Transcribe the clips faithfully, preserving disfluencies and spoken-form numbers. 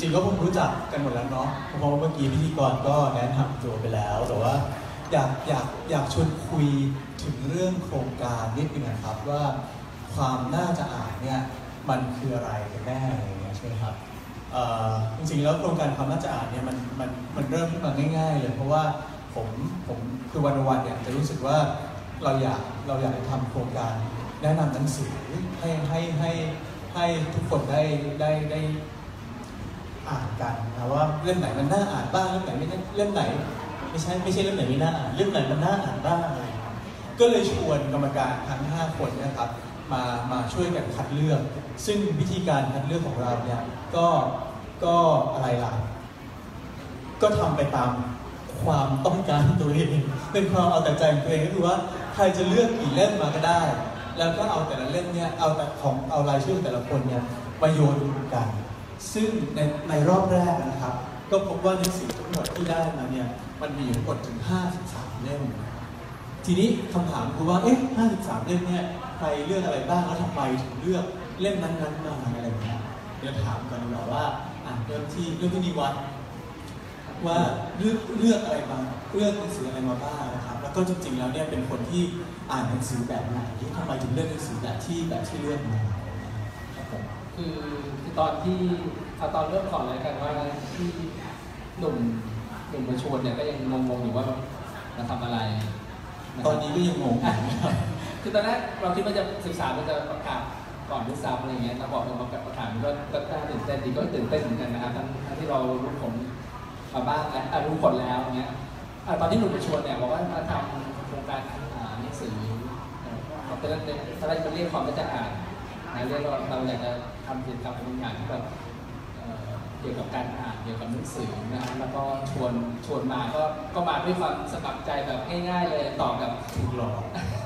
ริงๆก็คงรู้จักกันหมดแล้วเนาะเพราะว่าเมื่อกี้พิธีกรก็แนะนำตัวไปแล้วแต่ว่าอยากอยากอยากชวนคุยถึงเรื่องโครงการนิดนึงนะครับว่าความน่าจะอ่านเนี่ยมันคืออะไรกันแน่อะไรเงี้ยใช่ไหมครับจริงๆแล้วโครงการความน่าจะอ่านเนี่ยมันมันมันเริ่มขึ้นมาง่ายๆเลยเพราะว่าผมผมคือวันวันเนี่ยจะรู้สึกว่าเราอยากเราอยากจะทำโครงการแนะนำหนังสือให้ให้ให้ให้ทุกคนได้ได้ได้อ่านกันนะว่าเล่มไหนมันน่าอ่านบ้างเล่มไหนไม่น่าเล่มไหนไม่ใช่ไม่ใช่เล่มไหนไม่น่าอ่านเล่มไหนมันน่าอ่านบ้างอะไรก็เลยชวนกรรมการทั้งห้าคนนะครับมามาช่วยกันคัดเลือกซึ่งวิธีการคัดเลือกของเราเนี่ยก็ก็อะไรล่ะก็ทำไปตามความต้องการตัวเองเป็นความเอาแต่ใจของตัวเองก็คือว่าใครจะเลือกกี่เล่มมาก็ได้แล้วก็เอาแต่ละเล่มเนี่ยเอาแต่ของเอารายชื่อแต่ละคนเนี่ยมาโยนกันซึ่งในในรอบแรกนะครับก็พบว่าหนังสือทั้งหมดที่ได้มาเนี่ยมันมีอยู่กดถึงห้าสิบสามเล่มทีนี้คำถามคือว่าเอ๊ะห้าสิบสามเล่มเนี่ยใครเลือกอะไรบ้างแล้วทำไมถึงเลือกเล่มนั้นๆมาอะไรอย่างเงี้ยเดี๋ยวถามกันดีกว่าว่าอ่ะเริ่มที่เรื่องที่นิวัฒน์ว่าเลือกเลือกอะไรมาเลือกหนังสืออะไรมาบ้างนะครับแล้วก็จริงๆแล้วเนี่ยเป็นคนที่อ่านหนังสือแบบไหนทำไมถึงเลือกหนังสือแบบที่แบบที่เลือกมาครับผมคือคือตอนที่เอาตอนเริ่มก่อนเลยกันว่าที่หนุ่มหนุ่มมาชวนเนี่ยก็ยังงงๆอยู่ว่าเราทำอะไรตอนนี้ก็ยังงงคือตอนแรกเราคิดว่าจะศึกษามันจะประกาศก่อนด้วยซ้ำอะไรเงี้ยเราบอกเราประกาศประกาศมันก็ก็น่าตื่นเต้นดีก็ตื่นเต้นเหมือนกันนะครับทั้งที่เรารู้ผลมาบ้างแล้วรู้ผลแล้วเงี้ยตอนที่หนุ่มมาชวนเนี่ยบอกว่ามาทำโครงการหนังสือเขาเป็นอะไรเป็นเรียกความน่าจะอ่านนะเรียกว่าเราอยากจะทำกิจกรรมบางอย่างที่แบบเกี่ยวกับการอ่านเกี่ยวกับหนังสือนะครับแล้วก็ชวนชวนมาก็ก็มาด้วยความสมัครใจแบบง่ายๆเลยต่อกับถูกหลอก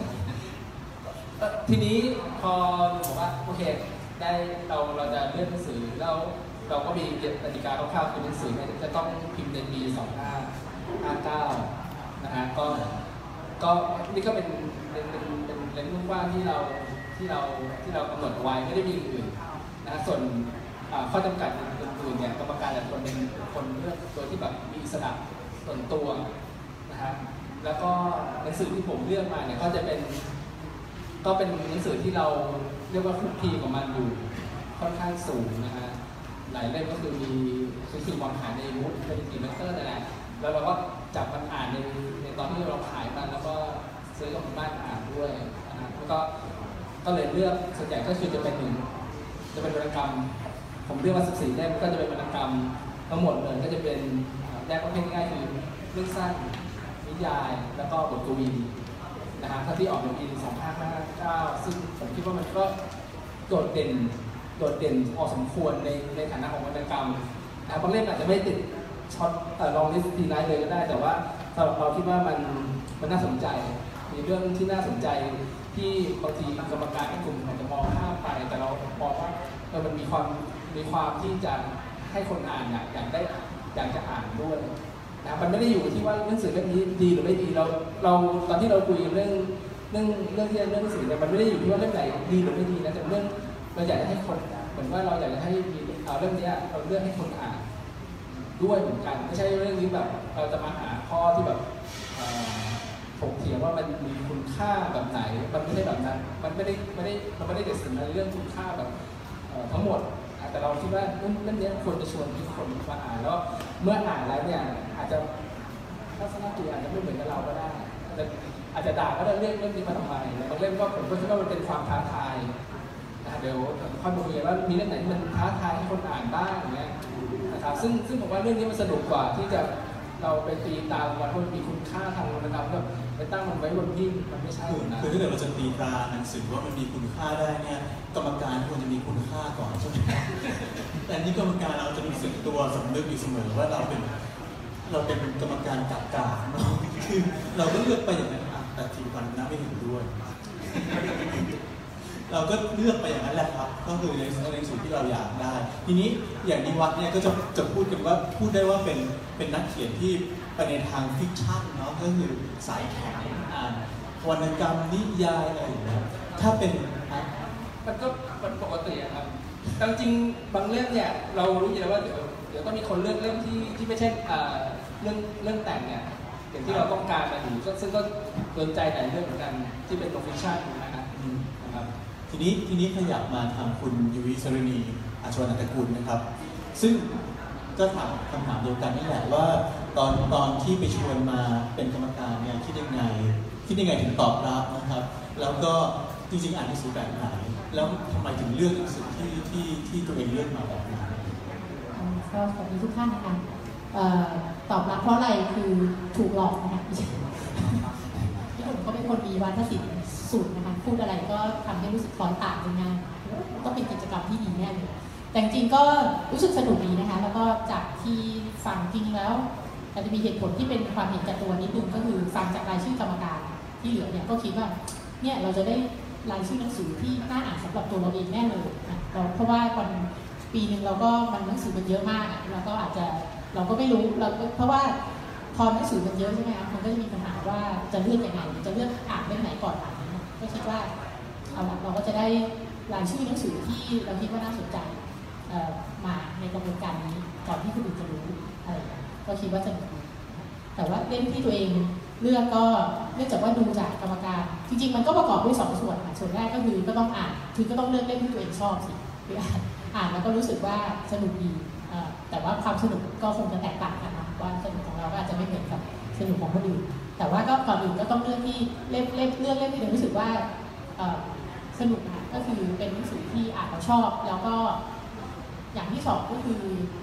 ทีนี้พอบอกว่าโอเคได้เราเราจะเลือกหนังสือแล้วเราก็มีกติกาคร่าวๆคือหนังสือเนี่ยจะต้องพิมพ์ในปีสองพันห้าร้อยห้าสิบเก้านะฮะก็ก็นี่ก็เป็นเป็นเป็นเป็นเรื่องกว้างที่เราที่เราที่เรากำหนดไว้ไม่ได้มีอื่นนะส่วนข้อจำกัดอื่นๆเนี่ยกรรมการแต่คนเป็นคนเลือกโดยที่แบบมีอิสระส่วนตัวนะฮะแล้วก็หนังสือที่ผมเลือกมาเนี่ยก็จะเป็นก็เป็นหนังสือที่เราเรียกว่าคุกคีกับมันอยู่ค่อนข้างสูงนะฮะหลายเล่มก็คือมีคือวางขายในบุ๊กเป็นอีเวนเตอร์นั่นแหละแล้วเราก็จับมันอ่านในในตอนที่เราขายมันแล้วก็ซื้อกับบ้านอ่านด้วยนะแล้วก็ก็เลยเลือกส่วนใหญ่ก็คือจะเป็นหนึ่งจะเป็นวรรณกรรมผมเลือกมาสิบสี่เล่มก็จะเป็นวรรณกรรมทั้งหมดเลยก็จะเป็นแยกประเภทง่ายคือเรื่องสั้นนิยายแล้วก็บทกวีนะฮะถ้าที่ออกในปีสองพันห้าร้อยห้าสิบเก้าซึ่งผมคิดว่ามันก็โดดเด่นโดดเด่นพอสมควรในในฐานะของวรรณกรรมนะบางเล่มอาจจะไม่ติดช็อตลองลิสต์ทีไลท์เลยก็ได้แต่ว่าสำหรับเราคิดว่ามันมันน่าสนใจมีเรื่องที่น่าสนใจที่บางทีกรรมการกลุ่มอาจจะมองข้ามไปแต่เรามองว่าเออมันมีความมีความที่จะให้คนอ่านอยากอยากได้อยากจะอ่านด้วยนะมันไม่ได้อยู่ที่ว่าหนังสือเล่มนี้ดีหรือไม่ดีเราเราตอนที่เราคุยเรื่องเรื่องเรื่องที่เรื่องหนังสือเนี่ยมันไม่ได้อยู่ที่ว่าเล่มไหนดีหรือไม่ดีนะแต่เรื่องเราอยากจะให้คนเหมือนว่าเราอยากจะให้มีเอาเรื่องนี้เราเลือกให้คนอ่านด้วยเหมือนกันไม่ใช่เรื่องนี้แบบเราจะมาหาข้อที่แบบถกเถียงว่ามันมีคุณค่าแบบไหนมันไม่ได้แบบนั้นมันไม่ได้ไม่ได้มันไม่ได้เด็ดสินในเรื่องคุณค่าแบบทั้งหมดแต่เราคิดว่าเรื่องนี้ควรจะชวนทุกคนมาอ่านแล้วเมื่ออ่านแล้วเนี่ยอาจจะทัศนคติอาจจะไม่เหมือนกับเราก็ได้อาจจะด่าก็ได้เรื่องเรื่องนี้มาทำไมบางเรื่องก็ผมก็คิดว่ามันเป็นความท้าทายเดี๋ยวค่อยมาคุยกันว่ามีเรื่องไหนที่มันท้าทายให้คนอ่านบ้างอย่างเงี้ยนะครับซึ่งซึ่งผมว่าเรื่องนี้มันสนุกกว่าที่จะเราไปตีตามว่ามันมีคุณค่าทางวรรณกรรมแบบไปตั้งมันไว้บนหิ้งมันไม่ใช่นะคือถ้าเกิดเราจะตีตราหนังสือว่ามันมีคุณค่าได้เนี่ยกรรมการควรจะมีคุณค่าก่อนใช่ไหมแต่นี่กรรมการเราจะมีสึกตัวสำนึกอยู่เสมอว่าเราเป็นเราเป็นกรรมการกักกาเนาะคือเราก็เลือกไปอย่างนั้นแต่ทีมพันธุ์น่าไม่เห็นด้วยเราก็เลือกไปอย่างนั้นแหละครับก็คือในในสิ่งที่เราอยากได้ทีนี้อย่างนิวัฒน์เนี่ยก็จะจะพูดกันว่าพูดได้ว่าเป็นเป็นนักเขียนที่ไปในทางฟิกชั่นเนาะก็คือสายแข็งอ่านวรรณกรรมนิยายอะไรอย่างเงี้ยถ้าเป็นมันก็มันปกติครับแต่จริงบางเรื่องเนี่ยเรารู้อยู่แล้วว่าเดี๋ยวเดี๋ยวต้องมีคนเลือกเรื่องที่ที่ไม่ใช่เรื่องเรื่องแต่งเนี่ยอย่างที่เราต้องการมาอยู่ซึ่งก็โดนใจแต่เรื่องเหมือนกันที่เป็นโปรเฟชชั่นนะครับนะครับทีนี้ทีนี้ขยับมาทางคุณยุ้ยสรณีอาชวนันตกุลนะครับ ซึ่งก็ถามคำถามเดียวกันนี่แหละว่าตอนตอนที่ไปชวนมาเป็นกรรมการเนี่ยคิดยังไงคิดยังไงถึงตอบรับนะครับแล้วก็จริงๆอ่านหนังสือแบบไหนแล้วทำไมถึงเลือกหนังสือที่ที่ที่ตัวเองเลือกมาแบบนั้นก็สวัสดีทุกท่านนะคะตอบรับเพราะอะไรคือถูกหลอกนะคะพี่ผมก็เป็นคนมีวาทศิลป์สูงนะคะพูดอะไรก็ทำให้รู้สึกคล้อยตามง่ายต้องเป็นกิจกรรมที่ดีแน่เลยแต่จริงๆก็รู้สึกสนุกดีนะคะแล้วก็จากที่ฟังจริงๆแล้วอาจจะมีเหตุผลที่เป็นความเห็นแก่ตัวนิดนึงก็คือฟังจากรายชื่อกรรมการที่เหลือเนี่ยก็คิดว่าเนี่ยเราจะได้รายชื่อหนังสือที่น่าอ่านสำหรับตัวเราเองแน่เลยนะเพราะว่าตอนปีหนึ่งเราก็มันหนังสือมันเยอะมากเราก็อาจจะเราก็ไม่รู้เราเพราะว่าพอหนังสือมันเยอะใช่ไหมคะมันก็จะมีปัญหาว่าจะเลือกยังไงจะเลือกอ่านเล่มไหนก่อนอ่านก็คิดว่าเอาละเราก็จะได้รายชื่อหนังสือที่เราคิดว่าน่าสนใจมาในกระบวนการนี้ก่อนที่คนอื่นจะรู้อะไรก็คิดว่าจะดีแต่ว่าเล่มที่ตัวเองเลือกก็เนื่องจากว่าดูจากกรรมการจริงๆมันก็ประกอบด้วยสองส่วนค่ะส่วนแรกก็คือก็ต้องอ่านคือก็ต้องเลือกเล่มที่ตัวเองชอบสิคืออ่านอ่านแล้วก็รู้สึกว่าสนุกดีแต่ว่าความสนุกก็คงจะแตกต่างกันนะว่าสนุกของเราก็อาจจะไม่เหมือนกับสนุกของคนอื่นแต่ว่าก็ก่อนอื่นก็ต้องเลือกที่เล่มเล่มเลือกเล่มที่เรารู้สึกว่าสนุกค่ะก็คือเป็นหนังสือที่อ่านเราชอบแล้วก็อย่างที่สองก็คือ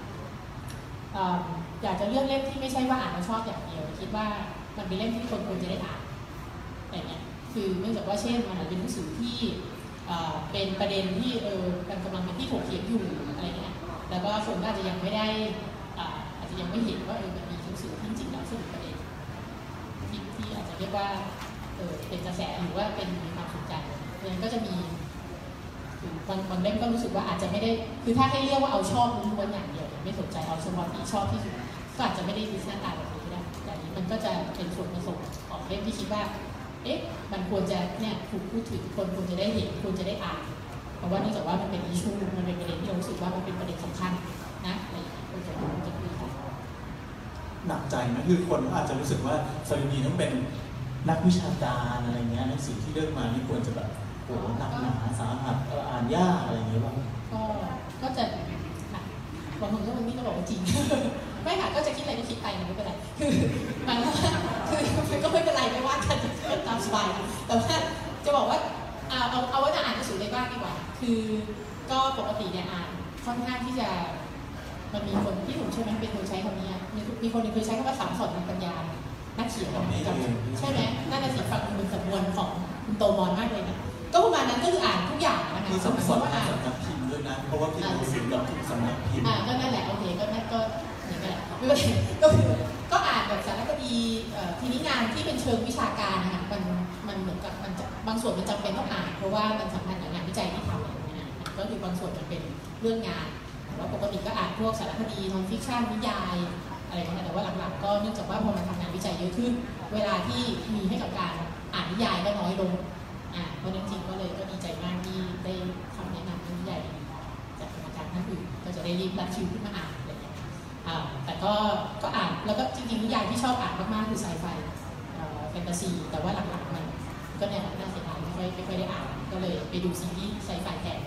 อยากจะเลือกเล่มที่ไม่ใช่ว่าอ่านเราชอบอย่างเดียวคิดว่ามันเป็นเล่มที่คนควรจะได้อ่านแต่เนี้ยคือเนื่องจากว่าเช่นมันอาจจะเป็นหนังสือที่เป็นประเด็นที่เออมันกำลังเป็นที่ถกเถียงอยู่อะไรเงี้ยแล้วก็คนก็อาจจะยังไม่ได้อาจจะยังไม่เห็นว่าเออมันมีหนังสือที่จริงแล้วสรุปประเด็นที่ที่อาจจะเรียกว่าเออเป็นกระแสหรือว่าเป็นความสนใจเพราะฉะนั้นก็จะมีบางบางเล่มก็รู้สึกว่าอาจจะไม่ได้คือถ้าให้เรียกว่าเอาชอบล้วนอย่างเดียวไม่สนใจเอาเฉพาะที่ชอบที่สุดก็อาจจะไม่ได้มีหน้าตาแบบนี้ก็ได้แต่นี้มันก็จะเป็นส่วนผสมของเล่มที่คิดว่าเอ๊ะมันควรจะเนี่ยถูกพูดถึงคนควรจะได้เห็นควรจะได้อ่านเพราะว่าเนื่องจากว่ามันเป็นอิชชูมันเป็นประเด็นที่เรารู้สึกว่ามันเป็นประเด็นสำคัญนะอะไรอย่างเงี้ยควรจะควรจะคุยกันหนักใจนะคือคนอาจจะรู้สึกว่าสรณีต้องเป็นนักวิชาการอะไรเงี้ยหนังสือที่เลือกมานี่ควรจะแบบโหหนักหนาสาหัสอ่านยากอะไรอย่างเงี้ยบ้างก็ก็จะบางคนก็มันนี่ก็บอกว่าจริงไม่ค่ะก็จะคิดอะไรก็คิดไปนะไม่เป็นไรคือหมายว่าคือมันก็ไม่เป็นไรไม่ว่ากันตามสบายแต่ว่าจะบอกว่าเอาเอาเอาว่าจะอ่านหนังสือได้บ้างดีกว่าคือก็ปกติเนี่ยอ่านค่อนข้างที่จะมันมีคนที่ผมใช่ไหมเป็นคนใช้คำนี้มีมีคนหนึ่งเคยใช้คำว่าสามสอนทางปัญญานักเขียนใช่ไหมน่าจะสิฟังเป็นสำนวนของคุณโตมอนมากเลยนะก็ประมาณนั้นก็คืออ่านทุกอย่างนะคะคือสำนักอ่านสำนักพิมพ์ด้วยนะเพราะว่าพิมพ์หนังสือกับทุกสำนักพิมพ์อ่าก็นั่นแหละโอเคก็นั่นก็อย่างนั้นแหละไม่เป็นไรก็คือก็อ่านแบบสารคดีทีนี้งานที่เป็นเชิงวิชาการนะคะมันมันเหมือนกับมันจะบางส่วนมันจำเป็นต้องอ่านเพราะว่ามันสำคัญกับงานวิจัยที่ทำอะไรอย่างเงี้ยก็คือบางส่วนมันเป็นเรื่องงานแต่ว่าปกติก็อ่านพวกสารคดีนอนฟิคชั่นนิยายอะไรอย่างเงี้ยแต่ว่าหลักๆก็เนื่องจากว่าพอมาทำงานวิจัยเยอะขึ้นเวลาที่มีให้กับการอ่านนิยายก็น้อยลงอ่าเพราะนั้นจริงก็เลยก็ดีใจมากที่ได้คำแนะนำนิยายจากกรรมการท่านอื่นก็จะได้รีบรัดคิวขึ้นมาอ่านอะไรอย่างเงี้ยอ่าแต่ก็ก็อ่านแล้วก็จริงๆนิยายที่ชอบอ่านมากๆคือไซไฟแฟนตาซีแต่ว่าหลักๆมันก็เนี่ยน่าเสียดายไม่ค่อยไม่ค่อยได้อ่านก็เลยไปดูซีรีส์ไซไฟแทน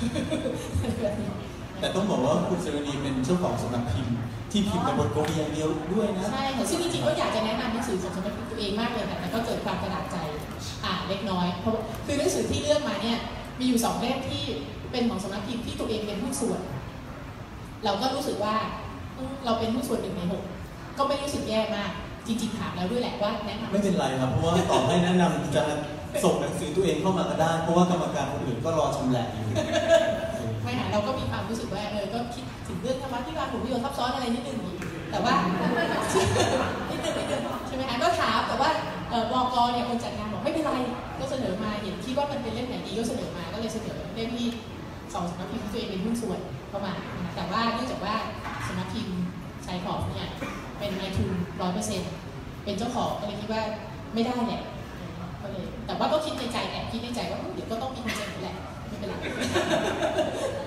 แต่ต้องบอกว่าคุณสรณีเป็นเจ้าของสำนักพิมพ์ที่พิมพ์แต่บทกวีอย่างเดียวด้วยนะใช่ค่ะซึ่งจริงๆก็อยากจะแนะนำหนังสือของสำนักพิมพ์ตัวเองมากเลยแต่ก็เกิดความกระดากใจอ่านเล็กน้อยเพราะคือหนังสือที่เลือกมาเนี่ยมีอยู่สองเล่มที่เป็นของสำนักพิมพ์ที่ตัวเองเป็นหุ้นส่วนเราก็รู้สึกว่าเราเป็นหุ้นส่วนหนึ่งในหกก็ไม่รู้สึกแย่มากจริงๆถามแล้วด้วยแหละว่าแนะนำไม่เป็นไรครับเพราะว่าต่อให้แนะนำจะส่งหนังสือตัวเองเข้ามาก็ได้เพราะว่ากรรมการคนอื่นก็รอชำแหละอยู่ไม่หาเราก็มีความรู้สึกว่าเออก็คิดถึงเรื่องธรรมะที่ว่าผมวิโยซับซ้อนอะไรนิดนึงแต่ว่านิดนึงนิดนึงใช่ไหมคะก็ถามแต่ว่าบก.เนี่ยคนจัดงานบอกไม่เป็นไรก็เสนอมาเห็นคิดว่ามันเป็นเล่มไหนดีก็เสนอมาก็เลยเสนอเล่มที่สองสำนักพิมพ์ตัวเองเป็นหุ้นส่วนเข้ามาแต่ว่าเนื่องจากว่าสำนักพิมพ์ชายขอบเนี่ยเป็นนายทุนร้อยเปอร์เซ็นต์เป็นเจ้าของก็เลยคิดว่าไม่ได้แหละก็เลยแต่ว่าก็คิดในใจแอบคิดในใจว่าเดี๋ยวก็ต้องมีคนเสนอแหละไม่เป็นไร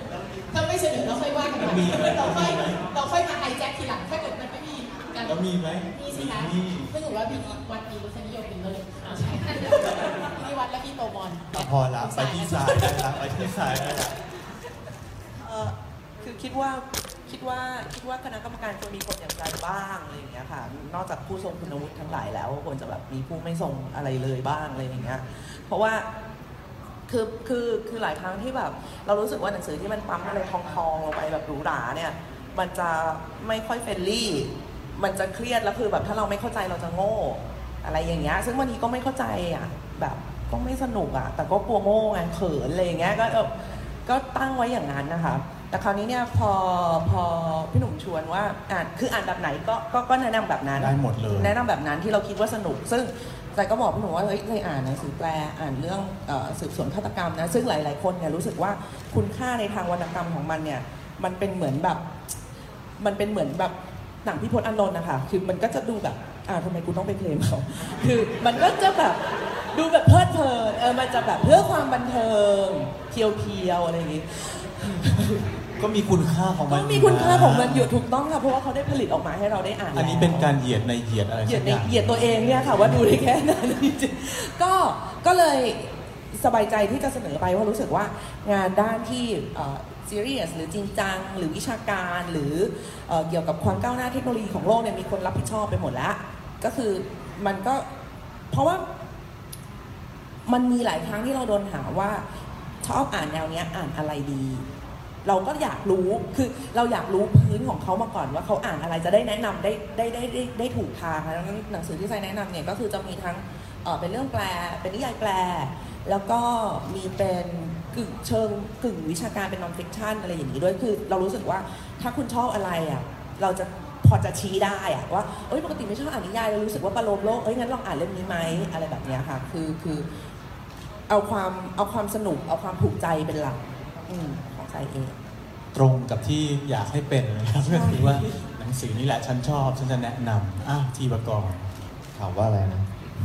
ถ้าไม่เสนอเราค่อยว่ากันใหม่เราค่อยเราค่อยมาไฮแจ็คทีหลังถ้าเกิดมันไม่มีการแล้วมีไหมมีสิคะมีซึ่งถือว่าพี่วัดมีรสนิยมเป็นเลยใช่พี่วัดและพี่โตมอนพอละไปที่ซ้ายได้ละไปที่ซ้ายได้ละเออคือคิดว่าคิดว่าคิดว่าคณะกรรมการควรมีคนอย่างไรบ้างอะไรอย่างเงี้ยค่ะนอกจากผู้ทรงคุณวุฒิทั้งหลายแล้วควรจะแบบมีผู้ไม่ทรงอะไรเลยบ้างอะไรอย่างเงี้ยเพราะว่าคือคือคือหลายครั้งที่แบบเรารู้สึกว่าหนังสือที่มันปั๊มอะไรทองทองลงไปแบบหรูหราเนี่ยมันจะไม่ค่อยเฟรนลี่มันจะเครียดแล้วคือแบบถ้าเราไม่เข้าใจเราจะโง่อะไรอย่างเงี้ยซึ่งวันนี้ก็ไม่เข้าใจอ่ะแบบก็ไม่สนุกอ่ะแต่ก็กลัวโง่ไงเขินอะไรอย่างเงี้ยก็ก็ตั้งไว้อย่างนั้นนะคะแต่คราวนี้เนี่ยพอพอพี่หนุ่มชวนว่าอ่านคืออ่านแบบไหนก็ก็ก็แนะนำแบบนั้นได้หมดเลยแนะนำแบบนั้นที่เราคิดว่าสนุกซึ่งใจก็บอกพี่หนุ่มว่าเฮ้ยเคยอ่านหนังสือแปลอ่านเรื่องเอ่อสืบสวนฆาตกรรมนะซึ่งหลายๆคนเนี่ยรู้สึกว่าคุณค่าในทางวรรณกรรมของมันเนี่ยมันเป็นเหมือนแบบมันเป็นเหมือนแบบหนังพี่พจน์อานนท์นะคะคือมันก็จะดูแบบอ่าทำไมกูต้องไปเคลมเขาคือมันก็จะแบบดูแบบเพลิดเพลินเออมันจะแบบเพื่อความบันเทิงเพียวๆอะไรอย่างงี้ก็มีคุณค่าของมันก็มีคุณค่าของมันอยู่ถูกต้องค่ะเพราะว่าเขาได้ผลิตออกมาให้เราได้อ่านอันนี้เป็นการเหยียดในเหยียดอะไรเหยียดในเหยียดตัวเองเนี่ยค่ะว่าดูได้แค่นั้นจริงๆก็ก็เลยสบายใจที่จะเสนอไปว่ารู้สึกว่างานด้านที่ซีเรียสหรือจริงจังหรือวิชาการหรือเอ่อเกี่ยวกับความก้าวหน้าเทคโนโลยีของโลกเนี่ยมีคนรับผิดชอบไปหมดแล้วก็คือมันก็เพราะว่ามันมีหลายครั้งที่เราโดนถามว่าชอบอ่านแนวเนี้ยอ่านอะไรดีเราก็อยากรู้คือเราอยากรู้พื้นของเขามาก่อนว่าเขาอ่านอะไรจะได้แนะนำได้ได้ได้ได้ได้ถูกทางดังนั้นหนังสือที่ใจแนะนำเนี่ยก็คือจะมีทั้งเอ่อเป็นเรื่องแปลเป็นนิยายแปลแล้วก็มีเป็นกึ่งเชิงกึ่งวิชาการเป็นนอนฟิกชันอะไรอย่างนี้ด้วยคือเรารู้สึกว่าถ้าคุณชอบอะไรอ่ะเราจะพอจะชี้ได้อ่ะว่าเอ้ยปกติไม่ชอบอ่านนิยายเรารู้สึกว่าประโลมโลกเอ้ยงั้นลองอ่านเล่มนี้ไหมอะไรแบบนี้ค่ะคือคือเอาความเอาความสนุกเอาความถูกใจเป็นหลักของใจเองตรงกับที่อยากให้เป็นนะครับก็คือว่าหนังสือนี่แหละฉันชอบฉันจะแนะนำอ้าวทีประกอบถามว่าอะไรนะ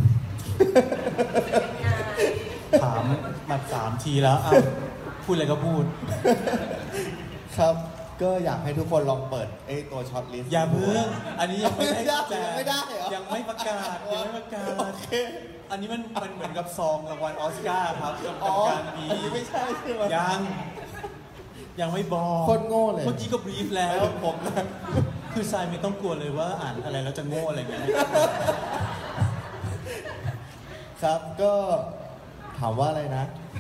ถามมาสามทีแล้วอ้าวพูดอะไรก็พูดครับก็อยากให้ทุกคนลองเปิดไอ้ตัวช็อตลิสต์อย่าเพิ่งอันนี้ยังไม่ได้แจกไม่ได้ยังไม่ประกาศยังไม่ประกาศโอเคอันนี้มันมันเหมือนกับซองรางวัลออสการ์ครับเป็นการมีอันนี้ไม่ใช่ใช่ไหมยังยังไม่บอกคนโง่เลยเมื่อกี้ก็บรีฟแล้วผมคือทรายไม่ต้องกลัวเลยว่าอ่านอะไรแล้วจะโง่อะไรเงี้ยครับก็ถามว่าอะไรนะ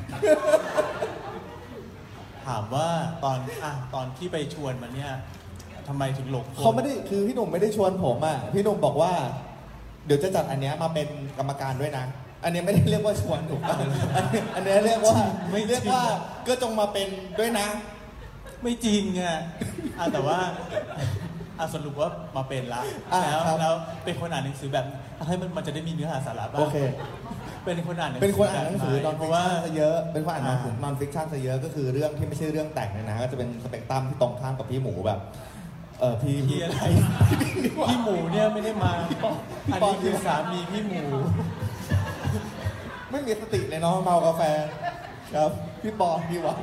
ถามว่าตอนอ่ะตอนที่ไปชวนมันเนี่ยทำไมถึงหลงเขาไม่ได้คือพี่หนุ่มไม่ได้ชวนผมอ่ะพี่หนุ่มบอกว่าเดี๋ยวจะจัดอันเนี้ยมาเป็นกรรมการด้วยนะอันนี้ไม่ได้เรียกว่าชวนถูกป่ะอันนี้เรียกว่าไม่เรียกว่าก็จงมาเป็นด้วยนะไม่จริงอ่ะแต่ว่าสรุปว่ามาเป็นละแล้วแล้วเป็นคนอ่านหนังสือแบบให้มันมันจะได้มีเนื้อหาสาระบ้างโอเคเป็นคนอ่านเป็นคนอ่านหนังสือนอนฟิกชันซะเยอะเป็นคนอ่านหนังสือนอนฟิกชันซะเยอะก็คือเรื่องที่ไม่ใช่เรื่องแต่งนะก็จะเป็นสเปกตรัมที่ตรงข้ามกับพี่หมูแบบเออพี่พี่อะไรพี่หมูเนี่ยไม่ได้มาอันนี้คือสามีพี่หมูไม่มีสติเลยเนาะเมากาแฟครับพี่ปอพี่วะ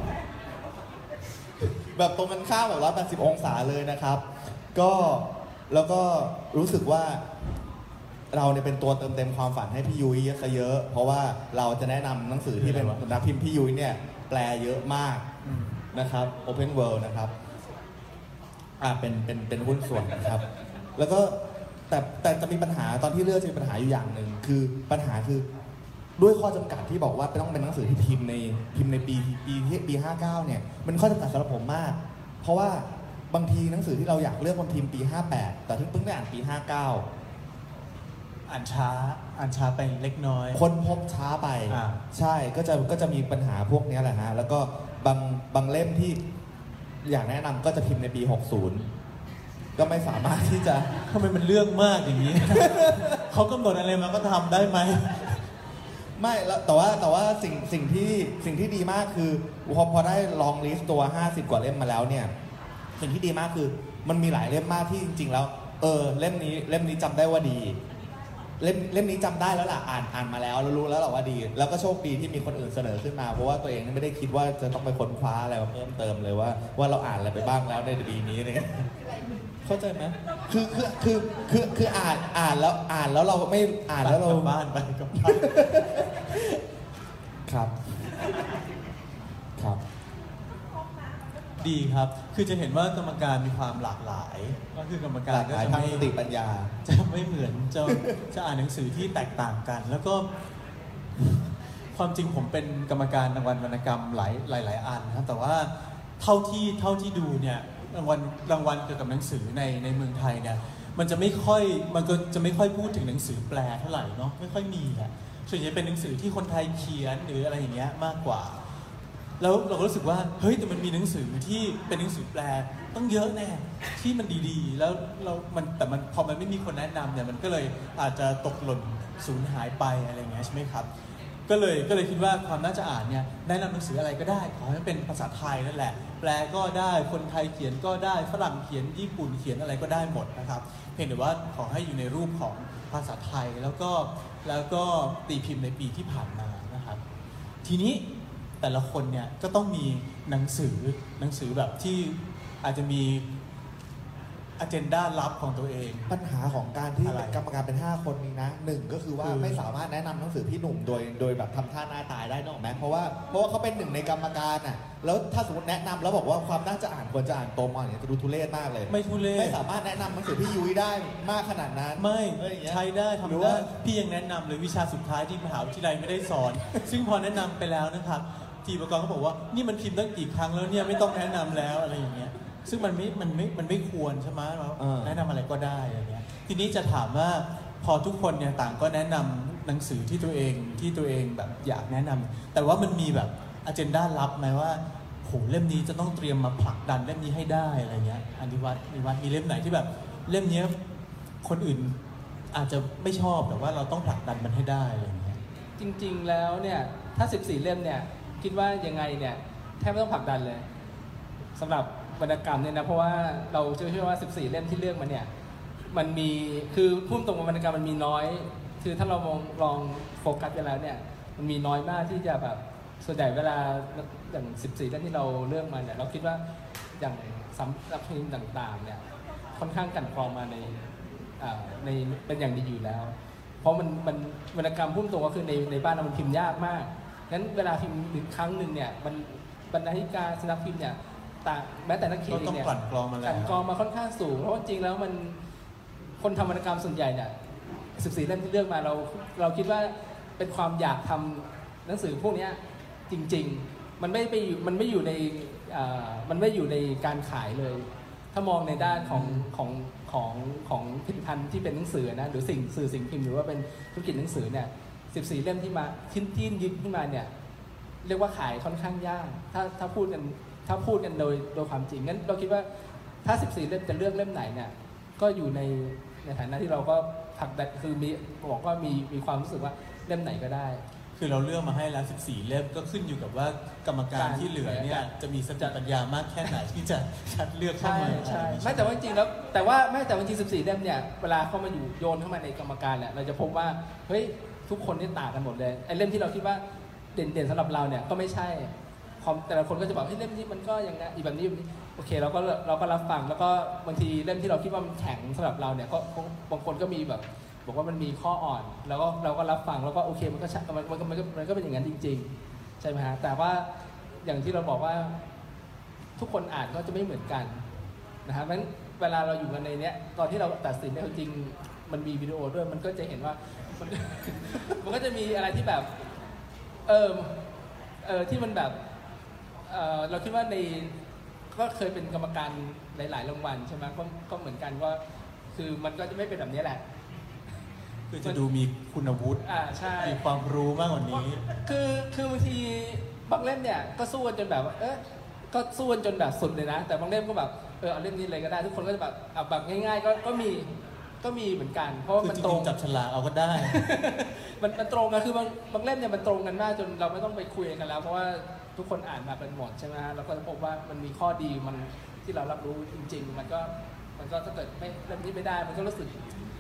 แบบตรงกันข้ามแบบร้อยแปดสิบองศาเลยนะครับก็แล้วก็รู้สึกว่าเราเนี่ยเป็นตัวเติมเต็มความฝันให้พี่ยุ้ยเยอะเพราะว่าเราจะแนะนำหนังสือที่เป็นนักพิมพ์พี่ยุ้ยเนี่ยแปลเยอะมากนะครับ Open World นะครับอ่าเป็นเป็นเป็นหุ้นส่วนนะครับแล้วก็แต่แต่จะมีปัญหาตอนที่เลือกจะมีปัญหาอยู่อย่างหนึ่งคือปัญหาคือด้วยข้อจำกัดที่บอกว่าต้องเป็นหนังสือที่พิมพ์ในพิมพ์ในปีปีที่ปีห้าเก้าเนี่ยมันข้อจำกัดสำหรับผมมากเพราะว่าบางทีหนังสือที่เราอยากเลือกมันพิมพ์ปีห้าแปดแต่ที่เพิ่งได้อ่านปีห้าเก้าอ่านช้าอ่านช้าไปเล็กน้อยค้นพบช้าไปใช่ก็จะก็จะมีปัญหาพวกนี้แหละฮะแล้วก็บางบางเล่มที่อยากแนะนำก็จะพิมพ์ในปีหกสิบก็ไม่สามารถที่จะทำไมมันเรื่องมากอย่างนี้ เขากำหนดอะไรมาก็ทำได้ไหมไม่แล้วแต่ว่าแต่ว่าสิ่งสิ่งที่สิ่งที่ดีมากคือพอพอได้ลองลิสต์ตัวห้าสิบกว่าเล่มมาแล้วเนี่ยสิ่งที่ดีมากคือมันมีหลายเล่มมากที่จริงๆแล้วเออเล่มนี้เล่มนี้จำได้ว่าดีเล่มเล่มนี้จำได้แล้วล่ะอ่านอ่านมาแล้วแล้วรู้แล้วแหละว่าดี แล้วก็โชคดีที่มีคนอื่นเสนอขึ้นมาเพราะว่าตัวเองไม่ได้คิดว่าจะต้องไปค้นคว้าอะไรมาเพิ่มเติมเลยว่าว่าเราอ่านอะไรไปบ้างแล้วในปีนี้เนี่ยเข้าใจไหมคือคือคือคือคืออ่านอ่านแล้วอ่านแล้วเราไม่อ่านแล้วเรากลับบ้านไปกลับบ้านครับครับดีครับ คือจะเห็นว่ากรรมการมีความหลากหลาย ก็คือกรรมหการลากก็หลายจะทางไม่สติปัญญาจะไม่เหมือนจะจะอ่านหนังสือที่แตกต่างกัน แล้วก็ความจริงผมเป็นกรรมการรางวัลวรรณกรรมหลายหลายหลายอันนะครับแต่ว่าเท่าที่เท่าที่ดูเนี่ยรางวัลรางวัลเกี่ยวกับหนังสือในในเมืองไทยเนี่ยมันจะไม่ค่อยมันก็จะไม่ค่อยพูดถึงหนังสือแปลเท่าไหร่เนาะไม่ค่อยมีแหละส่วนใหญ่เป็นหนังสือที่คนไทยเขียนหรืออะไรอย่างเงี้ยมากกว่าแล้วเราก็รู้สึกว่าเฮ้ยแต่มันมีหนังสือที่เป็นหนังสือแปลต้องเยอะแน่ที่มันดีๆแล้วเรามันแต่มันพอมันไม่มีคนแนะนำเนี่ยมันก็เลยอาจจะตกหล่นสูญหายไปอะไรอย่างเงี้ยใช่ไหมครับก็เลยก็เลยคิดว่าความน่าจะอ่านเนี่ยแนะนำหนังสืออะไรก็ได้ขอให้เป็นภาษาไทยนั่นแหละแปลก็ได้คนไทยเขียนก็ได้ฝรั่งเขียนญี่ปุ่นเขียนอะไรก็ได้หมดนะครับเพียงแต่ว่าขอให้อยู่ในรูปของภาษาไทยแล้วก็แล้วก็ตีพิมพ์ในปีที่ผ่านมานะครับทีนี้แต่ละคนเนี่ยก็ต้องมีหนังสือหนังสือแบบที่อาจจะมีอเจนดาลับของตัวเองปัญหาของการที่อะไรกรรมการเป็นห้าคนนี้นะหนึ่งก็คือว่าคือไม่สามารถแนะนำหนังสือพี่หนุ่มโดยโดยแบบทำท่าหน้าตายได้นอกไหมเพราะว่าเพราะว่าเขาเป็นหนึ่งในกรรมการอ่ะแล้วถ้าสมมติแนะนำแล้วบอกว่าความน่าจะอ่านควรจะอ่านตรงอ่ะเนี่ยจะดูทุเรศมากเลยไม่ทุเรศไม่สามารถแนะนำหนังสือพี่ยุ้ยได้มากขนาดนั้นไม่เอ้ยอย่างเงี้ยใช้ได้หรือทำว่าได้พี่ยังแนะนำเลยวิชาสุดท้ายที่มหาวิทยาลัยไม่ได้สอน ซึ่งพอแนะนำไปแล้วนะครับทีปกรณ์ก็บอกว่านี่มันพิมพ์ตั้งกี่ครั้งแล้วเนี่ยไม่ต้องแนะนำแล้วอะไรอย่างเงี้ยซึ่งมันไม่มันไม่มันไม่ควรใช่ไหมเราแนะนำอะไรก็ได้อะไรเงี้ยทีนี้จะถามว่าพอทุกคนเนี่ยต่างก็แนะนำหนังสือที่ตัวเองที่ตัวเองแบบอยากแนะนำแต่ว่ามันมีแบบอเจนดาลับไหมว่าโหเล่มนี้จะต้องเตรียมมาผลักดันเล่มนี้ให้ได้อะไรเงี้ยอันดิวัฒน์นิวัฒน์มีเล่มไหนที่แบบเล่มนี้คนอื่นอาจจะไม่ชอบแต่ว่าเราต้องผลักดันมันให้ได้อะไรเงี้ยจริงๆแล้วเนี่ยถ้าสิบสี่เล่มเนี่ยคิดว่ายังไงเนี่ยแทบไม่ต้องผลักดันเลยสำหรับวรรณกรรมเนี่ยนะเพราะว่าเราเชื่อว่าสิบสี่เล่มที่เลือกมาเนี่ยมันมีคือพูดตรงวรรณกรรมมันมีน้อยคือถ้าเรามองลองโฟกัสไปแล้วเนี่ยมันมีน้อยมากที่จะแบบส่วนใหญ่เวลาอย่างสิบสี่เล่มที่เราเลือกมาเนี่ยเราคิดว่าอย่างสำหรับพิมพ์ต่างๆเนี่ยค่อนข้างกันกรองมาในในเป็นอย่างดีอยู่แล้วเพราะมันมันวรรณกรรมพุ่งตรงก็คือในในบ้านเรามันพิมพ์ยากมากงั้นเวลาพิมพ์หนึ่งครั้งหนึ่งเนี่ยมันบรรณาธิการสำนักพิมพ์เนี่ยต่างแม้แต่นักเขียนเองเนี่ยต้องกลั่นกรองมาแล้วกลั่นกรองมาค่อนข้างสูงเพราะว่าจริงแล้วมันคนทำวรรณกรรมส่วนใหญ่เนี่ยสิบสี่เล่มที่เลือกมาเราเราคิดว่าเป็นความอยากทำหนังสือพวกนี้จริงๆมันไม่ไปอยู่มันไม่อยู่ในมันไม่อยู่ในการขายเลยถ้ามองในด้านของของของของผลิตภัณฑ์ที่เป็นหนังสือนะหรือสิ่งสื่อสิ่งพิมพ์หรือว่าเป็นธุรกิจหนังสือเนี่ยสิบสี่เล่มที่มาที่ที่ยึดขึ้นมาเนี่ยเรียกว่าขายค่อนข้างยากถ้าถ้าพูดกันถ้าพูดกันโดยโดยความจริงงั้นเราคิดว่าถ้าสิบสี่เล่มจะเลือกเล่มไหนเนี่ยก็อยู่ในในฐานะที่เราก็ผลักดันคือมีบอกว่ามีมีความรู้สึกว่าเล่มไหนก็ได้คือเราเลือกมาให้แล้วสิบสี่เล่มก็ขึ้นอยู่กับว่ากรรมการที่เหลือเนี่ยจะมีสติปัญญามากแค่ไหนที่จะคัดเลือกเข้ามาใช่ไม่แต่ว่าจริงแล้วแต่ว่าไม่แต่ว่าจริงสิบสี่เล่มเนี่ยเวลาเข้ามาอยู่โยนเข้ามาในกรรมการเนี่ยเราจะพบว่าเฮ้ยทุกคนนี่ต่างกันหมดเลยไอ้เล่มที่เราคิดว่าเด่นๆสำหรับเราเนี่ยก็ไม่ใช่แต่ละคนก็จะบอกให้เล่มนี้มันก็อย่างนี้อีกแบบนี้แบบนี้โอเคเราก็เราก็รับฟังแล้วก็บางทีเล่มที่เราคิดว่ามันแข็งสำหรับเราเนี่ยก็บางคนก็มีแบบบอกว่ามันมีข้ออ่อนแล้วก็เราก็รับฟังแล้วก็โอเคมันก็มันมันก็มันก็มันก็เป็นอย่างนั้นจริงๆใช่ไหมฮะแต่ว่าอย่างที่เราบอกว่าทุกคนอ่านก็จะไม่เหมือนกันนะฮะเพราะฉะนั้นเวลาเราอยู่กันในเนี้ยตอนที่เราตัดสินเนี่ยจริงมันมีวิดีโอด้วยมันก็จะเห็นว่ามันมันก็จะมีอะไรที่แบบเออเออที่มันแบบเออเราคิดว่าในก็เคยเป็นกรรมการหลายๆรางวัลใช่ไหมก็ก็เหมือนกันว่าคือมันก็จะไม่เป็นแบบนี้แหละคือจะดูมีคุณวุฒิอ่าใช่มีความรู้มากกว่านี้คือคือบางทีบางเล่มเนี่ยก็สู้กันจนแบบเออก็สู้กันจนแบบสุดเลยนะแต่บางเล่มก็แบบเออเอาเล่มนี้เลยก็ได้ทุกคนก็จะแบบเอาแบบง่ายๆก็ก็มีก็มีเหมือนกันเพราะมันตรงจับฉลากเอาก็ได้มันมันตรงกันคือบางบางเล่มเนี่ยมันตรงกันมากจนเราไม่ต้องไปคุยกันแล้วเพราะว่าทุกคนอ่านมาเป็นหมดใช่ไหมเราก็จะพบว่ามันมีข้อดีมันที่เรารับรู้จริงๆมันก็มันก็ถ้าเกิดไม่เล่มนี้ไม่ได้มันก็รู้สึก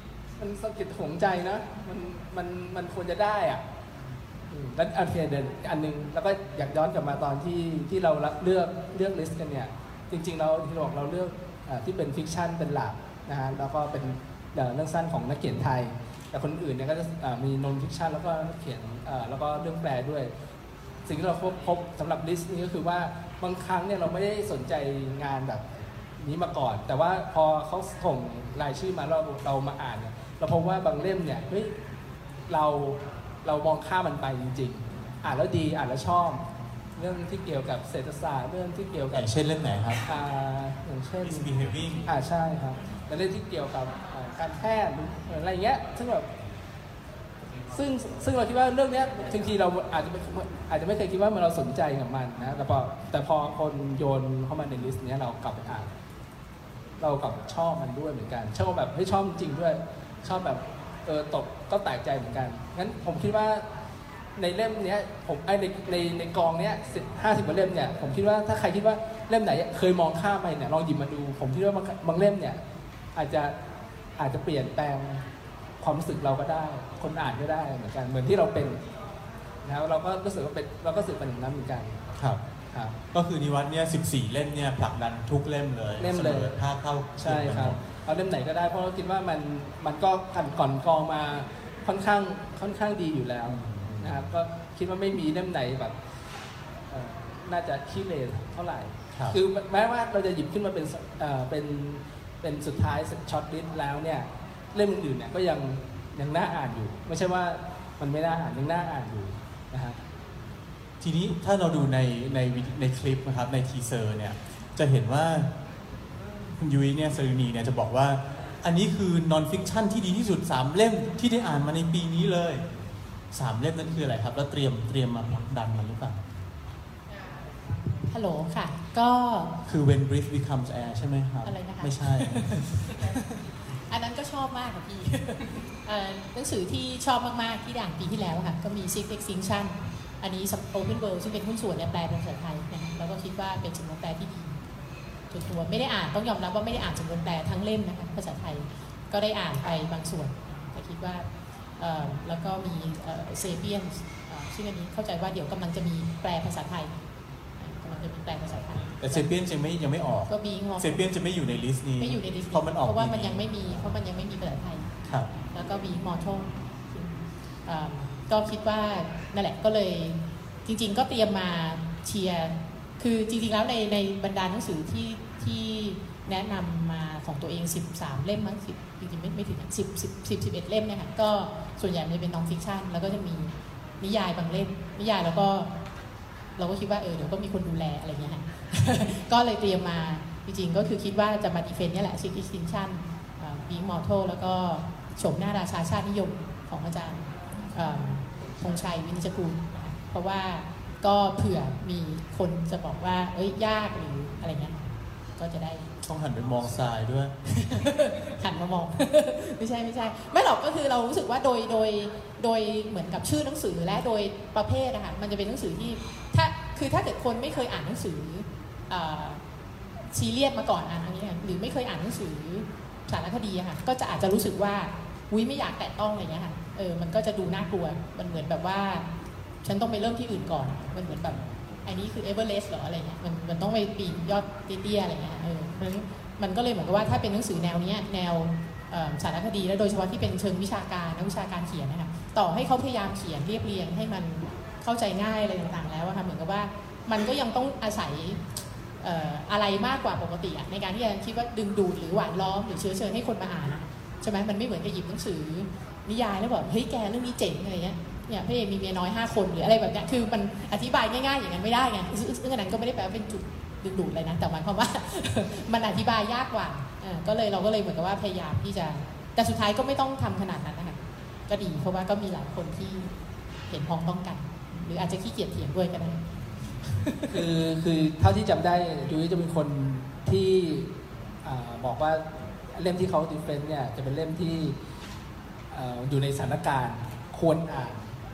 มันสะกิดหงใจนะมันมันมันควรจะได้อ่ะแล้วโอเคเดี๋ยวอันนึงแล้วก็อยากย้อนกลับมาตอนที่ที่เราเลือกเลือกลิสต์กันเนี่ยจริงๆเราที่บอกเราเลือกที่เป็นฟิกชันเป็นหลักนะฮะแล้วก็เป็นเรื่องสั้นของนักเขียนไทยแต่คนอื่นเนี่ยก็จะมีนอนฟิกชันแล้วก็นักเขียนแล้วก็เรื่องแปลด้วยสิ่งที่เราพบสำหรับลิสต์นี้ก็คือว่าบางครั้งเนี่ยเราไม่ได้สนใจงานแบบนี้มาก่อนแต่ว่าพอเขาส่งรายชื่อมาเราเรามาอ่านเนี่ยเราพบว่าบางเล่มเนี่ยเฮ้ยเราเรามองข้ามมันไปจริงๆอ่านแล้วดีอ่านแล้วชอบเรื่องที่เกี่ยวกับเศรษฐศาสตร์เรื่องที่เกี่ยวกับอย่างเช่นเล่มไหนครับอ่าอย่างเช่น misbehaving อ่าใช่ครับแต่เรื่องที่เกี่ยวกับการแพทย์อะไรเงี้ยซึ่งแบบซึ่งซึ่งเราคิดว่าเรื่องนี้บางทีเราอาจจะอาจจะไม่เคยคิดว่ามันเราสนใจกับมันนะแต่พอแต่พอคนโยนเข้ามาในลิสต์นี้เรากลับไปอ่านเรากลับชอบมันด้วยเหมือนกันชอบแบบให้ชอบจริงด้วยชอบแบบเออตกก็แตกใจเหมือนกันงั้นผมคิดว่าในเล่มนี้ผมไอในในในกองเนี้ยสิบห้าสิบกว่าเล่มเนี่ยผมคิดว่าถ้าใครคิดว่าเล่มไหนเคยมองข้ามไปเนี่ยลองหยิบมาดูผมคิดว่าบางบางเล่มเนี่ยอาจจะอาจจะเปลี่ยนแปลงความรู้สึกเราก็ได้คนอ่านก็ได้เหมือนกันเหมือนที่เราเป็นนะเราก็รู้สึกว่าเป็นเราก็รู้สึกเป็นอย่างนั้นเหมือนกันครับครับก็คือนิวัฒน์เนี่ยสิบสี่เล่มเนี่ยผลักดันทุกเล่มเลยเล่มเลยถ้าเข้าใช่ครับเอาเล่มไหนก็ได้เพราะเราคิดว่ามันมันก็กันก่อนกองมาค่อนข้างค่อนข้างดีอยู่แล้วนะครับก็คิดว่าไม่มีเล่มไหนแบบน่าจะขี้เลนเท่าไหร่คือแม้ว่าเราจะหยิบขึ้นมาเป็นเป็นเป็นสุดท้ายช็อตลิสต์แล้วเนี่ยเล่มอื่นๆเนี่ยก็ยังยังน่าอ่านอยู่ไม่ใช่ว่ามันไม่น่าอ่านยังน่าอ่านอยู่นะฮะทีนี้ถ้าเราดูในในในคลิปนะครับในทีเซอร์เนี่ยจะเห็นว่าคุณยุ้ยเนี่ยสรินีเนี่ยจะบอกว่าอันนี้คือนอนฟิกชันที่ดีที่สุดสามเล่มที่ได้อ่านมาในปีนี้เลยสามเล่มนั้นคืออะไรครับแล้วเตรียมเตรียมมาผลักดันมันหรือเปล่าฮัลโหลค่ะก็คือ when breath becomes air ใช่ไหมครับอะไรนะคะไม่ใช่อันนั้นก็ชอบมากค่ะพี่หนังสือที่ชอบมากๆที่อ่านปีที่แล้วค่ะก็มี Six Extinction อันนี้ Open World ซึ่งเป็นหุ้นส่วนเนี่ยแปลเป็นภาษาไทยนะคะแล้วก็คิดว่าเป็นสำนวนแปลที่ดีส่วนตัวไม่ได้อ่านต้องยอมรับว่าไม่ได้อ่านสำนวนแปลทั้งเล่มนะคะภาษาไทยก็ได้อ่านไปบางส่วนแต่คิดว่าแล้วก็มีเซเปียนซึ่งอันนี้เข้าใจว่าเดี๋ยวกำลังจะมีแปลภาษาไทยกำลังจะมีแปลภาษาไทยแต่เซเปียนยังไม่ยังไม่ออกก็มีงอเซเปียนจะไม่อยู่ในลิสต์นี้ไม่อยู่ในลิสต์เพราะมันออกเพราะว่ามันยังไม่มีเพราะมันยังไม่มีภาษาไทยครับแล้วก็มีมอทงก็คิดว่านั่นแหละก็เลยจริงๆก็เตรียมมาเชียร์คือจริงๆแล้วในในบรรดาหนังสือที่ที่แนะนำมาของตัวเองสิบสามเล่มมั้งสิบจริงๆไม่ไม่ถึงสิบ สิบ สิบ สิบเอ็ดเล่มเนี่ยค่ะก็ส่วนใหญ่มันจะเป็นนอนฟิกชันแล้วก็จะมีนิยายบางเล่มนิยายแล้วก็เราก็คิดว่าเออเดี๋ยวก็มีคนดูแลอะไรเงี้ยค่ะ ก็เลยเตรียมมาจริงๆก็คือคิดว่าจะมาดีเฟนต์นี่แหละ Six Extinction Being Mortal แล้วก็โฉมหน้าราชาชาตินิยมของอาจารย์ธงชัยวินิจกูลเพราะว่าก็เผื่อมีคนจะบอกว่าเอ้ยยากหรืออะไรเงี้ยก็จะได้ต้องหันไปมองทรายด้วยหันมามอง ไม่ใช่ไม่ใช่ไม่หรอกก็คือเรารู้สึกว่าโดยโดยโดยเหมือนกับชื่อหนังสือและโดยประเภทนะคะมันจะเป็นหนังสือที่ถ้าคือถ้าเกิดคนไม่เคยอ่านหนังสือซีเรียสมาก่อนอ่านอันนี้หรือไม่เคยอ่านหนังสือสารคดีอะค่ะก็จะอาจจะรู้สึกว่าอุ้ยไม่อยากแตะต้องอะไรเงี้ยค่ะเออมันก็จะดูน่ากลัวมันเหมือนแบบว่าฉันต้องไปเริ่มที่อื่นก่อนมันเหมือนแบบอันนี้คือเอเวอเรสต์หรออะไรเงี้ยมันมันต้องไปปีนยอดเตี้ยๆอะไรเงี้ยเออมันมันก็เลยเหมือนกับว่าถ้าเป็นหนังสือแนวนี้แนวสารคดีและโดยเฉพาะที่เป็นเชิงวิชาการนักวิชาการเขียนนะคะต่อให้เขาพยายามเขียนเรียบเรียงให้มันเข้าใจง่ายอะไรต่างๆแล้วค่ะเหมือนกับว่ามันก็ยังต้องอาศัยอะไรมากกว่าปกติในการที่จะคิดว่าดึงดูดหรือหวานล้อมหรือเชื้อเชิญให้คนมาอ่านใช่ไหมมันไม่เหมือนกับหยิบหนังสือนิยายแล้วบอกเฮ้ยแกเรื่องนี้เจ๋งอะไรเงี้ยเนี่ยพระเอกมีเมียน้อยห้าคนหรืออะไรแบบนี้คือมันอธิบายง่ายๆอย่างนั้นไม่ได้ไงซึ่งอันนั้นก็ไม่ได้แปลว่าเป็นจุดดึงดูดอะไรนะแต่หมายความว่า มันอธิบายยากกว่าก็เลยเราก็เลยเหมือนกับว่าพยายามที่จะแต่สุดท้ายก็ไม่ต้องทำขนาดนั้นนะคะก็ดีเพราะว่าก็มีหลายคนที่เห็นพ้องต้องกันหรืออาจจะขี้เกียจเถียงด้วยก็ได้คือคือเท่าที่จำได้ยุ้ยจะเป็นคนที่บอกว่าเล่มที่เขาดิเฟนต์เนี่ยจะเป็นเล่มที่อยู่ในสถานการณ์ควรอ่าน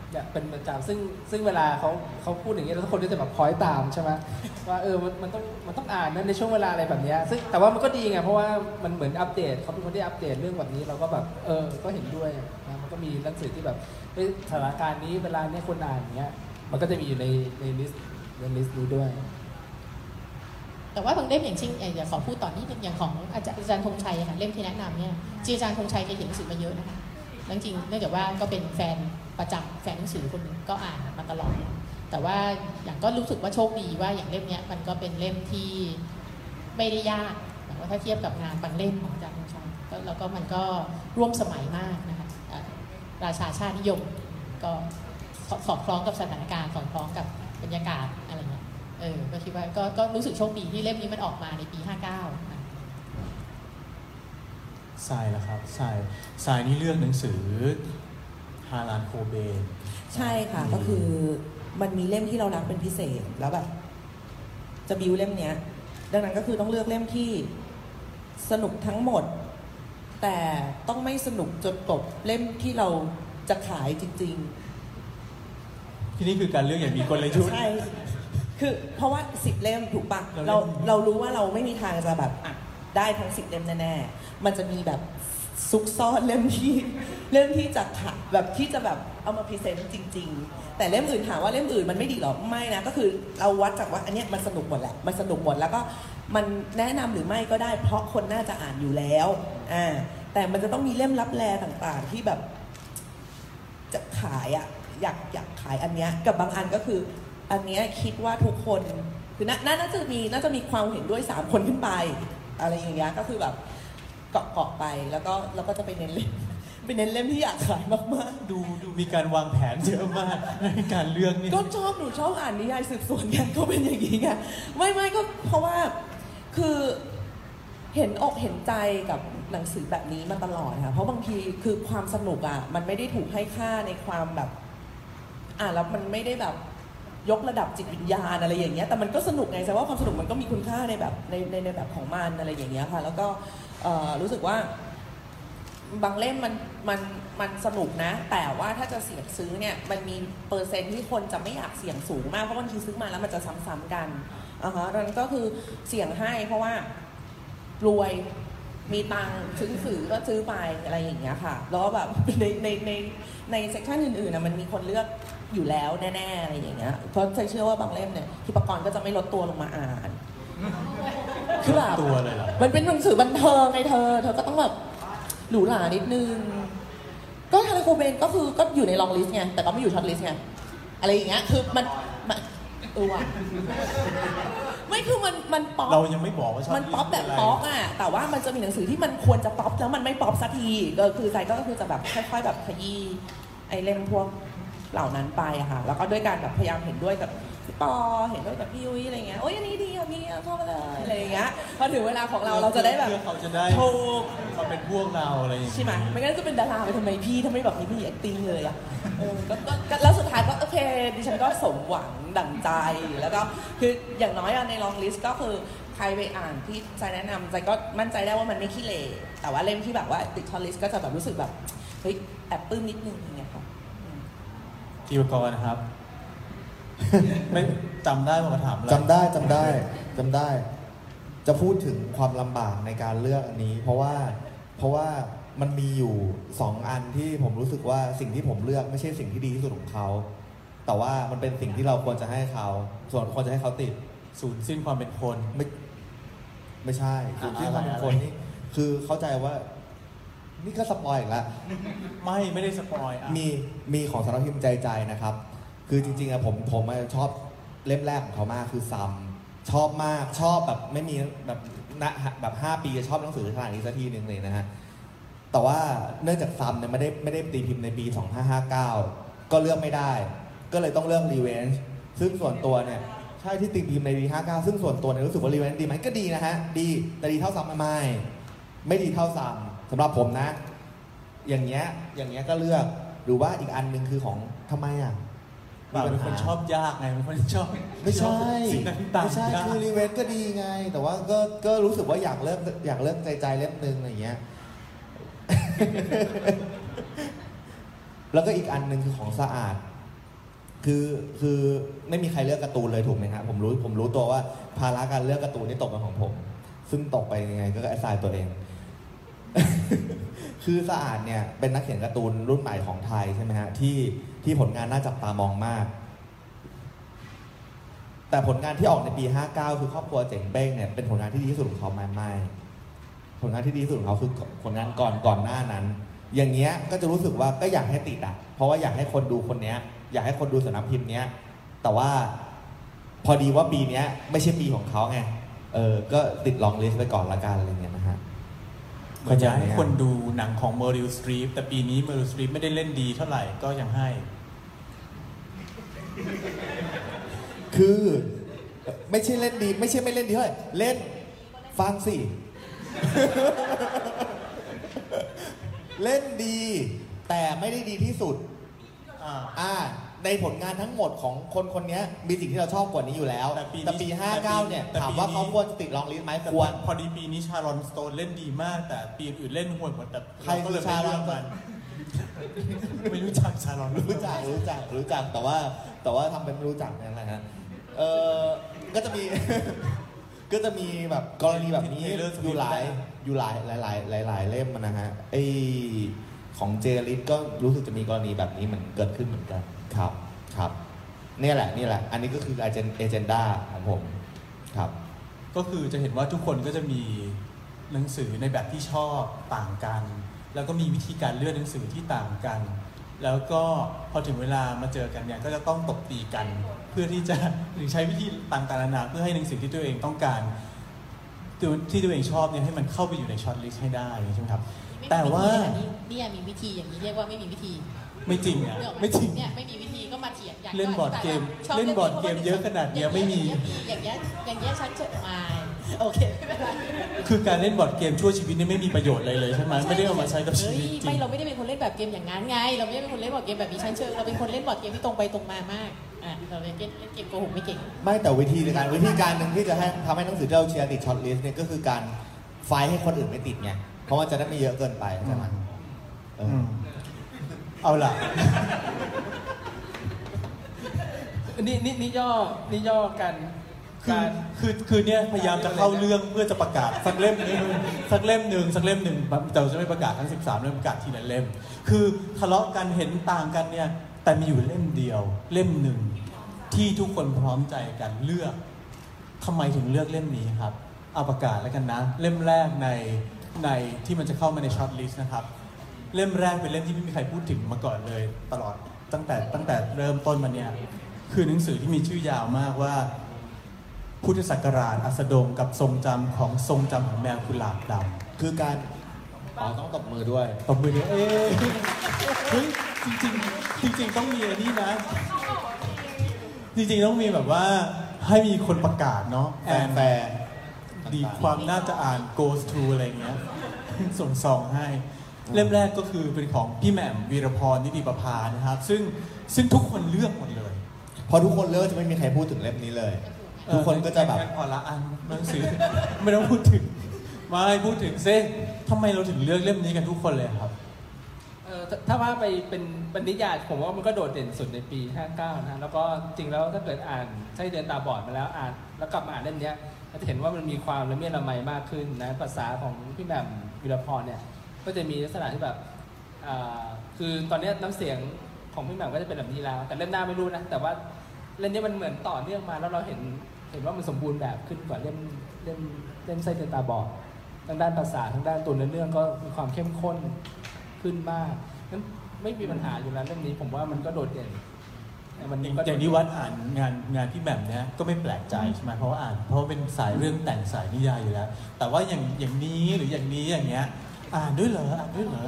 อยากเป็นประจำซึ่งซึ่งเวลาเขาเขาพูดอย่างนี้แล้วทุกคนก็จะแบบคอยตามใช่ไหมว่าเออมันมันต้องมันต้องอ่านนะในช่วงเวลาอะไรแบบนี้ซึ่งแต่ว่ามันก็ดีไงเพราะว่ามันเหมือนอัปเดตเขาเป็นคนที่อัปเดตเรื่องแบบนี้เราก็แบบเออก็เห็นด้วยนะมันก็มีหนังสือที่แบบสถานการณ์นี้เวลาเนี้ยคนอ่านอย่างเงี้ยมันก็จะมีอยู่ในในลิสต์ในลิสต์นี้ด้วยแต่ว่าบางเล่มอย่างเช่นอย่างขอพูดต่อนิดนึงอย่างของอาจารย์อาจารย์ธงชัยค่ะเล่มที่แนะนำเนี่ยจริงอาจารย์ธงชัยแกเขียนหนังสือมาเยอะนะคะจริงๆเนื่องจากว่าก็เป็นแฟนประจำแฟนหนังสือคนหนึ่งก็อ่านมาตลอดแต่ว่าอย่างก็รู้สึกว่าโชคดีว่าอย่างเล่มนี้มันก็เป็นเล่มที่ไม่ได้ยากแต่ว่าถ้าเทียบกับงานบางเล่มของอาจารย์ธงชัยแล้วก็มันก็ร่วมสมัยมากนะคะราชาชาตินิยมก็สอดคล้องกับสถานการณ์สอดคล้องกับบรรยากาศอะไรเงี้ยเออก็คิดว่าก็ก็รู้สึกโชคดีที่เล่มนี้มันออกมาในปีห้าเก้านะทรายละครับทรายทรายนี่เลือกหนังสือฮาลานโคเบนใช่ค่ะก็คือมันมีเล่มที่เรารักเป็นพิเศษแล้วแบบจะบิวเล่มเนี้ยดังนั้นก็คือต้องเลือกเล่มที่สนุกทั้งหมดแต่ต้องไม่สนุกจนจบเล่มที่เราจะขายจริงๆที่นี่คือการเลือกอย่างมีกลยุทธ์ใช่คือเพราะว่าสิบเล่มถูกปะเราเราเรารู้ว่าเราไม่มีทางจะแบบอ่ะได้ทั้งสิบเล่มแน่ๆมันจะมีแบบซุกซ่อนเล่มที่เล่มที่จะขายแบบที่จะแบบเอามาพรีเซนต์จริงๆแต่เล่มอื่นถามว่าเล่มอื่นมันไม่ดีหรอไม่นะก็คือเราวัดจากว่าอันเนี้ยมันสนุกหมดแหละมันสนุกหมดแล้วก็มันแนะนำหรือไม่ก็ได้เพราะคนน่าจะอ่านอยู่แล้วอ่าแต่มันจะต้องมีเล่มลับแลต่างๆที่แบบจะขายอ่ะอยากอยากขายอันเนี้ยกับบางอันก็คืออันเนี้ยคิดว่าทุกคนคือน่าน่าจะมีน่าจะมีความเห็นด้วยสามคนขึ้นไปอะไรอย่างเงี้ยก็คือแบบเกาะเกาะไปแล้วก็แล้วก็จะไปเน้นเล่มไปเน้นเล่มที่อยากขายมากๆดูดูมีการวางแผนเยอะมากในการเลือกนี่ก็ชอบหนูชอบอ่านนิยายสืบสวนกันก็เป็นอย่างนี้ไงไม่ไม่ก็เพราะว่าคือเห็นอกเห็นใจกับหนังสือแบบนี้มาตลอดค่ะเพราะบางทีคือความสนุกอ่ะมันไม่ได้ถูกให้ค่าในความแบบอ่านแล้วมันไม่ได้แบบยกระดับจิตวิญญาณอะไรอย่างเงี้ยแต่มันก็สนุกไงแสดงว่าความสนุกมันก็มีคุณค่าในแบบในในในแบบของมันอะไรอย่างเงี้ยค่ะแล้วก็รู้สึกว่าบางเล่มมันมันมันสนุกนะแต่ว่าถ้าจะเสี่ยงซื้อเนี่ยมันมีเปอร์เซ็นต์ที่คนจะไม่อยากเสี่ยงสูงมากเพราะบางทีซื้อมาแล้วมันจะซ้ำๆกันอ่าฮะดังนั้นก็คือเสี่ยงให้เพราะว่ารวยมีตังค์ซื้อสื่อก็ซื้อไปอะไรอย่างเงี้ยค่ะแล้วแบบในในในในเซกชันอื่นๆนะมันมีคนเลือกอยู่แล้วแน่ๆอะไรอย่างเงี้ยเพราะใจเชื่อว่าบางเล่มเนี่ยทิปกรก็จะไม่ลดตัวลงมาอ่านคือแบบตัวเลยเหรอมันเป็นหนังสือบันเทิงไงเธอเธอก็ต้องแบบหรูหรานิดนึงก็ฮาร์โคเบนก็คือก็อยู่ในลองลิสต์ไงแต่ก็ไม่อยู่ช็อตลิสต์ไงอะไรอย่างเงี้ยคือมันมันเออว่ะไม่คือมันมันป๊อปเรายังไม่บอกว่าชอบมันป๊อปแบบป๊อปอ่ะแต่ว่ามันจะมีหนังสือที่มันควรจะป๊อปแล้วมันไม่ป๊อปสักทีก็คือใจก็คือจะแบบค่อยๆแบบขยี้ไอเล่มพวกเหล่านั้นไปอะค่ะแล้วก็ด้วยการแบบพยายามเห็นด้วยกับพี่ปอเห็นด้วยกับพี่ยุ้ยอะไรเงี้ยโอ้ยอันนี้ดีอ่ะพี่เข้ามาเลยอะไรอย่างเงี้ยพอถึงเวลาของเราเราจะได้แบบเขาจะได้ถูกเขาเป็นพวกเราอะไรอย่างเงี้ยใช่ไหมไม่งั้นจะเป็นดาราไปทำไมพี่ทำไมแบบนี้พี่ acting เลยอ่ะเออก็ก็แล้วสุดท้ายก็โอเคดิฉันก็สมหวังดั่งใจแล้วก็คืออย่างน้อยในลองลิสต์ก็คือใครไปอ่านที่ใจแนะนำใจก็มั่นใจได้ว่ามันไม่ขี้เหร่แต่ว่าเล่มที่แบบว่าติดช็อตลิสต์ก็จะแบบรู้สึกแบบเฮ้ยแอบปลื้มนิดนึงอย่างเงี้ยค่ะทีวกรนะครับ ไม่จำได้มาถามเลยจำได้จำได้จำได้ จะพูดถึงความลำบากในการเลือกอันนี้ เพราะว่าเพราะว่ามันมีอยู่สองอันที่ผมรู้สึกว่าสิ่งที่ผมเลือกไม่ใช่สิ่งที่ดีที่สุดของเขาแต่ว่ามันเป็นสิ่งที่เราควรจะให้เขาส่วนควรจะให้เขาติดสูญสิ้นความเป็นคนไม่ไม่ใช่สูญสิ้นความเป็นคนนี่คือเข้าใจว่านี่ก็สปอยอีกแล้วไม่ไม่ได้สปอยมีมีของสำนักพิมพ์ใจใจนะครับคือจริงๆอะผมผมชอบเล่มแรกของเขามากคือซัมชอบมากชอบแบบไม่มีแบบนะแบบห้าปีชอบหนังสือขนาดนี้สักทีหนึ่งเลยนะฮะแต่ว่าเนื่องจากซัมเนี่ยไม่ได้ไม่ได้ตีพิมพ์ในปีสองพันห้าร้อยห้าสิบเก้าก็เลือกไม่ได้ก็เลยต้องเลือกรีเวนจ์ซึ่งส่วนตัวเนี่ยใช่ที่ตีพิมพ์ในปีห้าสิบเก้าซึ่งส่วนตัวเนี่ยรู้สึกว่ารีเวนจ์ดีไหมก็ดีนะฮะดีแต่ดีเท่าซัมไม่ไม่ดีเท่าซัมสำหรับผมนะอย่างเงี้ยอย่างเงี้ยก็เลือกหรือว่าอีกอันหนึ่งคือของทำไมอ่ะเป็นคนชอบยากไงเป็นคนชอบไม่ใช่สิ่งต่างๆไม่ใช่คือรีเวนก็ดีไงแต่ว่าก็ก็รู้สึกว่าอยากเลิกอยากเลิกใจใจเล่มนึงอะไรอย่างเงี้ย แล้วก็อีกอันหนึ่งคือของสะอาดคือคือไม่มีใครเลือกการ์ตูนเลยถูกไหมครับผมรู้ผมรู้ตัวว่าภาระการเลือกการ์ตูนนี่ตกเป็นของผม ซึ่งตกไปยังไงก็แอสไซน์ตัวเอง คือสะอาดเนี่ยเป็นนักเขียนการ์ตูนรุ่นใหม่ของไทยใช่ไหมฮะที่ที่ผลงานน่าจับตามองมาก แต่ผลงานที่ออกในปีห้าเก้าคือครอบครัวเจ๋งเบ้งเนี่ยเป็นผลงานที่ดีที่สุดของเขาไหมไม่ผลงานที่ดีที่สุดของเขาคือผลงานก่อนก่อนหน้านั้น อย่างเงี้ยก็จะรู้สึกว่าก็อยากให้ติดอ่ะเพราะว่าอยากให้คนดูคนเนี้ยอยากให้คนดูสำนักพิมพ์เนี้ยแต่ว่าพอดีว่าปีเนี้ยไม่ใช่ปีของเขาไงเออก็ติดลองลิสต์ไปก่อนละกันอะไรเงี้ยนะฮะเหมือนจะให้คนดูหนังของเมอริลสตรีปแต่ปีนี้เมอริลสตรีปไม่ได้เล่นดีเท่าไหร่ก็ยังให้คือไม่ใช่เล่นดีไม่ใช่ไม่เล่นดีเท่าไหร่เล่นฟังสิ เล่นดีแต่ไม่ได้ดีที่สุดอ่าในผลงานทั้งหมดของคนคนนี้มีสิ่งที่เราชอบกว่านี้อยู่แล้วแต่ปีห้าเก้าเนี่ยถามว่าเขาควรจะติดลองลิสต์ไหมควรพอดีปีนี้ชารอนสโตนเล่นดีมากแต่ปีอื่นเล่นห่วยหมดแต่ใครก็เลยชารอนมันไม่รู้จักชารอนรู้จักรู้จักรู้จักแต่ว่าแต่ว่าทำเป็นไม่รู้จักนั่นแหละฮะเออก็จะมี ก็จะมีแบบกรณีแบบนี้อยู่หลายอยู่หลายหลายหลายหลายเล่มนะฮะไอของเจลิสก็รู้สึกจะมีกรณีแบบนี้เหมือนเกิดขึ้นเหมือนกันครับครับนี่แหละนี่แหละอันนี้ก็คือเอเจนเอเจนดาของผมครับก็คือจะเห็นว่าทุกคนก็จะมีหนังสือในแบบที่ชอบต่างกันแล้วก็มีวิธีการเลือกหนังสือที่ต่างกันแล้วก็พอถึงเวลามาเจอกันเนี่ยก็จะต้องตบตีกันเพื่อที่จะหรือใช้วิธีต่างๆนานาเพื่อให้หนังสือที่ตัวเองต้องการที่ตัวเองชอบเนี่ยให้มันเข้าไปอยู่ในช็อตลิสต์ให้ได้ใช่ไหมครับแต่ว่านี่มีวิธีอย่างนี้เรียกว่าไม่มีวิธีไม่จริงอ่ะไม่จริงเนี่ยไม่มีวิธีก็มาเถียงอย่างเล่นบอร์ดเกมเล่นบอร์ดเกมเยอะขนาดนี้ไม่มีอย่างเงี้ยอย่างเงี้ยฉันจะมาโอเคไม่เป็นไรคือการเล่นบอร์ดเกมชั่วชีวิตนี่ไม่มีประโยชน์เลยเลยใช่ไหมไม่ได้เอามาใช้กับชีวิตจริงไม่เราไม่ได้เป็นคนเล่นแบบเกมอย่างนั้นไงเราไม่ได้เป็นคนเล่นบอร์ดเกมแบบนี้ชั้นเชิงเราเป็นคนเล่นบอร์ดเกมที่ตรงไปตรงมามากอ่ะเราเล่นเล่นเกมโกหกไม่เก่งไม่แต่วิธีในการวิธีการหนึ่งที่จะให้ทำให้หนังสือที่เราเชียร์ติดช็อตลิสต์เนี่ยก็คือการไฟล์ให้คนอื่นไม่ติดไงเพราะว่าจะได้ไม่เยอะเกินไปใช่ไหมเอาล่ะนี่นี่นี่ย่อนี่ย่อกันการคือคือเนี่ยพยายามจะเข้าเรื่องเพื่อจะประกาศสักเล่มนึงสักเล่มหนึ่งสักเล่มหนึ่งแต่จะไม่ประกาศทั้งสิบสามเล่มประกาศทีละเล่มคือทะเลาะกันเห็นต่างกันเนี่ยแต่มีอยู่เล่มเดียวเล่มหนึ่งที่ทุกคนพร้อมใจกันเลือกทำไมถึงเลือกเล่มนี้ครับเอาประกาศแล้วกันนะเล่มแรกในในที่มันจะเข้ามาในช็อตลิสต์นะครับเล่มแรกเป็นเล่มที่ไม่มีใครพูดถึงมาก่อนเลยตลอดตั้งแต่ตั้งแต่เริ่มต้นมาเนี่ยคือหนังสือที่มีชื่อยาวมากว่าพุทธศักราชอัสดงกับทรงจำของทรงจำของแมวกุหลาบดำคือการอ๋อต้องตบมือด้วยตบมือด้วยเอ้ยเฮ้ยจริงจริงจริงๆต้องมีอันนี้นะจริงๆต้องมีแบบว่าให้มีคนประกาศเนาะแฟนแฟนดีความน่าจะอ่าน goes to อะไรเงี้ยส่งซองให้เล่มแรกก็คือเป็นของพี่แหม่มวีรพรนิติประภานะครับซึ่งซึ่งทุกคนเลือกหมดเลยพอทุกคนเลือกจะไม่มีใครพูดถึงเล่มนี้เลยทุกคนก็จะแบบพอละอันหนังสือไม่ต้องพูดถึงมาให้พูดถึงซิทำไมเราถึงเลือกเล่มนี้กันทุกคนเลยครับเออถ้าว่าไปเป็นบรรยายผมว่ามันก็โดดเด่นสุดในปีห้าเก้านะแล้วก็จริงแล้วถ้าเกิดอ่านใช่เดินตาบอดมาแล้วอ่านแล้วกลับมาอ่านเล่มนี้จะเห็นว่ามันมีความละเมียดละไมมากขึ้นนะภาษาของพี่แหม่มวีรพรเนี่ยก็จะมีลักษณะที่แบบคือตอนนี้น้ำเสียงของพี่แหม่มก็จะเป็นแบบนี้แล้วแต่เล่มหน้าไม่รู้นะแต่ว่าเล่มนี้มันเหมือนต่อเนื่องมาแล้วเราเห็นเห็นว่ามันสมบูรณ์แบบขึ้นกว่าเล่มเล่มเล่มไส้เดินตาบอดทั้งด้านภาษาทั้งด้านตัวเนื้อเรื่องก็มีความเข้มข้นขึ้นมากนั้นไม่มีปัญหาอยู่แล้วเล่มนี้ผมว่ามันก็โดดเด่นมันอย่างนี้วัดอ่านงานงานพี่แหม่มเนี่ยก็ไม่แปลกใจใช่ไหมเพราะว่าอ่านเพราะเป็นสายเรื่องแต่งสายนิยายอยู่แล้วแต่ว่าอย่างอย่างนี้หรืออย่างนี้อย่างเงี้ยอ่านด้วยเหรออ่านด้วยเหรอ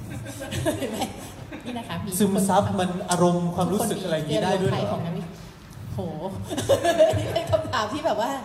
นี่นะคะซึมซับมันอารมณ์ความรู้สึกอะไรอย่างนี้ได้ด้วยเหรอโหนี่เป็นคำถามที่แบบว่า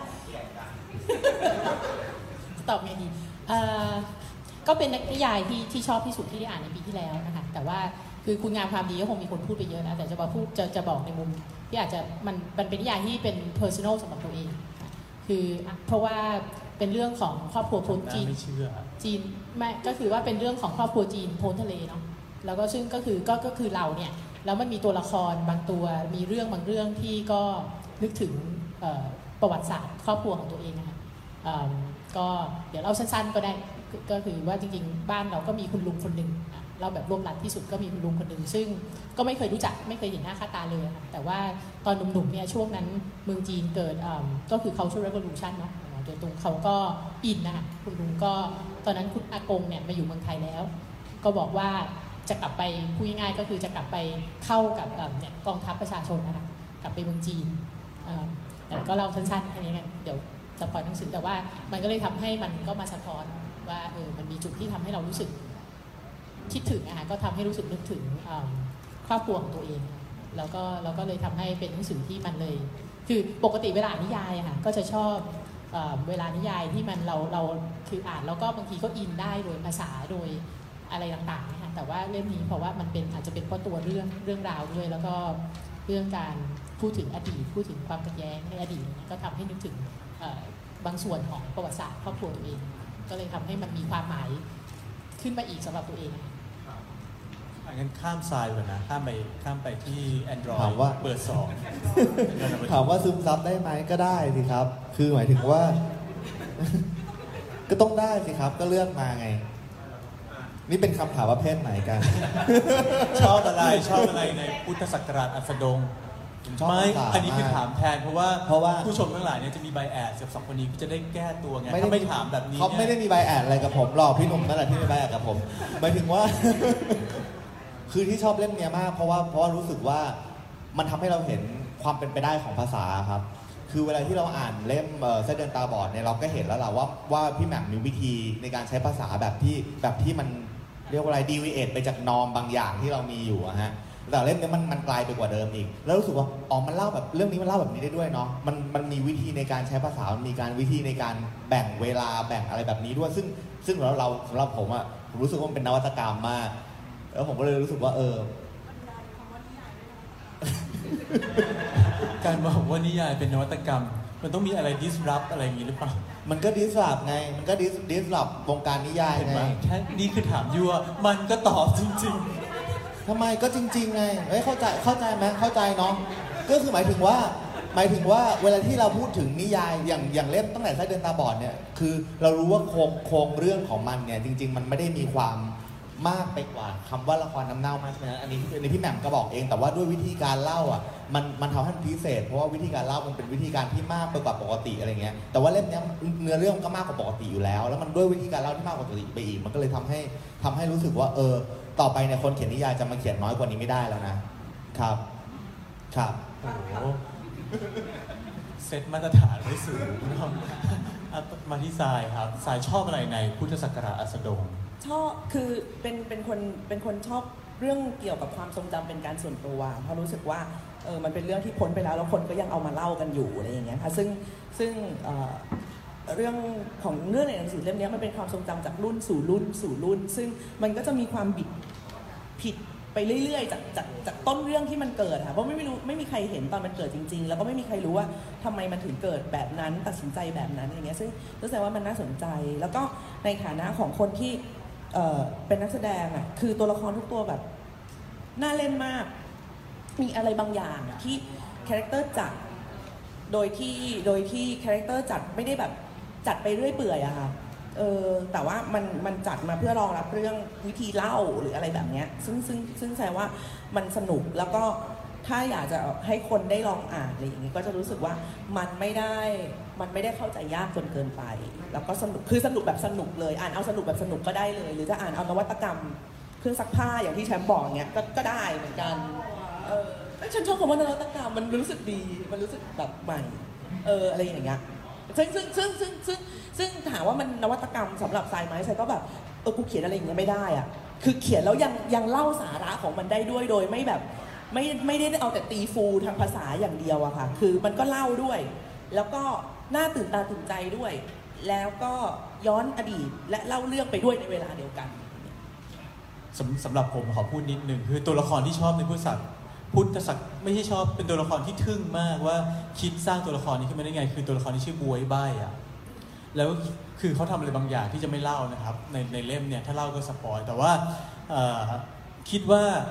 ตอบไงดีก็เป็นนิยายที่ที่ชอบที่สุดที่ได้อ่านในปีที่แล้วนะคะแต่ว่าคือคุณงามความดีก็คงมีคนพูดไปเยอะนะแต่จะมาพูดจะจะบอกในมุมที่อาจจะมันมันเป็นนิยายที่เป็น personal สำหรับตัวเองคือเพราะว่าเป็นเรื่องของครอบครัวพ้นจีนจีนไม่ก็คือว่าเป็นเรื่องของครอบครัวจีนพ้นทะเลเนาะแล้วก็ซึ่งก็คือก็ก็คือเราเนี่ยแล้วมันมีตัวละครบางตัวมีเรื่องบางเรื่องที่ก็นึกถึงประวัติศาสตร์ครอบครัวของตัวเองนะคะก็เดี๋ยวเล่าสั้นๆก็ได้ก็คือว่าจริงๆบ้านเราก็มีคุณลุงคนหนึ่งเราแบบรวบรัดที่สุดก็มีคุณลุงคนหนึ่งซึ่งก็ไม่เคยรู้จักไม่เคยเห็นหน้าค่าตาเลยแต่ว่าตอนหนุ่มๆเนี่ยช่วงนั้นเมืองจีนเกิดก็คือ cultural revolution เนาะโดยตรงเขาก็อินนะคะคุณลุงก็ตอนนั้นคุณอากงเนี่ยมาอยู่เมืองไทยแล้วก็บอกว่าจะกลับไปพูดง่ายๆก็คือจะกลับไปเข้ากับเนี่ยกองทัพประชาชนนะคะกลับไปเมืองจีนแต่ก็เล่าสั้นๆแค่นี้กันเดี๋ยวจะปล่อยหนังสือแต่ว่ามันก็เลยทำให้มันก็มาสะท้อนว่าเออมันมีจุดที่ทำให้เรารู้สึกคิดถึงนะคะก็ทำให้รู้สึกนึกถึงครอบครัวของตัวเองแล้วก็เราก็เลยทำให้เป็นหนังสือที่มันเลยคือปกติเวลาอ่านนิยายอะค่ะก็จะชอบเ, เวลานิยายที่มันเราเราคืออ่านแล้วก็บางทีก็อินได้โดยภาษาโดยอะไรต่างๆนะคะแต่ว่าเล่มนี้เพราะว่ามันเป็นอาจจะเป็นเพราะตัวเรื่องเรื่องราวด้วยแล้วก็เรื่องการพูดถึงอดีตพูดถึงความขัดแย้งในอดีตก็ทำให้นึกถึงบางส่วนของประวัติศาสตร์ครอบครัวตัวเองก็เลยทำให้มันมีความหมายขึ้นมาอีกสำหรับตัวเองงั้นข้ามทรายก่อนนะข้ามไปข้ามไปที่ Android ถามว่าเบอร์สองถามว่าซึมซับได้ไหมก็ได้สิครับคือหมายถึงว่า ก็ต้องได้สิครับก็เลือกมาไงนี่เป็นคำถามประเภทไหนกันชอบอะไรชอบอะไรในพุทธศักราชอัสดงไม่อันนี้คือถามแทนเพราะว่าเพราะว่าผู้ชมทั้งหลายเนี่ยจะมีไบแอสกับสองคนนี้ก็จะได้แก้ตัวไงถ้าไม่ถามแบบนี้เขาไม่ได้มีไบแอสอะไรกับผมหรอกพี่หนุ่มนั่นแหละที่มีไบแอสกับผมหมายถึงว่า คือที่ชอบเล่มนี้มากเพราะว่าเพราะว่ารู้สึกว่ามันทำให้เราเห็นความเป็นไปได้ของภาษาครับคือเวลาที่เราอ่านเล่มเส้นเดินตาบอดเนี่ยเราก็เห็นแล้วแหละว่าว่าพี่แหม่มมีวิธีในการใช้ภาษาแบบที่แบบที่มันเรียกว่าอะไรดีวีเอทไปจากนอร์มบางอย่างที่เรามีอยู่อะฮะแต่เล่มนี้มันมันไกลไปกว่าเดิมอีกแล้วรู้สึกว่าอ๋อมันเล่าแบบเรื่องนี้มันเล่าแบบนี้ได้ด้วยเนาะมันมันมีวิธีในการใช้ภาษามีการวิธีในการแบ่งเวลาแบ่งอะไรแบบนี้ด้วยซึ่งซึ่งเราเราสำหรับผมอะผมรู้สึกว่ามันเป็นนวัตกรรมมากแล้วผมก็เลยรู้สึกว่าเออการบอกว่านิยายเป็นนวัตกรรมมันต้องมีอะไร disrupt อะไรอย่างนี้หรือเปล่ามันก็ disrupt ไงมันก็ disrupt วงการนิยายไงแค่นี่คือถามยั่วมันก็ตอบจริงๆทำไมก็จริงๆไงเฮ้ยเข้าใจเข้าใจไหมเข้าใจเนาะก็คือหมายถึงว่าหมายถึงว่าเวลาที่เราพูดถึงนิยายอย่างอย่างเล่มตั้งแต่ไส้เดือนตาบอดเนี่ยคือเรารู้ว่าโครงโครงเรื่องของมันเนี่ยจริงๆมันไม่ได้มีความมากไปกว่าคำว่าละครน้ำเน่ามากใช่ไหมอันนี้ในพี่แหม่มก็บอกเองแต่ว่าด้วยวิธีการเล่าอ่ะมันมันทำให้มันพิเศษเพราะว่าวิธีการเล่ามันเป็นวิธีการที่มากไปกว่าปกติอะไรเงี้ยแต่ว่าเล่มนี้เนื้อเรื่องก็มากกว่าปกติอยู่แล้วแล้วมันด้วยวิธีการเล่าที่มากกว่าปกติไปอีกมันก็เลยทำให้ทำให้รู้สึกว่าเออต่อไปเนี่ยคนเขียนนิยายจะมาเขียนน้อยกว่านี้ไม่ได้แล้วนะครับครับโอ้โหเซตมาตรฐานไว้สูงนะครับมาที่ทรายครับทรายชอบอะไรในพุทธศักราชอัสดงชอบคือเป็นเป็นคนเป็นคนชอบเรื่องเกี่ยวกับความทรงจำเป็นการส่วนตัวเพราะรู้สึกว่าเออมันเป็นเรื่องที่พ้นไปแล้วแล้วคนก็ยังเอามาเล่ากันอยู่อะไรอย่างเงี้ยค่ะซึ่งซึ่งเอ่อเรื่องของเรื่องในหนังสือเล่มนี้มันเป็นความทรงจำจากรุ่นสู่รุ่นสู่รุ่นซึ่งมันก็จะมีความบิดผิดไปเรื่อยๆจากจากจากต้นเรื่องที่มันเกิดค่ะเพราะไม่ไม่รู้ไม่มีใครเห็นตอนมันเกิดจริงๆแล้วก็ไม่มีใครรู้ว่าทำไมมันถึงเกิดแบบนั้นตัดสินใจแบบนั้นอย่างเงี้ยซึ่งรู้สึกว่ามันน่าสนใจแล้วก็ในฐานะของคนที่เอ่อเป็นนักแสดงอ่ะคือตัวละครทุกตัวแบบน่าเล่นมากมีอะไรบางอย่างที่คาแรคเตอร์จัดโดยที่โดยที่คาแรคเตอร์จัดไม่ได้แบบจัดไปเรื่อยเปื่อยอะค่ะเออแต่ว่ามันมันจัดมาเพื่อรองรับเรื่องวิธีเล่าหรืออะไรแบบเนี้ยซึ่งซึ่งซึ่งแสดงว่ามันสนุกแล้วก็ถ้าอยากจะให้คนได้ลองอ่านอะไรอย่างนี้ก็จะรู้สึกว่ามันไม่ได้มันไม่ได้เข้าใจยากจนเกินไปแล้วก็สนุกคือสนุกแบบสนุกเลยอ่านเอาสนุกแบบสนุกก็ได้เลยหรือจะอ่านเอานวัตกรรมเครื่องซักผ้าอย่างที่แชมป์บอกเนี้ยก็ก็ได้เหมือนกันเออฉันชอบคำว่านวัตกรรมมันรู้สึกดีมันรู้สึกแบบใหม่เอออะไรอย่างเงี้ยซึ่งซึ่งซึ่งซึ่งซึ่งซึ่งถามว่ามันนวัตกรรมสำหรับทรายไหมทรายก็แบบเออกูเขียนอะไรอย่างเงี้ยไม่ได้อ่ะคือเขียนแล้วยังยังเล่าสาระของมันได้ด้วยโดยไม่แบบไม่ไม่ได้เอาแต่ตีฟูทางภาษาอย่างเดียวอะค่ะคือมันก็เล่าด้วยแล้วก็น่าตื่นตาตื่นใจด้วยแล้วก็ย้อนอดีตและเล่าเรื่องไปด้วยในเวลาเดียวกันสำสำหรับผมขอพูดนิดนึงคือตัวละครที่ชอบในพุทธศักราชพุทธศักราชไม่ใช่ชอบเป็นตัวละครที่ทึ่งมากว่าคิดสร้างตัวละครนี้ขึ้นมาได้ไงคือตัวละครที่ชื่อบวยใบ้อะแล้วคือเขาทำอะไรบางอย่างที่จะไม่เล่านะครับในในเล่มเนี่ยถ้าเล่าก็สปอยแต่ว่าคิดว่า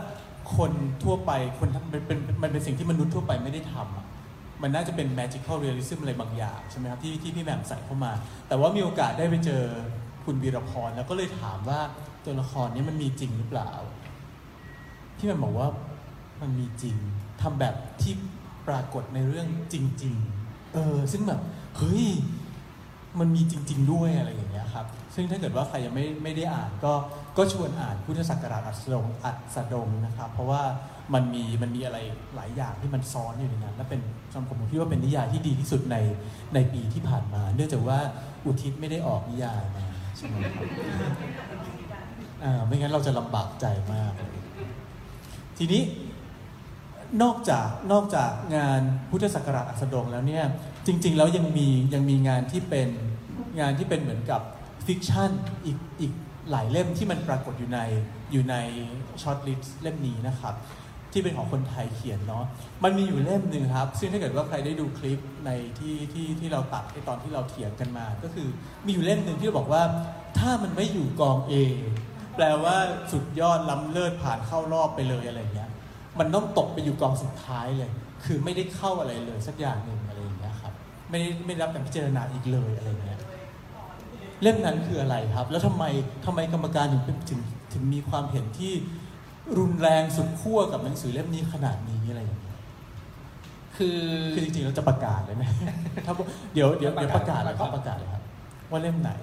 คนทั่วไปคนมันเป็นมันเป็นสิ่งที่มนุษย์ทั่วไปไม่ได้ทำอะมันน่าจะเป็น magical realism อะไรบางอย่างใช่ไหมครับที่ที่พี่แหม่มใส่เข้ามา แต่ว่ามีโอกาสได้ไปเจอคุณวีรพรแล้วก็เลยถามว่าตัวละครนี้มันมีจริงหรือเปล่าพี่แหม่มบอกว่ามันมีจริงทำแบบที่ปรากฏในเรื่องจริงๆเออซึ่งแบบเฮ้ยมันมีจริงๆด้วยอะไรอย่างเงี้ยครับซึ่งถ้าเกิดว่าใครยังไม่ไม่ได้อ่านก็ก็ชวนอ่านพุทธศักราชอัสดงอัสดงนะครับเพราะว่ามันมีมันมีอะไรหลายอย่างที่มันซ้อนอยู่ในนั้นและเป็นสำหรับผมผมคิดว่าเป็นนิยายที่ดีที่สุดในในปีที่ผ่านมาเนื่องจากว่าอุทิศไม่ได้ออกนิยายมาใช่ไหมครับอ่าไม่งั้นเราจะลำบากใจมากทีนี้นอกจากนอกจากงานพุทธศักราชอัสดงแล้วเนี่ยจริงๆแล้วยังมียังมีงานที่เป็นงานที่เป็นเหมือนกับฟิกชันอีกอีกหลายเล่มที่มันปรากฏอยู่ในอยู่ในช็อตลิสต์เล่มนี้นะครับที่เป็นของคนไทยเขียนเนาะมันมีอยู่เล่มหนึ่งครับซึ่งถ้าเกิดว่าใครได้ดูคลิปในที่ที่ที่เราตัดในตอนที่เราเถียงกันมาก็คือมีอยู่เล่มหนึ่งที่บอกว่าถ้ามันไม่อยู่กอง A แปลว่าสุดยอดล้ำเลิศผ่านเข้ารอบไปเลยอะไรเงี้ยมันต้องตกไปอยู่กองสุดท้ายเลยคือไม่ได้เข้าอะไรเลยสักอย่างหนึ่งอะไรอย่างเงี้ยครับไม่ได้ไม่รับการพิจารณาอีกเลยอะไรเงี้ยเล่มนั้นคืออะไรครับแล้วทำไมทำไมกรรมการถึงถึงถึงมีความเห็นที่รุนแรงสุดขั้วกับหนังสือเล่มนี้ขนาดนี้อะไรอย่างเงี้ยคือคือจริงๆเราจะประกาศเลยไหม ถ้าเดี๋ยวเดี๋ยวเดี๋ยวประกาศเลยครับประกาศเลยครับว่าเล่มไหน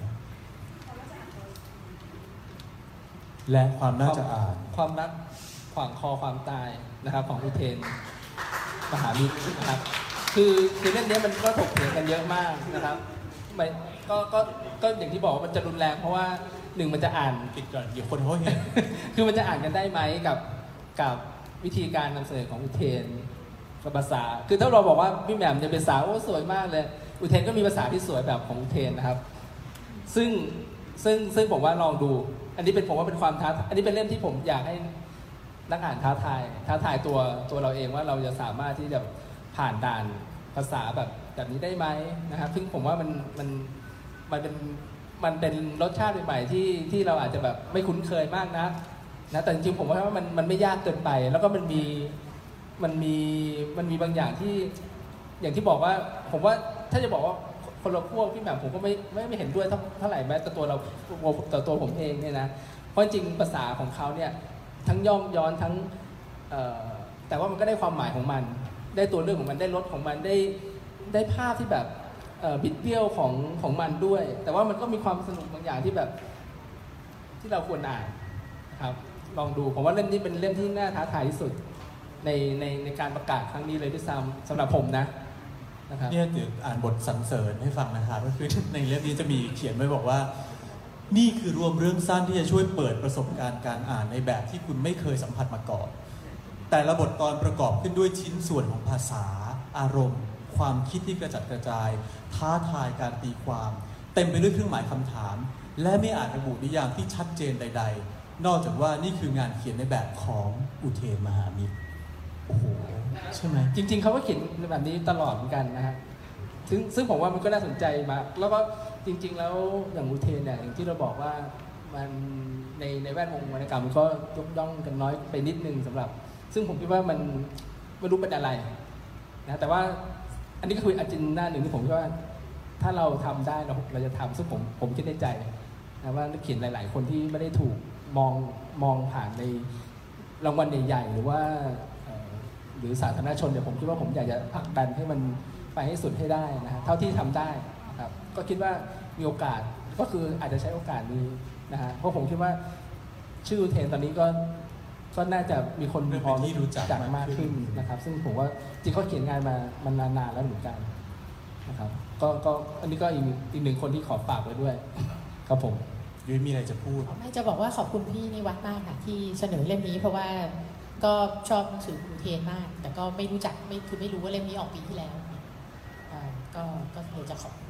และความน่าจะอ่านความรักขวางคอความตายนะครับของอุเทนมหามิตรนะครับคือคือเรื่องนี้มันก็ถกเถียงกันเยอะมากนะครับไม่ก็ก็ก็อย่างที่บอกว่ามันจะรุนแรงเพราะว่าหนึ่งมันจะอ่านปิดก่อนเดี๋ยวคนเขาเห็นคือมันจะอ่านกันได้ไหมกับกับวิธีการนำเสนอของอุเทนกับภาษาคือถ้าเราบอกว่าพี่แหม่มจะเป็นภาษาโอ้สวยมากเลยอุเทนก็มีภาษาที่สวยแบบของอุเทนนะครับซึ่งซึ่งซึ่งผมว่าลองดูอันนี้เป็นผมว่าเป็นความท้าอันนี้เป็นเล่มที่ผมอยากให้นักอ่านท้าทายท้าทายตัวตัวเราเองว่าเราจะสามารถที่จะผ่านด่านภาษาแบบแบบนี้ได้ไหมนะครับซึ่งผมว่ามันมันมันเป็นมันเป็นรสชาติใหม่ๆที่ที่เราอาจจะแบบไม่คุ้นเคยมากนักนะแต่จริงๆผมว่ามันมันไม่ยากเกินไปแล้วก็มันมีมันมีมันมีบางอย่างที่อย่างที่บอกว่าผมว่าถ้าจะบอกว่าคนละพวกพี่แหม่มผมก็ไม่ไม่ไม่เห็นด้วยเท่าไหร่แม้แต่ตัวเราตัวตัวผมเองเนี่ยนะเพราะจริงภาษาของเขาเนี่ยทั้งย่อมย้อนทั้งแต่ว่ามันก็ได้ความหมายของมันได้ตัวเรื่องของมันได้รสของมันได้ได้ภาพที่แบบบิดเบี้ยวของของมันด้วยแต่ว่ามันก็มีความสนุกบางอย่างที่แบบที่เราควรอ่านครับลองดูผมว่าเล่มนี้เป็นเล่มที่น่าท้าทายที่สุดในในในการประกาศครั้งนี้เลยด้วยซ้ำสำหรับผมนะนะครับเนี่ยเดี๋ยวอ่านบทสรรเสริญให้ฟังนะครับก็คือในเล่มนี้จะมีเขียนไว้บอกว่านี่คือรวมเรื่องสั้นที่จะช่วยเปิดประสบการณ์การอ่านในแบบที่คุณไม่เคยสัมผัสมาก่อนแต่ละบทตอนประกอบขึ้นด้วยชิ้นส่วนของภาษาอารมณ์ความคิดที่กระจัดกระจายท้าทายการตีความเต็มไปด้วยเครื่องหมายคำถามและไม่อาจระบุนิยามที่ชัดเจนใดๆนอกจากว่านี่คืองานเขียนในแบบของอุเทนมหามิตรโอ้โหใช่ไหมจริงๆเขาก็เขียนแบบนี้ตลอดเหมือนกันนะฮะซึ่งซึ่งผมว่ามันก็น่าสนใจมากแล้วก็จริงๆแล้วอย่างอุเทนเนี่ยอย่างที่เราบอกว่ามันในในแวดวงวรรณกรรมมันก็ยกย่องกันน้อยไปนิดนึงสำหรับซึ่งผมคิดว่ามันไม่รู้เป็นอะไรนะแต่ว่าอันนี้ก็คืออันจินหน้าหนึ่งที่ผมคิดว่าถ้าเราทำได้เราเราจะทำซึ่งผมผมคิดในใจนะว่านักเขียนหลายๆคนที่ไม่ได้ถูกมองมองผ่านในรางวัลใหญ่ๆหรือว่าหรือสาธารณชนเนี่ยผมคิดว่าผมอยากจะผลักดันให้มันไปให้สุดให้ได้นะฮะเท่าที่ทำได้นะครับก็คิดว่ามีโอกาสก็คืออาจจะใช้โอกาสนี้นะฮะเพราะผมคิดว่าชื่ออุเทนตอนนี้ก็ก็น่าจะมีคนพอที่รู้จักมากขึ้นนะครับซึ่งผมว่าจริงเขาเขียนงานมามันนานๆแล้วเหมือนกันนะครับก็ก็อันนี้ก็อีกอีกหนึ่งคนที่ขอฝากไว้ด้วยครับผมยุ้ยมีอะไรจะพูดไม่จะบอกว่าขอบคุณพี่นิวัฒน์มากค่ะที่เสนอเล่มนี้เพราะว่าก็ชอบหนังสืออุเทนมากแต่ก็ไม่รู้จักไม่คือไม่รู้ว่าเล่มนี้ออกปีที่แล้วก็ก็เลยจะขอบคุณ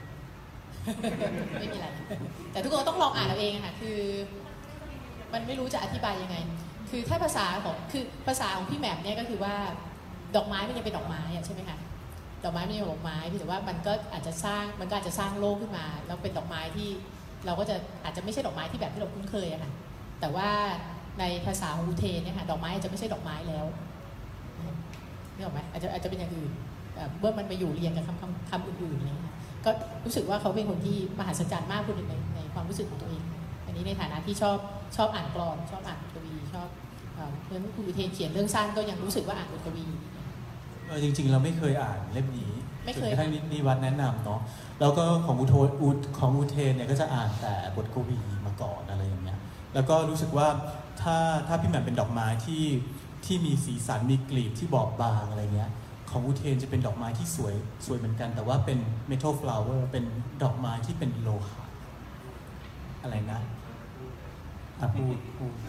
ไม่มีอะไรแต่ทุกคนต้องลองอ่านเอาเองค่ะคือมันไม่รู้จะอธิบายยังไงคือถ้าภาษาของคือภาษาของพี่แหม่มเนี่ยก็คือว่าดอกไม้มันยังเป็นดอกไม้ใช่ไหมคะดอกไม้มันยังเป็นดอกไม้พี่แต่ว่ามันก็อาจจะสร้างมันก็อาจจะสร้างโลกขึ้นมาแล้วเป็นดอกไม้ที่เราก็จะอาจจะไม่ใช่ดอกไม้ที่แบบที่เราคุ้นเคยอะค่ะแต่ว่าในภาษาของอุเทนเนี่ยค่ะดอกไม้อาจจะไม่ใช่ดอกไม้แล้วนึกออกไหมอาจจะอาจจะเป็นอย่างอื่นเมื่อมันไปอยู่เรียงกับคำคำคำอื่นๆอะไรเงี้ยก็รู้สึกว่าเขาเป็นคนที่มหัศจรรย์มากคนหนึ่งในในความรู้สึกของตัวเองอันนี้ในฐานะที่ชอบชอบอ่านกลอนชอบอ่านบทกวีชอบเพราะฉะนั้นคุณอุเทนเขียนเรื่องสั้นก็ยังรู้สึกว่าอ่านบทกวีเออจริงๆเราไม่เคยอ่านเล่มนี้ไม่เคยจนกระทั่งนิวัฒน์แนะนำเนาะแล้วก็ของอุโทอุของอุเทนเนี่ยก็จะอ่านแต่บทกวีมาก่อนอะไรอย่างเงี้ยแล้วก็รู้สึกว่าถ้าถ้าพี่แหม่มเป็นดอกไม้ที่ที่มีสีสันมีกลีบที่บอบบางอะไรเงี้ยของอุเทนจะเป็นดอกไม้ที่สวยสวยเหมือนกันแต่ว่าเป็น metal flower เป็นดอกไม้ที่เป็นโลหะอะไรนะอ่ะพูดพูด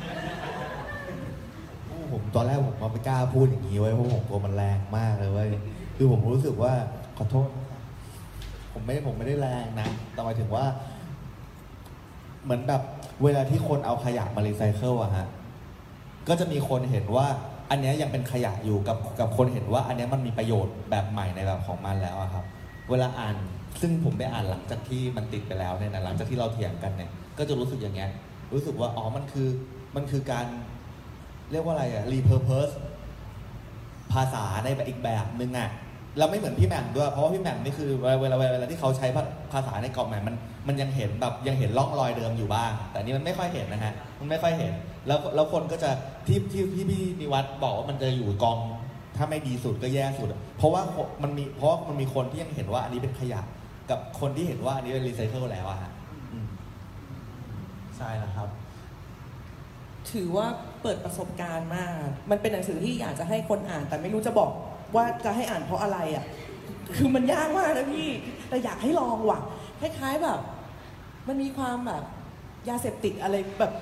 ผมตอนแรกผมไม่กล้าพูดอย่างนี้ไว้เพราะผมกลัวมันแรงมากเลยเว้ยคือผมรู้สึกว่าขอโทษผมไม่ผมไม่ได้แรงนะแต่หมายถึงว่าเหมือนแบบเวลาที่คนเอาขยะมารีไซเคิลอะฮะก็จะมีคนเห็นว่าอันนี้ยังเป็นขยะอยู่กับกับคนเห็นว่าอันนี้มันมีประโยชน์แบบใหม่ในแบบของมันแล้วอะครับเวลาอ่านซึ่งผมไปอ่านหลังจากที่มันติดไปแล้วเนี่ยนะหลังจากที่เราเถียงกันเนี่ยก็จะรู้สึกอย่างเงี้ยรู้สึกว่าอ๋อมันคือมันคือการเรียกว่าอะไรอะ repurpose ภาษาในแบบอีกแบบนึงอะเราไม่เหมือนพี่แหม่มด้วยเพราะว่าพี่แหม่มนี่คือเวลาเวลาเวลาที่เขาใช้ภาษาในกรอบใหม่มันมันยังเห็นแบบยังเห็นร่องรอยเดิมอยู่บ้างแต่นี่มันไม่ค่อยเห็นนะฮะมันไม่ค่อยเห็นแล้วแล้วคนก็จะที่ที่ที่พี่นิวัฒน์บอกว่ามันจะอยู่กองถ้าไม่ดีสุดก็แย่สุดเพราะว่ามันมีเพราะมันมีคนที่ยังเห็นว่าอันนี้เป็นขยะกับคนที่เห็นว่าอันนี้เป็นรีไซเคิลแล้วอะฮะใช่แล้วครับถือว่าเปิดประสบการณ์มากมันเป็นหนังสือที่อยากจะให้คนอ่านแต่ไม่รู้จะบอกว่าจะให้อ่านเพราะอะไรอ่ะคือมันยากมากนะพี่แต่อยากให้ลองว่ะคล้ายๆแบบมันมีความแบบยาเสพติดอะไรแบบ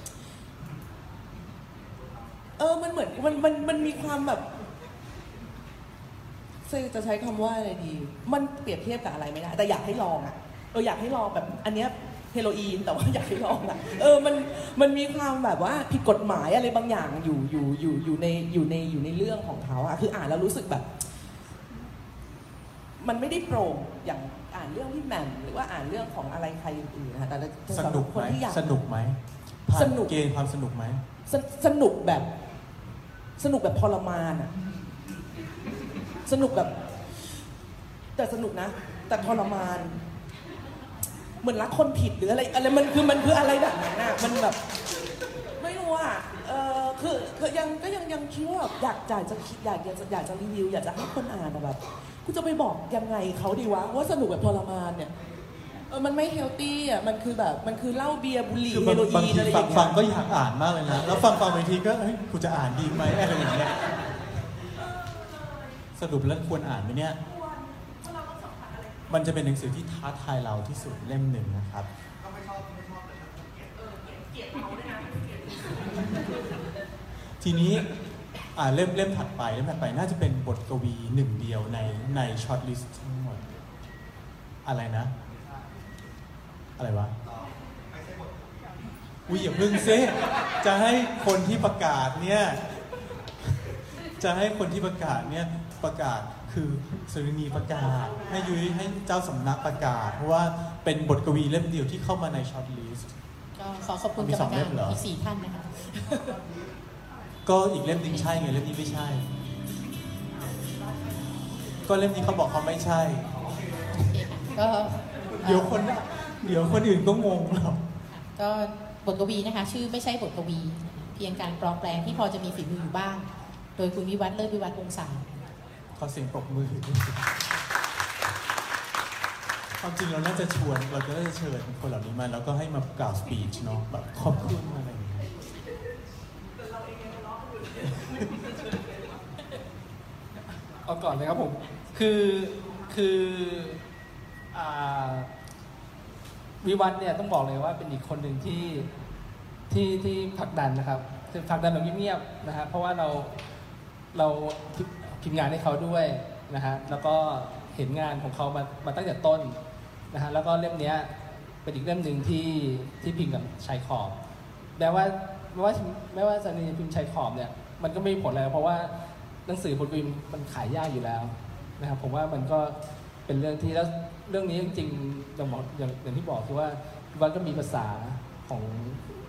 เออมันเหมือนมันมันมันมีความแบบจะใช้คำว่าอะไรดีมันเปรียบเทียบกับอะไรไม่ได้แต่อยากให้ลองอ่ะเอออยากให้ลองแบบอันเนี้ยเฮโรอีนแต่ว่าอยากให้ลองอ่ะเออมันมันมีความแบบว่าผิดกฎหมายอะไรบางอย่างอยู่อยู่อยู่อยู่ในอยู่ในอยู่ในเรื่องของเขาอ่ะคืออ่านแล้วรู้สึกแบบมันไม่ได้โปร่งอย่างอ่านเรื่องพี่แหม่มหรือว่าอ่านเรื่องของอะไรใครอื่นๆนะคะแต่สนุกไหมสนุกไหมสนุกเกณฑ์ความสนุกไหมสสนุกแบบสนุกแบบทรมานอ่ะสนุกแบบแต่สนุกนะแต่ทรมานเหมือนรักคนผิดหรืออะไรอะไรมันคือมันคืออะไรแบบนั้นน่ะมันแบบไม่รู้อ่ะเออคือคือยังก็ยังยังคิดว่าอยากอยากจะคิดอยากอยากจะอยากจะรีวิวอยากจะให้คนอ่านแบบกูจะไปบอกยังไงเขาดีวะว่าสนุกแบบทรมานเนี่ยเออมันไม่เฮลตี้อ่ะมันคือแบบมันคือเหล้าเบียร์บุหรี่เฮโรอีนอะไรอย่างเงี้ยฟังก็อยากอ่านมากเลยนะแล้วฟังฟังบางทีก็เฮ้ยกูจะอ่านดีไหมอะไรอย่างเงี้ยสรุปแล้วควรอ่านไหมเนี่ยมันจะเป็นหนังสือที่ท้าทายเราที่สุดเล่มหนึ่งนะครับทีนี้อ่าเล่มเล่มถัดไปเล่มถัดไปน่าจะเป็นบทกวีหนึ่งเดียวในในช็อตลิสต์ทั้งหมดอะไรนะอะไรวะอุ้ยอย่าพึ่งซิจะให้คนที่ประกาศเนี่ยจะให้คนที่ประกาศเนี่ยประกาศคือสรินีประกาศให้ยุ้ยให้เจ้าสำนักประกาศเพราะว่าเป็นบทกวีเล่มเดียวที่เข้ามาในช็อตลิสต์ก็ขอขอบคุณกรรมการอีกสี่ท่านนะคะก็อีกเล่มนึงใช่ไงเล่มนี้ไม่ใช่ก็เล่มนี้เขาบอกเขาไม่ใช่ก็เดี๋ยวคนเดี๋ยวคนอื่นก็งงหรอกก็บทกวีนะคะชื่อไม่ใช่บทกวีเพียงการปลอมแปลงที่พอจะมีฝีมืออยู่บ้างโดยคุณวิวัฒน์เลิศวิวัฒน์วงศ์สารขอเสียงปรบมือความจริงเราน่าจะชวนเราจะได้เชิญคนเหล่านี้มาแล้วก็ให้มากล่าวสปีชเนาะแบบขอบคุณอะไรอย่างเงี้ยเอาก่อนเลยครับผมคือคืออ่าวิวัฒน์เนี่ยต้องบอกเลยว่าเป็นอีกคนหนึ่งที่ที่ที่ผลักดันนะครับคือผลักดันแบบเงียบๆนะฮะเพราะว่าเราเราพิมพ์งานให้เขาด้วยนะฮะแล้วก็เห็นงานของเขามามาตั้งแต่ต้นนะฮะแล้วก็เล่มนี้เป็นอีกเล่มหนึ่งที่ที่พิมพ์กับชายขอบแม้ว่าแม้ว่าแม้ว่าจะมีพิมพ์ชายขอบเนี่ยมันก็ไม่มีผลอะไรเพราะว่าหนังสือบทพิมพ์มันขายยากอยู่แล้วนะครับผมว่ามันก็เป็นเรื่องที่แล้วเรื่องนี้จริงๆอย่างบอกอย่างอย่างที่บอกคือว่าวัดก็มีภาษาของ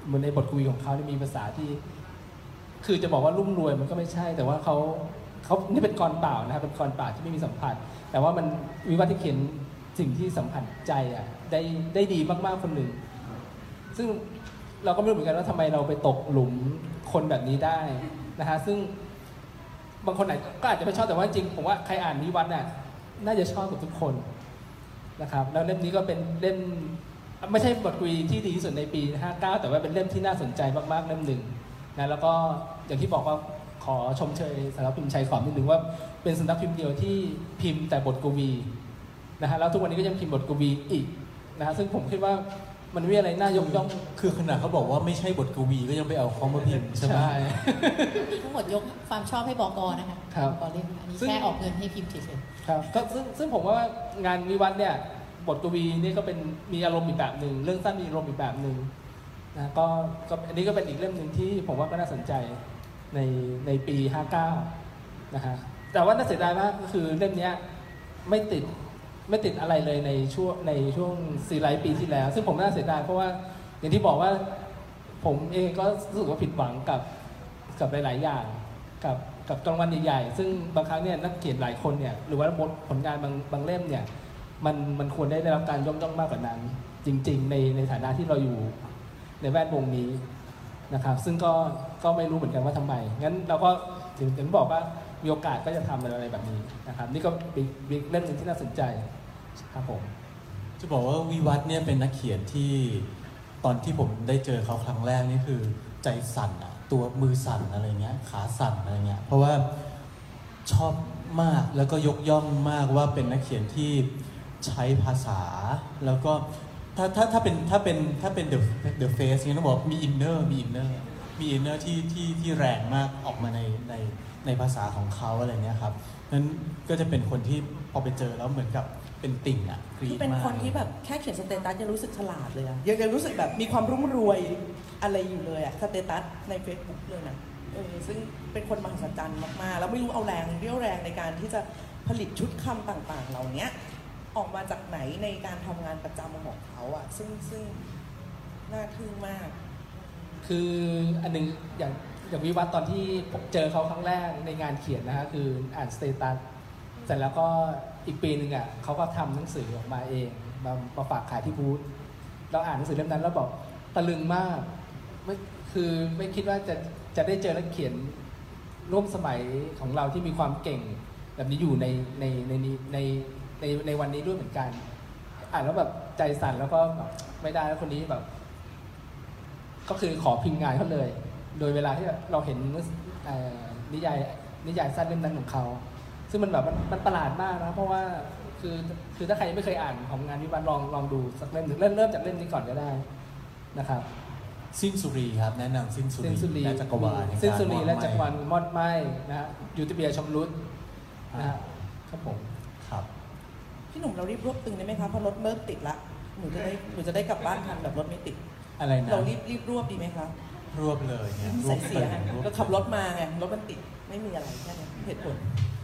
เหมือนในบทกวีของเขาที่มีภาษาที่ คือจะบอกว่ารุ่มรวยมันก็ไม่ใช่ แต่ว่าเขาเขานี่เป็นกรเปล่านะครับเป็นกรเปล่าที่ไม่มีสัมผัส แต่ว่ามันวิวัฒน์ที่เขียนสิ่งที่สัมผัสใจอ่ะได้ได้ดีมากๆคนหนึ่งซึ่งเราก็ไม่รู้เหมือนกันว่าทำไมเราไปตกหลุมคนแบบนี้ได้นะฮะซึ่งบางคนไหนก็อาจจะไม่ชอบแต่ว่าจริงผมว่าใครอ่านวิวัฒน์น่ะน่าจะชอบกับทุกคนนะครับแล้วเล่มนี้ก็เป็นเล่มไม่ใช่บทกวีที่ดีที่สุดในปีห้าเก้าแต่ว่าเป็นเล่มที่น่าสนใจมากๆเล่มหนึ่งนะแล้วก็อย่างที่บอกว่าขอชมเชยสำนักพิมพ์ชัยขอบนิดนึงว่าเป็นสำนักพิมพ์เดียวที่พิมพ์แต่บทกวีนะฮะแล้วทุกวันนี้ก็ยังพิมพ์บทกวีอีกนะฮะซึ่งผมคิดว่ามันมีอะไรน่ายกย่องคือขนาดเขาบอกว่าไม่ใช่บทกวีก็ยังไปเอาเขามาพิมพ์ใช่ไหมทั้งหมดยกความชอบให้บก.นะคะครับบก.เล่นอันนี้แค่ออกเงินให้พิมพ์เฉยครับก็ซึ่งซึ่งผมว่างานวิวัฒน์เนี่ยบทกวีนี่ก็เป็นมีอารมณ์อีกแบบหนึ่งเรื่องสั้นมีอารมณ์อีกแบบหนึ่งนะก็ก็อันนี้ก็เป็นอีกเล่มหนึ่งที่ผมว่าก็น่าสนใจในในปีห้าเก้านะฮะแต่ว่าน่าเสียดายมากก็คือเล่มนี้ไม่ติดไม่ติดอะไรเลยในช่วงในช่วงซีไรต์ปีที่แล้ว ซึ่งผมน่าเสียดายเพราะว่าอย่างที่บอกว่าผมเองก็รู้สึกว่าผิดหวังกับกับหลายๆอย่างกับกับรางวัลใหญ่ๆซึ่งบางครั้งเนี่ยนักเขียนหลายคนเนี่ยหรือว่าผลงานบางบางเล่มเนี่ยมันมันควรได้รับการยกย่องมากกว่านั้นจริงๆในในฐานะที่เราอยู่ในแวดวงนี้นะครับซึ่งก็ก็ไม่รู้เหมือนกันว่าทำไมงั้นเราก็ถึงถึงบอกว่ามีโอกาสก็จะทำอะไรแบบนี้นะครับนี่ก็เป็นเล่มหนึ่งที่น่าสนใจครับผมจะบอกว่าวิวัฒน์เนี่ยเป็นนักเขียนที่ตอนที่ผมได้เจอเขาครั้งแรกนี่คือใจสั่นอะตัวมือสั่นอะไรเงี้ยขาสั่นอะไรเงี้ยเพราะว่าชอบมากแล้วก็ยกย่องมากว่าเป็นนักเขียนที่ใช้ภาษาแล้วก็ถ้าถ้าถ้าเป็นถ้าเป็นถ้าเป็น the the face เนี่ยต้องบอกมี inner มี inner มี inner ที่ที่ที่แรงมากออกมาในในในภาษาของเขาอะไรเงี้ยครับนั้นก็จะเป็นคนที่พอไปเจอแล้วเหมือนกับเป็นติ่งอ่ะกรี๊คือดเป็นมากคนที่แบบแค่เขียนสเตตัสยังรู้สึกฉลาดเลยอะยังยังรู้สึกแบบมีความรุ่มรวยอะไรอยู่เลยอะสเตตัสใน Facebook เลยนะเออซึ่งเป็นคนมหัศจรรย์มากๆแล้วไม่รู้เอาแรงเรี่ยวแรงในการที่จะผลิตชุดคำต่างๆเหล่านี้ออกมาจากไหนในการทำงานประจำของเขาอะซึ่งซึ่งน่าทึ่งมากคืออันหนึงอย่างอย่างวิวัฒน์ตอนที่ผมเจอเขาครั้งแรกในงานเขียนนะฮะคืออ่านสเตตัสเสร็จแล้วก็อีกปีหนึ่งอ่ะเขาก็ทำหนังสือออกมาเองมามาฝากขายที่บูธเราอ่านหนังสือเล่มนั้นแล้วบอกตะลึงมากไม่คือไม่คิดว่าจะจะได้เจอนักเขียนร่วมสมัยของเราที่มีความเก่งแบบนี้อยู่ในในในในในในวันนี้ด้วยเหมือนกันอ่านแล้วแบบใจสั่นแล้วก็แบบไม่ได้แล้วคนนี้แบบก็คือขอพิมพ์งานเขาเลย โดยเวลาที่เราเห็นนิยายนิยายสั้นเล่มนั้นของเขาซึ่งมันแบบมันมันประหลาดมากนะเพราะว่าคือคือถ้าใครไม่เคยอ่านของงานวิวัฒน์ลองลองดูสักเล่มหนึ่งเริ่มเริ่มจากเล่มนี้ก่อนก็ได้นะครับสิ้นสุรีครับแนะนำสิ้นสุรีและจักรวาลสิ้นสุรีและจักรวาลมอดไหมนะฮะยูทิเบียชมรุดนะฮะครับผมครับพี่หนุ่มเรารีบรวบตึงได้ไหมคะเพราะรถเริ่มติดละหนูจะได้หนูจะได้กลับบ้านทันแบบรถไม่ติดอะไรนะเรารีบรีบรวบดีไหมคะรวบเลยเนี่ยใส่เสียงก็ขับรถมาไงรถมันติดไม่มีอะไรแค่นี้เหตุผล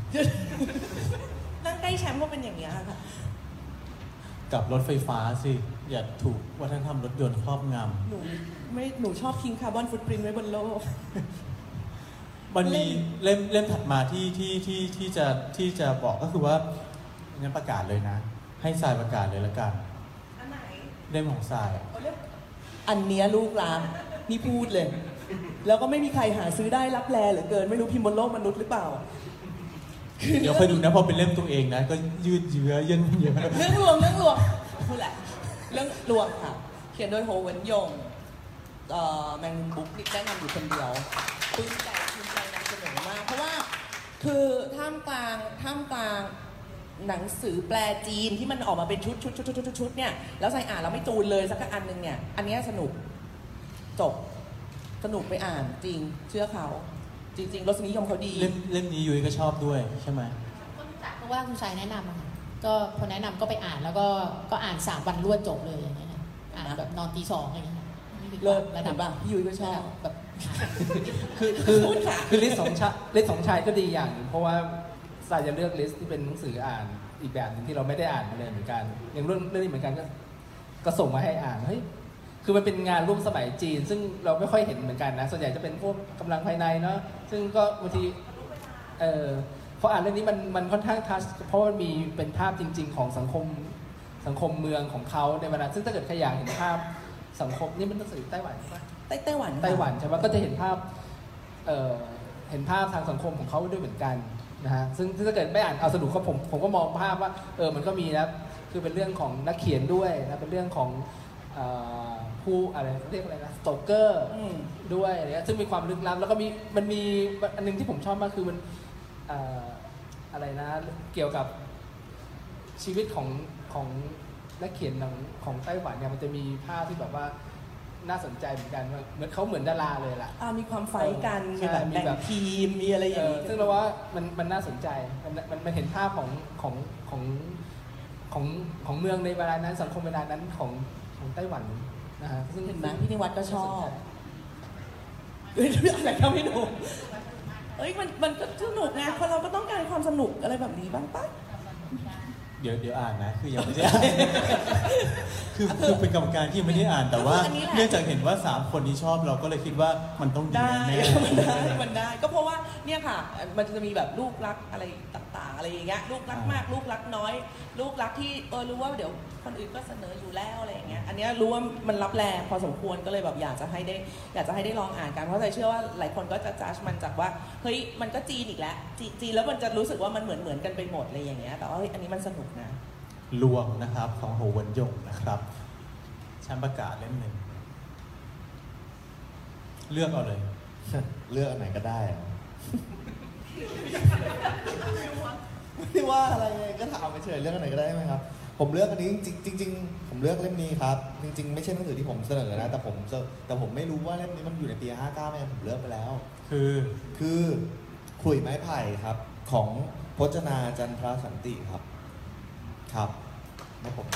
นั่งใกล้แชมป์ก็เป็นอย่างนี้ค่ะกับรถไฟฟ้าสิอย่าถูกวัฒนธรรมรถยนต์ครอบงำหนูไม่หนูชอบทิ้งคาร์บอนฟุตปรินท์ไว้บนโลกมันมีเล่มเล่มถัดมาที่ที่ที่ที่จะที่จะบอกก็คือว่างั้นประกาศเลยนะให้ทรายประกาศเลยละกันอันไหนเล่มของทรายอันเนี้ยลูกรามนี่พูดเลยแล้วก็ไม่มีใครหาซื้อได้รับแลเหลือเกินไม่รู้พิมพ์บนโลกมนุษย์หรือเปล่าเดี๋ยวคอยดูนะพอเป็นเล่มตัวเองนะก็ยืดเยื้อเย็นเยื้อเรื่องรวมเรื่องรวมพูดแหละเรื่องรวมค่ะเขียนโดยโฮเวนยงแมงมุมบุ๊กนี่ได้นำอยู่คนเดียวปื้มใจภูมิใจนำเสนอมากเพราะว่าคือท่ามกลางท่ามกลางหนังสือแปลจีนที่มันออกมาเป็นชุดชุดชุดชุดชุดเนี่ยแล้วใส่อ่านแล้วไม่จูนเลยสักอันนึงเนี่ยอันนี้สนุกจบสนุกไปอ่านจริงเชื่อเขาจริงๆรสนิยมเขาดีเล่มเล่มนี้ยุ้ยก็ชอบด้วยใช่ไหมเพราะว่าคุณชายแนะนำอะค่ะก็พอแนะนำก็ไปอ่านแล้วก็ก็อ่านสามวันรวดจบเลยอย่างเงี้ยอ่านแบบนอนตีสองอะไรอย่างเงี้ยเลิศระดับบ้างพี่ยุ้ยก็ชอบแบบคือคือคือลิสต์สองชายลิสต์สองชายก็ดีอย่างเพราะว่าสายจะเลือกลิสต์ที่เป็นหนังสืออ่านอีกแบบนึงที่เราไม่ได้อ่านมาเลยเหมือนกันอย่างเรื่องเรื่องนี้เหมือนกันก็ก็ส่งมาให้อ่านเฮ้ยคือมันเป็นงานร่วมสมัยจีนซึ่งเราไม่ค่อยเห็นเหมือนกันนะส่วนใหญ่จะเป็นพวกกำลังภายในเนาะซึ่งก็บางทีเออพออ่านเรื่องนี้มันมันค่อนข้างทัชเพราะมันมีเป็นภาพจริงๆของสังคมสังคมเมืองของเขาในเวลาซึ่งถ้าเกิดใครอยากเห็นภาพสังคมนี่มันหนังสือไต้หวันใช่ไหมไต้ไต้หวันไต้หวันใช่ไหมก็จะเห็นภาพเอ่อเห็นภาพทางสังคมของเขาด้วยเหมือนกันนะฮะซึ่งถ้าเกิดไม่อ่านเอาสรุปก็ผมผมก็มองภาพว่าเออมันก็มีนะคือเป็นเรื่องของนักเขียนด้วยนะเป็นเรื่องของเอ่อผู้อะไรเรียกอะไรนะสโตเกอร์ด้วยอะไรเงี้ยซึ่งมีความลึกลับแล้วก็มีมันมีอันนึงที่ผมชอบมากคือมันเอ่ออะไรนะเกี่ยวกับชีวิตของของนักเขียนของของไต้หวันเนี่ยมันจะมีภาพที่แบบว่าน่าสนใจเหมือนกันเหมือนเขาเหมือนดาราเลยล่ะมีความไฟกันมีแบบแบ่งทีมมีอะไรอย่างนี้ซึ่งเราว่ามันมันน่าสนใจมันมันมันเห็นภาพของของของของของเมืองในเวลานั้นสังคมเวลานั้นของของไต้หวันนะฮะซึ่งเห็นไหมพี่นิวัฒน์ก็ชอบเอ้ยอะไรก็ไม่รู้เอ้ยมันมันก็สนุกไงเพราะเราก็ต้องการความสนุกอะไรแบบนี้บ้างปะเดี๋ยวเดี๋ยวอ่านนะคือยังไม่ได้อ่านคือคือเป็นกรรมการที่ยังไม่ได้อ่านแต่ว่าเนื่องจากเห็นว่าสามคนนี้ชอบเราก็เลยคิดว่ามันต้องดีได้แน่มันได้มันได้ก็เพราะว่าเนี่ยค่ะมันจะมีแบบลูกรักอะไรต่างๆอะไรอย่างเงี้ยลูกรักมากลูกรักน้อยลูกรักที่เออรู้ว่าเดี๋ยวคนอื่นก็เสนออยู่แล้วอะไรอย่างเงี้ยอันนี้รู้ว่ามันรับแรงพอสมควรก็เลยแบบอยากจะให้ได้อยากจะให้ได้ลองอ่านกันเพราะใจเชื่อว่าหลายคนก็จะจัดมันจากว่าเฮ้ยมันก็จีนอีกแล้วจีนแล้วมันจะรู้สึกว่ามันเหมือนเหมือนกันไปหมดอะไรอย่างเงี้ยแต่ว่าเฮ้ยอันนี้มันสนุกนะลวงนะครับของโหวนหยงนะครับชั้นประกาศเล่มหนึ่งเลือกเอาเลยเลือกอันไหนก็ได้ไม่ได้ว่าอะไรก็ถามไปเฉยเลือกอันไหนก็ได้ไหมครับผมเลือกอันนี้จริงจริงผมเลือกเล่มนี้ครับจริงๆไม่ใช่หนังสือที่ผมเสนอนะแต่ผมแต่ผมไม่รู้ว่าเล่มนี้มันอยู่ในปีห้าเก้าไหมผมเลือกไปแล้วคือคือขลุ่ยไม้ไผ่ครับของพจนาจันทรสันติครับครับนะผม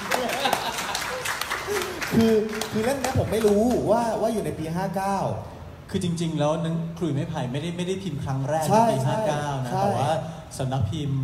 คือคือเล่มนี้ผมไม่รู้ว่าว่าอยู่ในปีห้าเก้าคือจริงๆแล้วนังขลุ่ยไม้ไผ่ไม่ได้ไม่ได้พิมพ์ครั้งแรกในปีห้าเก้านะแต่ว่าสำนักพิมพ์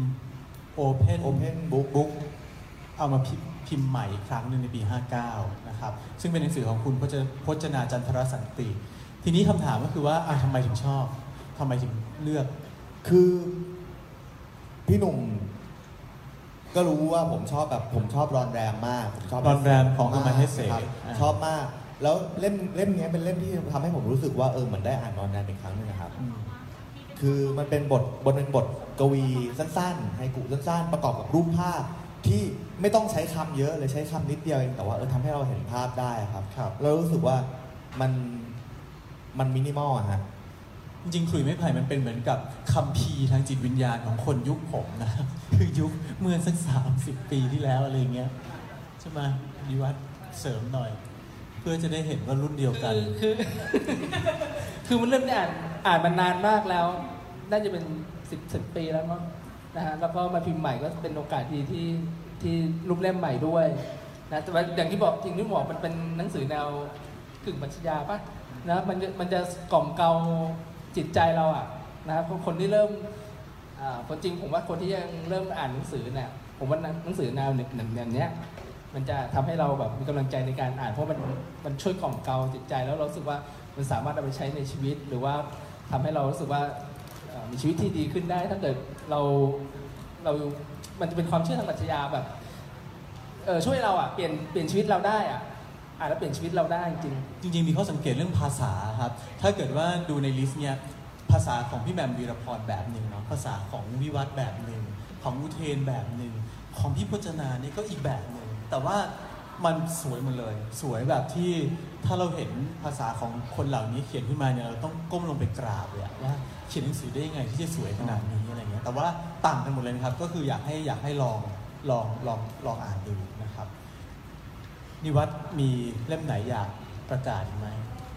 Open Open Book Book เอามาพิมพ์ใหม่อีกครั้งหนึ่งในปีห้าเก้านะครับซึ่งเป็นหนังสือของคุณพจนาจันทรสันติทีนี้คำถามก็คือว่าทำไมถึงชอบทำไมถึงเลือกคือพี่หนุ่มก็รู้ว่าผมชอบแบบผมชอบรอนแรมมากผมชอบรอนแรมของมาเฮเซชอบมากแล้วเล่มเล่มนี้เป็นเล่มที่ทำให้ผมรู้สึกว่าเออเหมือนได้อ่านรอนแรมอีกครั้งนึงนะครับคือมันเป็นบทบทเป็นบทกวีสั้นๆไฮกุสั้นๆประกอบกับรูปภาพที่ไม่ต้องใช้คำเยอะเลยใช้คำนิดเดียวเองแต่ว่าเออทำให้เราเห็นภาพได้ครับแล้วรู้สึกว่ามันมันมินิมอลอะฮะจริงๆขลุ่ยไม้ไผ่มันเป็นเหมือนกับคัมภีร์ทางจิตวิญญาณของคนยุคผมนะคือยุคเมื่อสักสามสิบปีที่แล้วอะไรเงี้ยใช่ไหมนิวัฒน์เสริมหน่อยเพื่อจะได้เห็นว่ารุ่นเดียวกันคือคือมันเริ่มได้อ่านอ่านมานานมากแล้วน่าจะเป็นสิบสิบปีแล้วมั้งนะฮะแล้วก็มาพิมพ์ใหม่ก็เป็นโอกาสดีที่ที่รูปเล่มใหม่ด้วยนะแต่ว่าอย่างที่บอกจริงที่บอกมันเป็นหนังสือแนวกึ่งปรัชญาป่ะนะมันมันจะกล่อมเกลาจิตใจเราอ่ะนะครับคนที่เริ่มอ่าคนจริงผมว่าคนที่ยังเริ่มอ่านหนังสือเนี่ยผมว่าหนังสือแนวหนึ่งแบบนี้มันจะทำให้เราแบบมีกำลังใจในการอ่านเพราะมันมันช่วยกล่อมเกลาจิตใจแล้วเรารู้สึกว่ามันสามารถเอาไปใช้ในชีวิตหรือว่าทำให้เรารู้สึกว่ามีชีวิตที่ดีขึ้นได้ถ้าเกิดเราเรามันจะเป็นความเชื่อทางปรัชญาแบบเออช่วยเราอ่ะเปลี่ยนเปลี่ยนชีวิตเราได้อ่ะอ่านแล้วเปลี่ยนชีวิตเราได้จริงจริงๆมีข้อสังเกตเรื่องภาษาครับถ้าเกิดว่าดูในลิสต์เนี่ยภาษาของพี่แหม่มวีรพรแบบหนึ่งเนาะภาษาของวิวัฒน์แบบหนึ่งของอุเทนแบบหนึ่งของพี่พจนานี่ก็อีกแบบหนึ่งแต่ว่ามันสวยหมดเลยสวยแบบที่ถ้าเราเห็นภาษาของคนเหล่านี้เขียนขึ้นมาเนี่ยเราต้องก้มลงไปกราบเลยว่าเขียนหนังสือได้ยังไงที่จะสวยขนาดนี้อะไรเงี้ยแต่ว่าต่างกันหมดเลยนะครับก็คืออยากให้อยากให้ลองลองลองลองอ่านดูนะครับนิวัฒน์มีเล่มไหนอยากประกาศไหม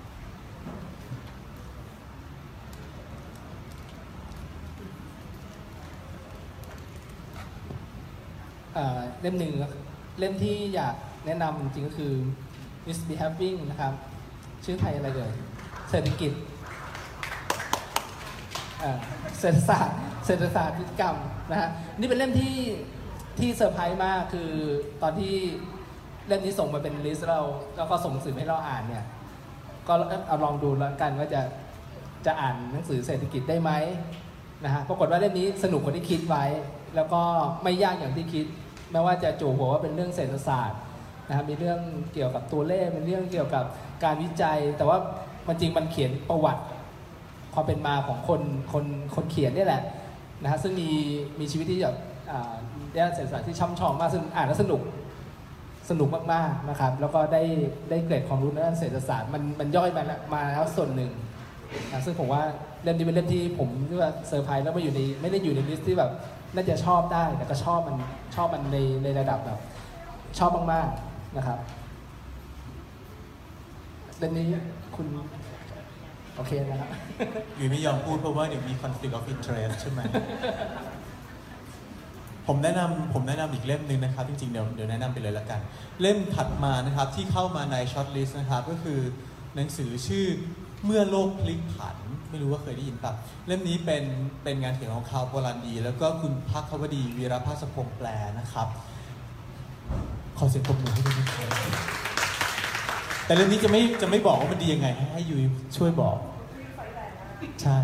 เล่มหนึ่งเล่มที่อยากแนะนำจริงๆก็คือ Misbehaving นะครับชื่อไทยอะไรเอ่ยเศรษฐกิจเศรษฐศาสตร์เศรษฐศาสตร์พฤติกรรมนะฮะนี่เป็นเล่มที่ที่เซอร์ไพรส์มากคือตอนที่เล่มนี้ส่งมาเป็นลิสต์เราแล้วก็ส่งหนังสือให้เราอ่านเนี่ยก็เอาลองดูแล้วกันว่าจะจะอ่านหนังสือเศรษฐกิจได้ไหมนะฮะปรากฏว่าเล่มนี้สนุกกว่าที่คิดไว้แล้วก็ไม่ยากอย่างที่คิดแม้ว่าจะจู่หัวว่าเป็นเรื่องเศรษฐศาสตร์นะครับมีเรื่องเกี่ยวกับตัวเลขมีเรื่องเกี่ยวกับการวิจัยแต่ว่ามันจริงมันเขียนประวัติความเป็นมาของคนคนคนเขียนนี่แหละนะฮะซึ่งมีมีชีวิตที่แบบด้านเศรษฐศาสตร์ที่ช่ำชองมากซึ่งอ่านแล้วสนุกสนุกมากๆนะครับแล้วก็ได้ได้เกร็ดความรู้ด้านเศรษฐศาสตร์มันมันย่อยมาแล้วมาแล้วส่วนหนึ่งนะซึ่งผมว่าเล่มนี้เป็นเล่มที่ผมเรียกว่าเซอร์ไพรส์แล้วไม่อยู่ในไม่ได้อยู่ในลิสต์ที่แบบน่าจะชอบได้แต่ก็ชอบมันชอบมันในในระดับแบบชอบมากๆนะครับเล่มนี้คุณโอเคนะครับอยู่ไม่ยอมพูดเพราะว่าเดี๋ยวมี conflict of interest ใช่ไหม ผมแนะนำผมแนะนำอีกเล่มหนึ่งนะครับจริงๆเดี๋ยวเดี๋ยวแนะนำไปเลยละกันเล่มถัดมานะครับที่เข้ามาในช็อตลิสต์นะครับก็คือหนังสือชื่อเมื่อโลกพลิกผันไม่รู้ว่าเคยได้ยินป่ะเล่มนี้เป็นเป็นงานเขียนของคาร์ล โปลันดีแล้วก็คุณภัควดีวีรภาสพงษ์แปลนะครับขอเสียงปรบมือให้ด้วยนะครับแต่เรื่องนี้จะไม่จะไม่บอกว่ามันดียังไงให้ยุ้ยช่วยบอกใช่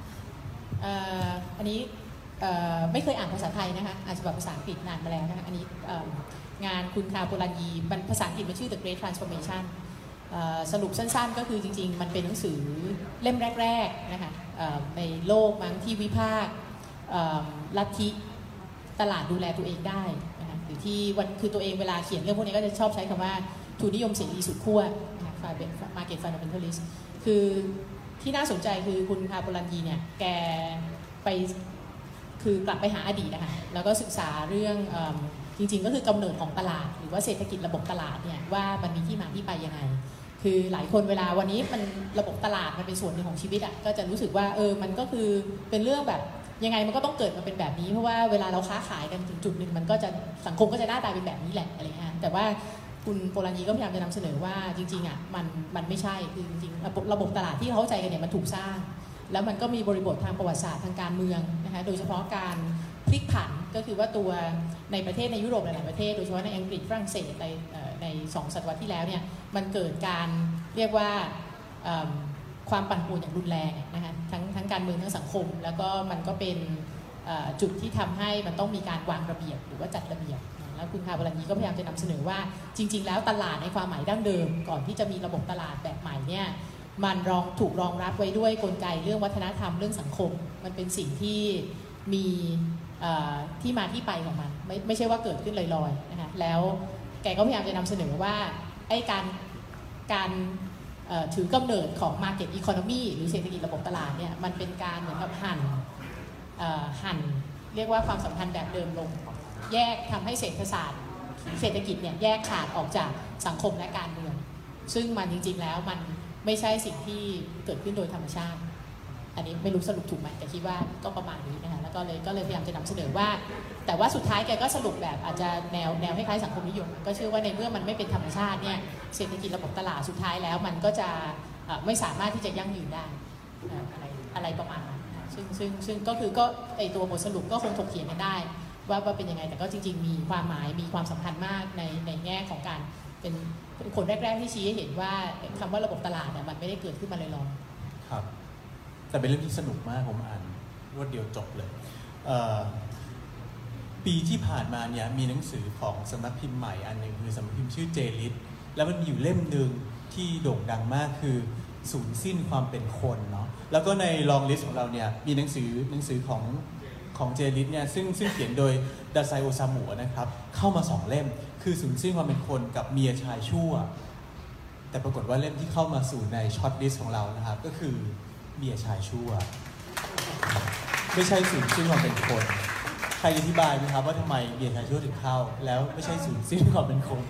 อันนี้ไม่เคยอ่านภาษาไทยนะคะอ่านฉบับภาษาอังกฤษนานมาแล้วนะคะอันนี้งานคุณคาร์ล โปลันดีภาษาอังกฤษมันชื่อ The Great Transformation สรุปสั้นๆก็คือจริงๆมันเป็นหนังสือเล่มแรกๆนะคะในโลกมั้งที่วิพากษ์ลัทธิตลาดดูแลตัวเองได้นะคะหรือที่วันคือตัวเองเวลาเขียนเรื่องพวกนี้ก็จะชอบใช้คำว่าทุนนิยมเสรีสุดขั้วนะคะเป็น Market Fundamentalist คือที่น่าสนใจคือคุณคาร์ล โปลันดีเนี่ยแกไปคือกลับไปหาอดีตนะคะแล้วก็ศึกษาเรื่องจริงๆก็คือกำเนิดของตลาดหรือว่าเศรษฐกิจระบบตลาดเนี่ยว่ามันมีที่มาที่ไปยังไงคือหลายคนเวลาวันนี้มันระบบตลาดมันเป็นส่วนหนึ่งของชีวิตอ่ะก็จะรู้สึกว่าเออมันก็คือเป็นเรื่องแบบยังไงมันก็ต้องเกิดมาเป็นแบบนี้เพราะว่าเวลาเราค้าขายกันถึงจุดหนึ่งมันก็จะสังคมก็จะหน้าตาเป็นแบบนี้แหละอะไรเงี้ยแต่ว่าคุณโปลันดีก็พยายามจะนำเสนอว่าจริงๆอ่ะมันมันไม่ใช่คือจริงๆระบบระบบตลาดที่เข้าใจกันเนี่ยมันถูกสร้างแล้วมันก็มีบริบททางประวัติศาสตร์ทางการเมืองนะคะโดยเฉพาะการพลิกผันก็คือว่าตัวในประเทศในยุโรปหลายๆประเทศโดยเฉพาะในอังกฤษฝรั่งเศสในในสองศตวรรษที่แล้วเนี่ยมันเกิดการเรียกว่าความปั่นป่วนอย่างรุนแรงนะคะทั้งทั้งการเมืองทั้งสังคมแล้วก็มันก็เป็นจุดที่ทำให้มันต้องมีการวางระเบียบหรือว่าจัดระเบียบแล้วคุณคาร์ล โปลันดีก็พยายามจะนำเสนอว่าจริงๆแล้วตลาดในความหมายดั้งเดิมก่อนที่จะมีระบบตลาดแบบใหม่เนี่ยมันรองถูกรองรับไว้ด้วยกลไกเรื่องวัฒนธรรมเรื่องสังคมมันเป็นสิ่งที่มีที่มาที่ไปของมันไม่ไม่ใช่ว่าเกิดขึ้นลอยๆนะคะแล้วแกก็พยายามจะนำเสนอว่าไอ้การการถือกำเนิดของ Market Economy หรือเศรษฐกิจระบบตลาดเนี่ยมันเป็นการเหมือนกับหั่นหั่นเรียกว่าความสัมพันธ์แบบเดิมลงแยกทำให้เศรษฐศาสตร์เศรษฐกิจเนี่ยแยกขาดออกจากสังคมและการเมืองซึ่งมันจริงๆแล้วมันไม่ใช่สิ่งที่เกิดขึ้นโดยธรรมชาติอันนี้ไม่รู้สรุปถูกไหมแต่คิดว่าก็ประมาณนี้นะคะแล้วก็เลยก็เลยพยายามจะนำเสนอว่าแต่ว่าสุดท้ายแกก็สรุปแบบอาจจะแนวแนวคล้ายๆสังคมนิยมก็เชื่อว่าในเมื่อมันไม่เป็นธรรมชาติเนี่ยเศรษฐกิจระบบตลาดสุดท้ายแล้วมันก็จะไม่สามารถที่จะยั่งยืนได้อะไรอะไรประมาณนั้นซึ่งซึ่งซึ่งก็คือก็ไอตัวบทสรุปก็คงถกเถียงกันได้ว่าว่าเป็นยังไงแต่ก็จริงๆมีความหมายมีความสำคัญมากในในแง่ของการเป็นคนแรกๆที่ชี้ให้เห็นว่าคำว่าระบบตลาดเนี่ยมันไม่ได้เกิดขึ้นมาลอยๆครับแต่เป็นเรื่องที่สนุกมากผมอ่านรวดเดียวจบเลยปีที่ผ่านมาเนี่ยมีหนังสือของสำนักพิมพ์ใหม่อันหนึ่งคือสำนักพิมพ์ชื่อเจลิสแล้วมันมีอยู่เล่มหนึ่งที่โด่งดังมากคือสูญสิ้นความเป็นคนเนาะแล้วก็ในลองลิสต์ของเราเนี่ยมีหนังสือหนังสือของของเจลิสเนี่ยซึ่งซึ่งเขียนโดยดาไซโอซามุนะครับเข้ามาสองเล่มคือสูญสิ้นความเป็นคนกับเมียชายชั่วแต่ปรากฏว่าเล่มที่เข้ามาสู่ในช็อตลิสต์ของเรานะครับก็คือเมียชายชั่วไม่ใช่สูญสิ้นความเป็นคนใครอธิบายไหมครับว่าทำไมเมียชายชั่วถึงเข้าแล้วไม่ใช่สูญสิ้นความเป็นคน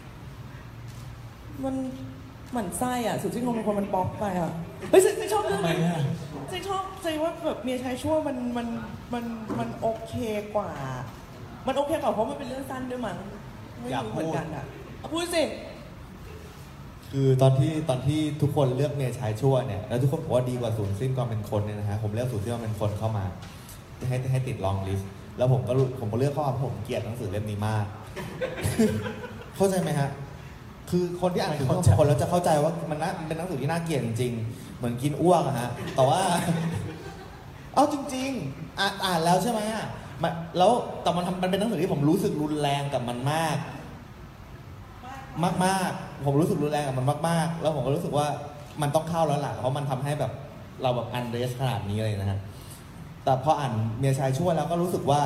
มันเหมือนไส้อ่ะสูญสิ้นความเป็นคนมันบล็อกไปอ่ะเฮ้ยฉันชอบเรื่องนี้ฉันชอบใจว่าแบบเมียชายชั่วมันมันมันมันโอเคกว่ามันโอเคกว่าเพราะมันเป็นเรื่องสั้นด้วยมั้งไม่รู้เหมือนกันอ่ะพูดสิคือตอนที่ตอนที่ทุกคนเลือกเมียชายชั่วเนี่ยแล้วทุกคนบอกว่าดีกว่าสูญสิ้นความเป็นคนเนี่ยนะฮะผมเลือกสูญสิ้นความเป็นคนเข้ามาให้ให้ติดลองลิสต์แล้วผมก็ผมก็เลือกเข้ามาผมเกลียดหนังสือเล่มนี้มากเข้าใจไหมฮะคือคนที่อ่านหนังสือทุกคนแล้วจะเข้าใจว่ามันน่ามันเป็นหนังสือที่น่าเกลียดจริงๆเหมือนกินอ้วกอะฮะแต่ว่า เอาจริงๆอ่านอ่านแล้วใช่ไหมอะมันแล้วแต่มันทำมันเป็นหนังสือที่ผมรู้สึกรุนแรงกับมันมากมากมากผมรู้สึกรุนแรงกับมันมากๆแล้วผมก็รู้สึกว่ามันต้องเข้าแล้วล่ะเพราะมันทำให้แบบเราแบบอันเดรสขนาดนี้เลยนะฮะแต่พออ่านเมียชายชั่วแล้วก็รู้สึกว่า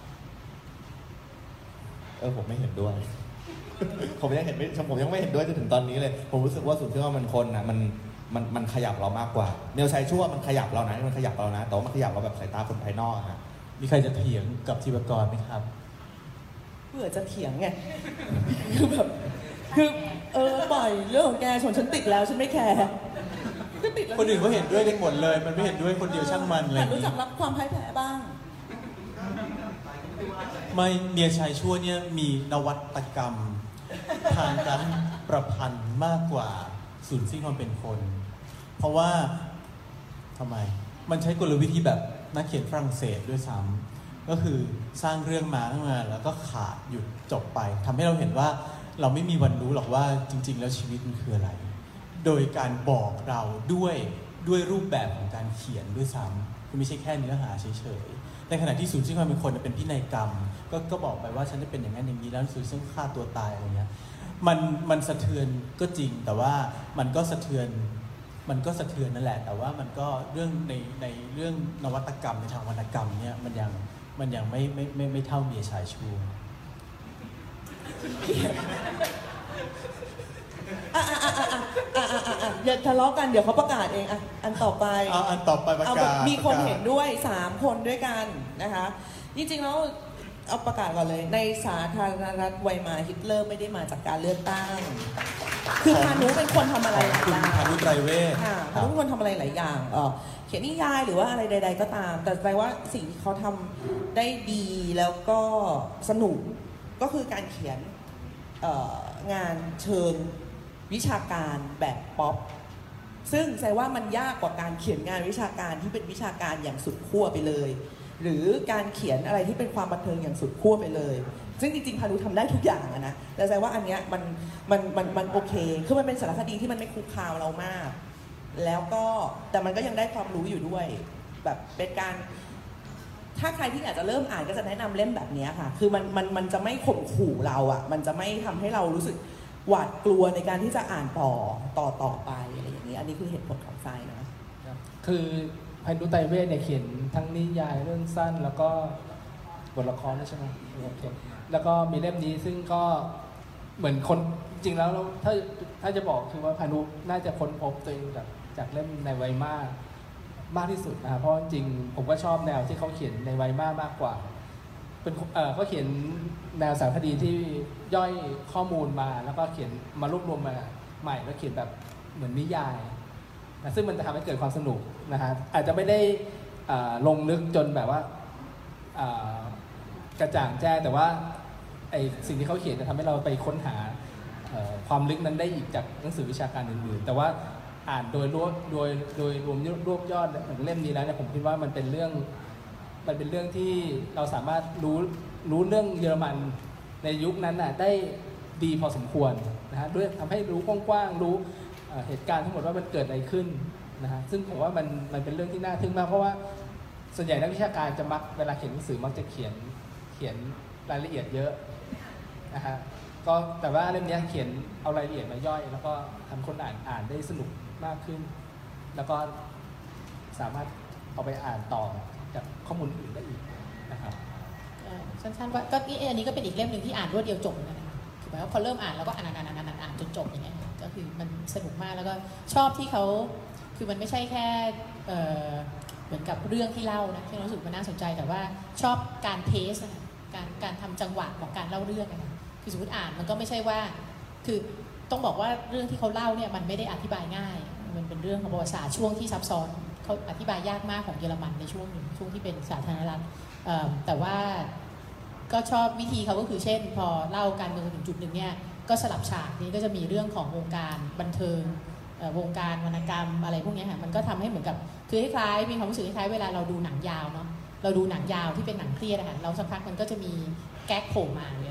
เออผมไม่เห็นด้วย ผมยังเห็นไม่ผมยังไม่เห็นด้วยจนถึงตอนนี้เลยผมรู้สึกว่าสุดที่ว่ามันคนนะมันมันมันขยับเรามากกว่าเมียชายชั่วมันขยับเรานะมันขยับเรานะแต่ว่ามันขยับเราแบบสายตาคนภายนอกนะมีใครจะเถียงกับทีปกรไหมครับเพื่อจะเถียงไง คือแบบคือเออปล่อยเรื่องของแกชนฉันติดแล้วฉันไม่แคร์ก็ติดแล้วคนอื่นเขาเห็นด้วยกันหมดเลย มันไม่เห็นด้วยคนเดียวช่างมันอะไรอแต่ย่างรู้นี้จักรับความพ่ายแพ้บ้างไม่เมียชายชั่วเนี่ยมีนวัตกรรมทางการประพันธ์มากกว่าสูญสิ้นความเป็นคน เพราะว่าทำไมมันใช้กลวิธีแบบนักเขียนฝรั่งเศสด้วยซ้ำก็คือสร้างเรื่องมาขึ้นมาแล้วก็ขาดหยุดจบไปทำให้เราเห็นว่าเราไม่มีวันรู้หรอกว่าจริงๆแล้วชีวิตมันคืออะไรโดยการบอกเราด้วยด้วยรูปแบบของการเขียนด้วยซ้ำคือไม่ใช่แค่เนื้อหาเฉยๆในขณะที่สูญสิ้นความเป็นคนเป็นพินัยกรรมก็ก็บอกไปว่าฉันได้เป็นอย่างนั้นอย่างนี้แล้วสูญสิ้นฆ่าตัวตายอะไรเงี้ยมันมันสะเทือนก็จริงแต่ว่ามันก็สะเทือนมันก็สะเทือนนั่นแหละแต่ว่ามันก็เรื่องในในเรื่องนวัตกรรมในทางวรรณกรรมเนี่ยมันยังมันยังไม่ไม่ไม่ไม่เท่าเมียชายชั่วอ่ะอ่ะอ่ะอ่ะอ่ะอ่ะอ่ะอ่ะอย่าทะเลาะกันเดี๋ยวเขาประกาศเองอ่ะอันต่อไปเอาอันต่อไปประเอากาแบบศมีคนประกาศเห็นด้วยสามคนด้วยกันนะคะจริงๆแล้วเอาประกาศก่อนเลยในสาธารณรัฐไวมาฮิตเลอร์ไม่ได้มาจากการเลือกตั้งคือพานุเป็นคนทำอะไรหลายคุอณย่างพานุไตรเวชค่ะพานุเป็นคนทำอะไรหลายอย่างเออเขียนนิยายหรือว่าอะไรใด ๆ ก็ตาม แต่ใจว่าสิ่งที่เขาทำได้ดีแล้วก็สนุกก็คือการเขียนเอ่องานเชิงวิชาการแบบป๊อปซึ่งใจว่ามันยากกว่าการเขียนงานวิชาการที่เป็นวิชาการอย่างสุดขั้วไปเลยหรือการเขียนอะไรที่เป็นความบันเทิงอย่างสุดขั้วไปเลยซึ่งจริงๆพานุทำได้ทุกอย่างอะนะแต่ใจว่าอันเนี้ยมันมันมันมันโอเคคือมันเป็นสารคดีที่มันไม่คุกคามเรามากแล้วก็แต่มันก็ยังได้ความรู้อยู่ด้วยแบบเป็นการถ้าใครที่อยากจะเริ่มอ่านก็จะแนะนำเล่มแบบนี้ค่ะคือมันมันมันจะไม่ข่มขู่เราอะมันจะไม่ทำให้เรารู้สึกหวาดกลัวในการที่จะอ่านต่อต่อต่อไปอะไรอย่างนี้อันนี้คือเหตุผลของใจนะคือพานุไตรเวชเนี่ยเขียนทั้งนิยายเรื่องสั้นแล้วก็บทละครด้วยใช่ไหมโอเคแล้วก็มีเล่มนี้ซึ่งก็เหมือนคนจริงแล้วถ้าถ้าจะบอกคือว่าพานุน่าจะค้นพบตัวเองจากจากเล่มในไวมากมากที่สุดนะครับเพราะจริงผมก็ชอบแนวที่เขาเขียนในไวมากมากกว่าเป็นเออเขาเขียนแนวสารคดีที่ย่อยข้อมูลมาแล้วก็เขียนมารวบรวมมาใหม่แล้วเขียนแบบเหมือนนิยายนะซึ่งมันจะทำให้เกิดความสนุกนะฮะอาจจะไม่ได้ลงลึกจนแบบว่ากระจ่างแจ้งแต่ว่าไอสิ่งที่เขาเขียนจะทำให้เราไปค้นหาความลึกนั้นได้อีกจากหนังสือวิชาการอื่นๆแต่ว่าอ่านโดยรวบโดยโดยรวมรวบยอดของเล่มนี้แล้วเนี่ยผมคิดว่ามันเป็นเรื่องมันเป็นเรื่องที่เราสามารถรู้รู้เรื่องเยอรมันในยุคนั้นน่ะได้ดีพอสมควรนะฮะด้วยทำให้รู้กว้างๆรู้เหตุการณ์ทั้งหมดว่ามันเกิดอะไรขึ้นนะฮะซึ่งผมว่ามันมันเป็นเรื่องที่น่าทึ่งมากเพราะว่าส่วนใหญ่นักวิชาการจะมักเวลาเขียนหนังสือมักจะเขียนเขียนรายละเอียดเยอะนะฮะก็แต่ว่าเล่มนี้เขียนเอารายละเอียดมาย่อยแล้วก็ทำคนอ่านอ่านได้สนุกมากขึ้นแล้วก็สามารถเอาไปอ่านต่อจากข้อมูลอื่นได้อีกนะครับสั้นๆว่าก็นี่อันนี้ก็เป็นอีกเล่มหนึ่งที่อ่านรวดเดียวจบนะคะคือหมายว่าพอเริ่มอ่านแล้วก็อ่านอ่านอ่านอ่านอ่านจนจบอย่างเงี้ยก็คือมันสนุกมากแล้วก็ชอบที่เขาคือมันไม่ใช่แค่เหมือนกับเรื่องที่เล่านะที่รู้สึกมันน่าสนใจแต่ว่าชอบการเทสการการทำจังหวะของการเล่าเรื่องนะคือสมมติอ่านมันก็ไม่ใช่ว่าคือต้องบอกว่าเรื่องที่เขาเล่าเนี่ยมันไม่ได้อธิบายง่ายมันเป็นเรื่องของประวัติศาสตร์ช่วงที่ซับซ้อนเขาอธิบายยากมากของเยอรมันในช่วงหนึ่งช่วงที่เป็นสาธารณรัฐแต่ว่าก็ชอบวิธีเขาก็คือเช่นพอเล่าการเมืองถึงจุดหนึ่งเนี่ยก็สลับฉากนี้ก็จะมีเรื่องของวงการบันเทิงวงการวรรณกรรมอะไรพวกนี้ค่ะมันก็ทำให้เหมือนกับคือคล้ายๆมีความรู้สึกคล้ายๆเวลาเราดูหนังยาวเนาะเราดูหนังยาวที่เป็นหนังเครียดอะค่ะเราสักพักมันก็จะมีแก๊กโผล่มาหรืออะไรแบบนี้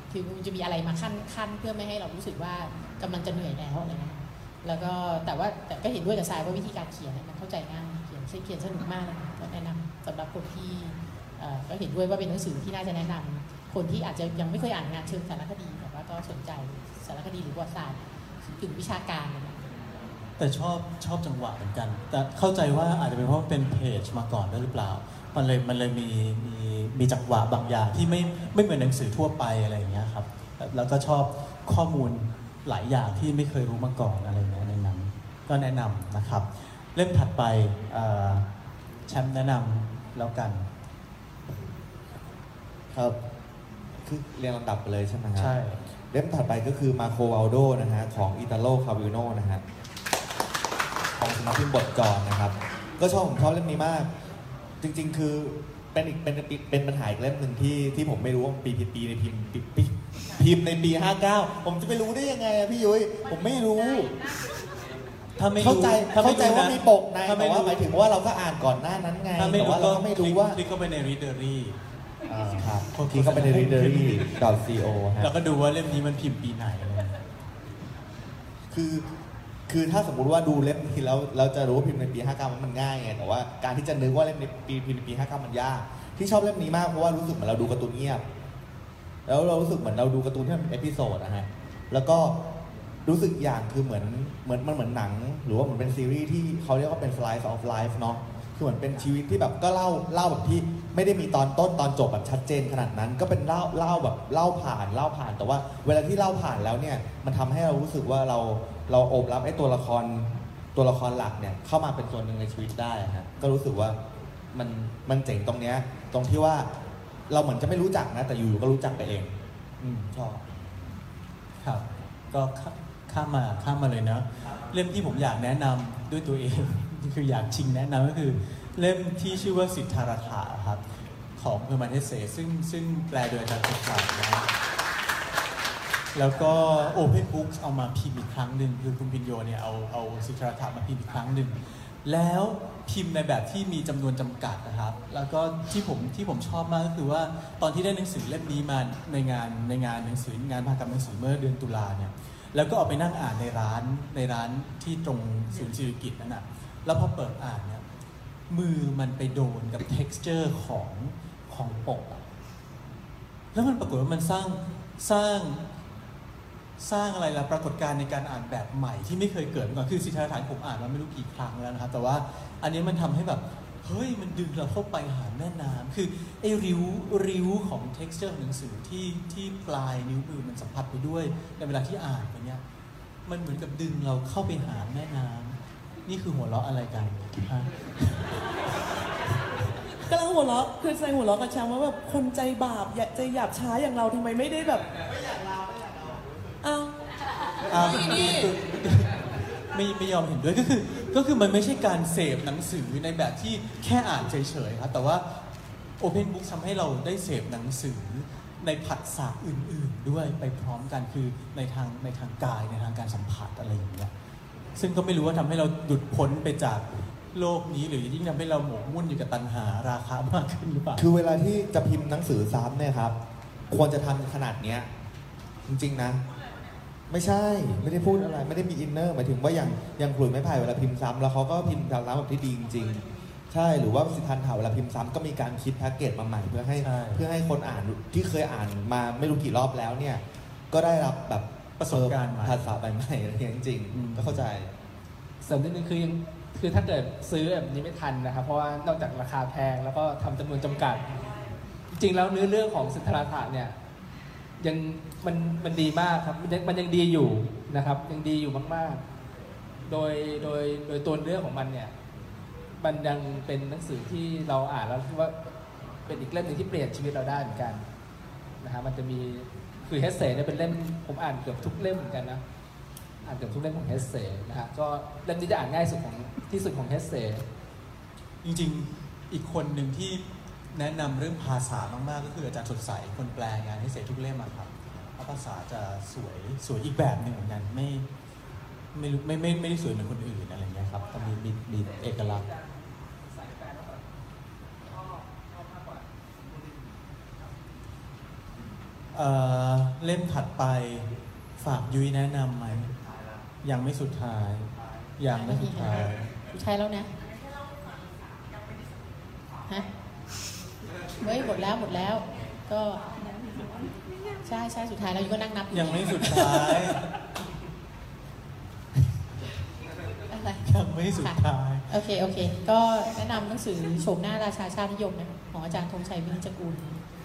คือมันจะมีอะไรมาขั้นขั้นเพื่อไม่ให้เรารู้สึกว่ากำลังจะเหนื่อยแล้วอะไรเงี้ยแล้วก็แต่ว่าแต่ก็เห็นด้วยกับทรายว่าวิธีการเขียนมันเข้าใจง่ายเขียนเขียนสนุกมากเลยก็แนะนำสำหรับคนที่ก็เห็นด้วยว่าเป็นหนังสือที่น่าจะแนะนำคนที่อาจจะยังไม่เคยอ่านงานเชิงสารคดีแต่ว่าก็สนใจสารคดีหรือประวัติศาสตร์กึ่งวิชาการอะไรเงี้ยแต่ชอบชอบจังหวะเหมือนกันแต่เข้าใจว่าอาจจะเป็นเพราะเป็นเพจมาก่อนด้วยหรือเปล่ามันเลยมันเลยมีมีมีจังหวะบางอย่างที่ไม่ไม่เหมือนหนังสือทั่วไปอะไรอย่างเงี้ยครับแล้วก็ชอบข้อมูลหลายอย่างที่ไม่เคยรู้มาก่อนอะไรเงี้ยในนั้นก็แนะนำนะครับเล่มถัดไปแชมป์แนะนำแล้วกันครับคือเรียงลำดับไปเลยใช่ไหมครับใช่เล่มถัดไปก็คือมาโคอัลโดนะฮะของอิตาโลคาวิโนนะฮะของสำนักพิมพ์บทจรนะครับก็ชอบผมชอบเล่มนี้มากจริงๆคือเป็นอีกเป็นเป็นปัญหาอีกเล่มหนึ่งที่ที่ผมไม่รู้ว่าปีผิดปีในพิมพ์พิมพ์ในปีห้าเก้าผมจะไปรู้ได้ยังไงพี่ยุ้ยผมไม่รู้ถ้าไม่เข้าใจเข้าใจว่ามีปกในแต่ว่าหมายถึงว่าเราก็อ่านก่อนหน้านั้นไงแต่ว่าเราก็ไม่รู้ว่าคลิกเข้าไปใน Readery ครับคลิกเข้าไปใน readery ดอท ซี โอ ฮะแล้วก็ดูว่าเล่มนี้มันพิมพ์ปีไหนคือคือถ้าสมมุติว่าดูเล่มนี้แล้วเราจะรู้ว่าพิมพ์ในปีห้าเก้ามันง่ายไงแต่ว่าการที่จะนึกว่าเล่มในปีพิมพ์ในปีห้าเก้ามันยากที่ชอบเล่มนี้มากเพราะว่ารู้สึกเหมือนเราดูการ์ตูนเงียบแล้วเรารู้สึกเหมือนเราดูการ์ตูนที่มันเป็นเอพิโซดนะฮะแล้วก็รู้สึกอย่างคือเหมือนเหมือนมันเหมือนหนังหรือว่าเหมือนเป็นซีรีส์ที่เขาเรียกว่าเป็น slice of life เนาะคือเหมือนเป็นชีวิตที่แบบก็เล่าเล่าแบบที่ไม่ได้มีตอนต้นตอนจบแบบชัดเจนขนาดนั้นก็เป็นเล่าเล่าแบบเล่าผ่านเล่าผ่านแต่ว่าเวลาที่เล่าผ่านแล้วเนี่ยมันทำให้เรารู้สึกว่าเราเราโอบรับไอ้ตัวละครตัวละครหลักเนี่ยเข้ามาเป็นส่วนหนึ่งในชีวิตได้ฮะก็รู้สึกว่ามันมันเจ๋งตรงเนี้ยตรงที่ว่าเราเหมือนจะไม่รู้จักนะแต่อยู่ๆก็รู้จักไปเองอืมชอบครับก็ข้ามมาข้ามมาเลยนะเล่มที่ผมอยากแนะนำด้วยตัวเองคืออยากชิงแนะนำก็คือเล่มที่ชื่อว่าสิทธาราธะครับของเฮอร์มันเฮสเซซึ่งซึ่งแปลโดยอาจารย์สุขาวนะแล้วก็ Open Books เอามาพิมพ์อีกครั้งหนึ่งคือคุณพินโยเนี่ยเอาเอาสิทธาราธะมาพิมพ์อีกครั้งหนึ่งแล้วพิมพ์ในแบบที่มีจำนวนจำกัดนะครับแล้วก็ที่ผมที่ผมชอบมากก็คือว่าตอนที่ได้หนังสือเล่มนี้มาในงานในงานหนังสืองานมหกรรมหนังสือเมื่อเดือนตุลาเนี่ยแล้วก็เอาไปนั่งอ่านในร้านในร้านที่ตรงศูนย์ศิริกิติ์นั่นน่ะแล้วพอเปิดอ่านเนี่ยมือมันไปโดนกับ texture ของของปกแล้วมันปรากฏว่ามันสร้างสร้างสร้างอะไรล่ะปรากฏการณ์ในการอ่านแบบใหม่ที่ไม่เคยเกิดมาก่อนคือสิทธาราธะผมอ่านมาไม่รู้กี่ครั้งแล้วนะครับแต่ว่าอันนี้มันทำให้แบบเฮ้ยมันดึงเราเข้าไปหาแม่น้ำคือไอ้ริ้วริ้วของ texture ของหนังสือที่ที่ปลายนิ้วมือมันสัมผัสไปด้วยในเวลาที่อ่านไปเนี่ยมันเหมือนกับดึงเราเข้าไปหาแม่น้ำนี่คือหัวเราะอะไรกันฮะกำลังหัวเราะคือใจหัวเราะกับช้างว่าแบบคนใจบาปใจหยาบช้าอย่างเราทำไมไม่ได้แบบอ้าวอ้าวไม่ไม่ยอมเห็นด้วยก็คือก็คือมันไม่ใช่การเสพหนังสือในแบบที่แค่อ่านเฉยๆครับแต่ว่า Open Book ทำให้เราได้เสพหนังสือในผัสสะอื่นๆด้วยไปพร้อมกันคือในทางในทางกายในทางการสัมผัสอะไรอย่างเงี้ยซึ่งก็ไม่รู้ว่าทำให้เราหลุดพ้นไปจากโลกนี้หรือยิ่งทำให้เราหมกมุ่นอยู่กับตัณหาราคะมากขึ้นหรือเปล่าคือเวลาที่จะพิมพ์หนังสือซ้ำเนี่ยครับควรจะทำขนาดเนี้ยจริงๆนะไม่ใช่ไม่ได้พูดอะไรไม่ได้มีอินเนอร์หมายถึงว่าอย่างอย่างขลุ่ยไม้ไผ่เวลาพิมพ์ซ้ำแล้วเขาก็พิมพ์ซ้ำแบบที่ดีจริงๆใช่หรือว่าสิทธันถะเวลาพิมพ์ซ้ำก็มีการคิดแพ็กเกจมาใหม่เพื่อให้เพื่อให้คนอ่านที่เคยอ่านมาไม่รู้กี่รอบแล้วเนี่ยก็ได้รับแบบประสบการณ์ภาษาใหม่ๆอะไรอย่างจริงๆก็เข้าใจเสริมนิดนึงคือคือถ้าเกิดซื้อแบบนี้ไม่ทันนะครับเพราะว่านอกจากราคาแพงแล้วก็ทำจำนวนจำกัดจริงแล้วเนื้อเรื่องของสิทธาราธะเนี่ยยังมันมันดีมากครับมันยังมันยังดีอยู่นะครับยังดีอยู่มากๆโดยโดยโดยตัวเรื่องของมันเนี่ยมันยังเป็นหนังสือที่เราอ่านแล้วคิดว่าเป็นอีกเล่มหนึ่งที่เปลี่ยนชีวิตเราได้เหมือนกันนะฮะมันจะมีคือเฮสเซ่เนี่ยเป็นเล่มผมอ่านเกือบทุกเล่มเหมือนกันนะอ่านเกือบทุกเล่มของเฮสเซ่นะฮะก็เล่มที่จะอ่านง่ายสุดของที่สุดของเฮสเซ่จริงๆอีกคนหนึ่งที่แนะนำเรื่องภาษามากๆก็คืออาจารย์สดใสคนแปลงานให้เสร็จทุกเล่มมาครับเพราะภาษาจะสวยสวยอีกแบบหนึ่งเหมือนกันไม่ไม่ไม่ไม่ไม่ได้สวยเหมือนคนอื่นอะไรเงี้ยครับแต่มีมีมีเอกลักษณ์เอ่อเล่มถัดไปฝากยุ้ยแนะนำไหมยังไม่สุดท้ายยังไม่สุดท้ายใช่แล้วนะฮะเฮ้ยหมดแล้วหมดแล้วก็ใช่ใช่สุดท้ายแล้วยุ้ยก็นั่งนับยังไม่สุดท้ายอะไรยังไม่สุดท้ายโอเคโอเคก็แนะนำหนังสือโฉมหน้าราชาชาตินิยมนะของอาจารย์ธงชัยวินิจฉัยกุล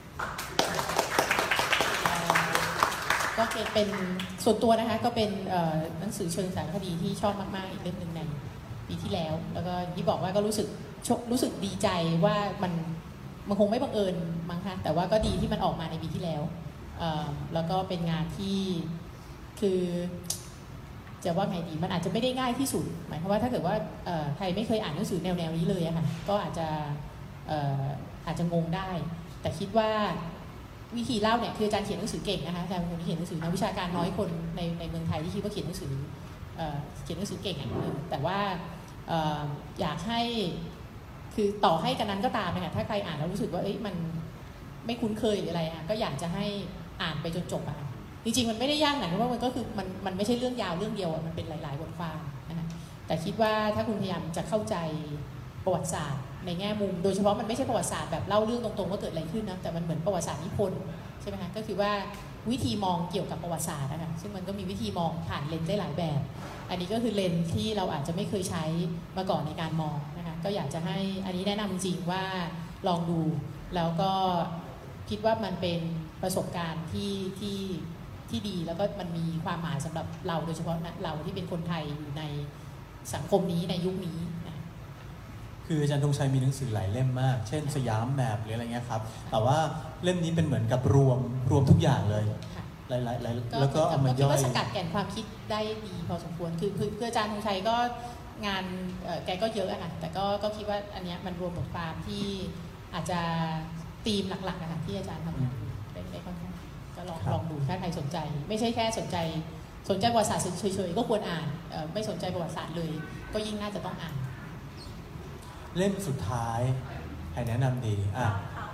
ก็เป็นส่วนตัวนะคะก็เป็นหนังสือเชิงสารคดีที่ชอบมากๆอีกเล่มหนึ่งในปีที่แล้วแล้วก็ที่บอกว่าก็รู้สึกรู้สึกดีใจว่ามันมันคงไม่บังเอิญมั้งคะแต่ว่าก็ดีที่มันออกมาในปีที่แล้วแล้วก็เป็นงานที่คือจะว่าไงดีมันอาจจะไม่ได้ง่ายที่สุดหมายความว่าถ้าเกิดว่าใครไม่เคยอ่านหนังสือแนวแนวนี้เลยอะค่ะก็อาจจะอาจจะงงได้แต่คิดว่าวิธีเล่าเนี่ยคืออาจารย์เขียนหนังสือเก่งนะคะอาจารย์เป็นคนที่เขียนหนังสือนักวิชาการน้อยคนในในเมืองไทยที่คิดว่าเขียนหนังสือเขียนหนังสือเก่งอ่ะแต่ว่าอยากให้คือต่อให้กันนั้นก็ตามนะคะถ้าใครอ่านแล้วรู้สึกว่าเอ้ยมันไม่คุ้นเคยหรืออะไรอ่ะก็อยากจะให้อ่านไปจนจบอ่ะจริงๆมันไม่ได้ยากหนักเพราะว่ามันก็คือมันมันไม่ใช่เรื่องยาวเรื่องเดียวมันเป็นหลายๆบทความนะคะแต่คิดว่าถ้าคุณพยายามจะเข้าใจประวัติศาสตร์ในแง่มุมโดยเฉพาะมันไม่ใช่ประวัติศาสตร์แบบเล่าเรื่องตรงๆว่าเกิดอะไรขึ้นนะแต่มันเหมือนประวัติศาสตร์นิพนธ์ใช่ไหมคะก็คือว่าวิธีมองเกี่ยวกับประวัติศาสตร์นะคะซึ่งมันก็มีวิธีมองผ่านเลนส์ได้หลายแบบอันนี้ก็คือเลนส์ที่เราอาจจะไม่เคยใช้มาก่อนในการมองนะคะก็อยากจะให้อันนี้แนะนำจริงว่าลองดูแล้วก็คิดว่ามันเป็นประสบการณ์ที่ที่ที่ดีแล้วก็มันมีความหมายสำหรับเราโดยเฉพาะเราที่เป็นคนไทยอยู่ในสังคมนี้ในยุคนี้คืออาจารย์ธงชัยมีหนังสือหลายเล่มมากเช่นสยามแมปหรืออะไรเงี้ยครับแต่ว่าเล่มนี้เป็นเหมือนกับรวมรวมทุกอย่างเลยหลายๆแล้วก็เอามาย่อยก็สกัดแก่นความคิดได้ดีพอสมควรคือคืออาจารย์ธงชัยก็งานแกก็เยอะอะค่ะแต่ก็ก็คิดว่าอันนี้มันรวมบทความที่อาจจะธีมหลักๆอะค่ะที่อาจารย์ทำงานได้ได้ค่อนข้างก็ลองลองดูถ้าใครสนใจไม่ใช่แค่สนใจสนใจประวัติศาสตร์เฉยๆก็ควรอ่านไม่สนใจประวัติศาสตร์เลยก็ยิ่งน่าจะต้องอ่านเล่มสุดท้ายใครแนะนำดีอ่ะ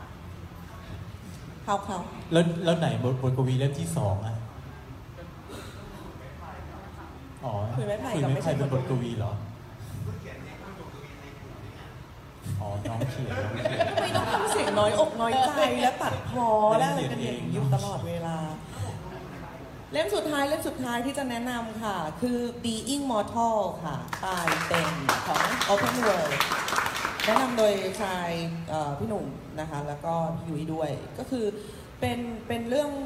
เขาเขาแล้วแล้วไหนบทบทกวีเล่มที่สองอ่ะอ๋อคุยไม่ไผ่ไม่ใช่เป็นบทกวีเหรออ๋อน้องเขียนน้องเขียนไม่ต้องทำเสียงน้อยอกน้อยใจและตัดพอและอะไรกันอย่างนี้อยู่ตลอดเวลาเล่มสุดท้ายเล่มสุดท้ายที่จะแนะนำค่ะคือ Being Mortal ค่ะตายเป็นของ Open World แนะนำโดยชายพี่หนุ่มนะคะแล้วก็พี่ยุ้ยด้วยก็คือเป็นเป็นเรื่อง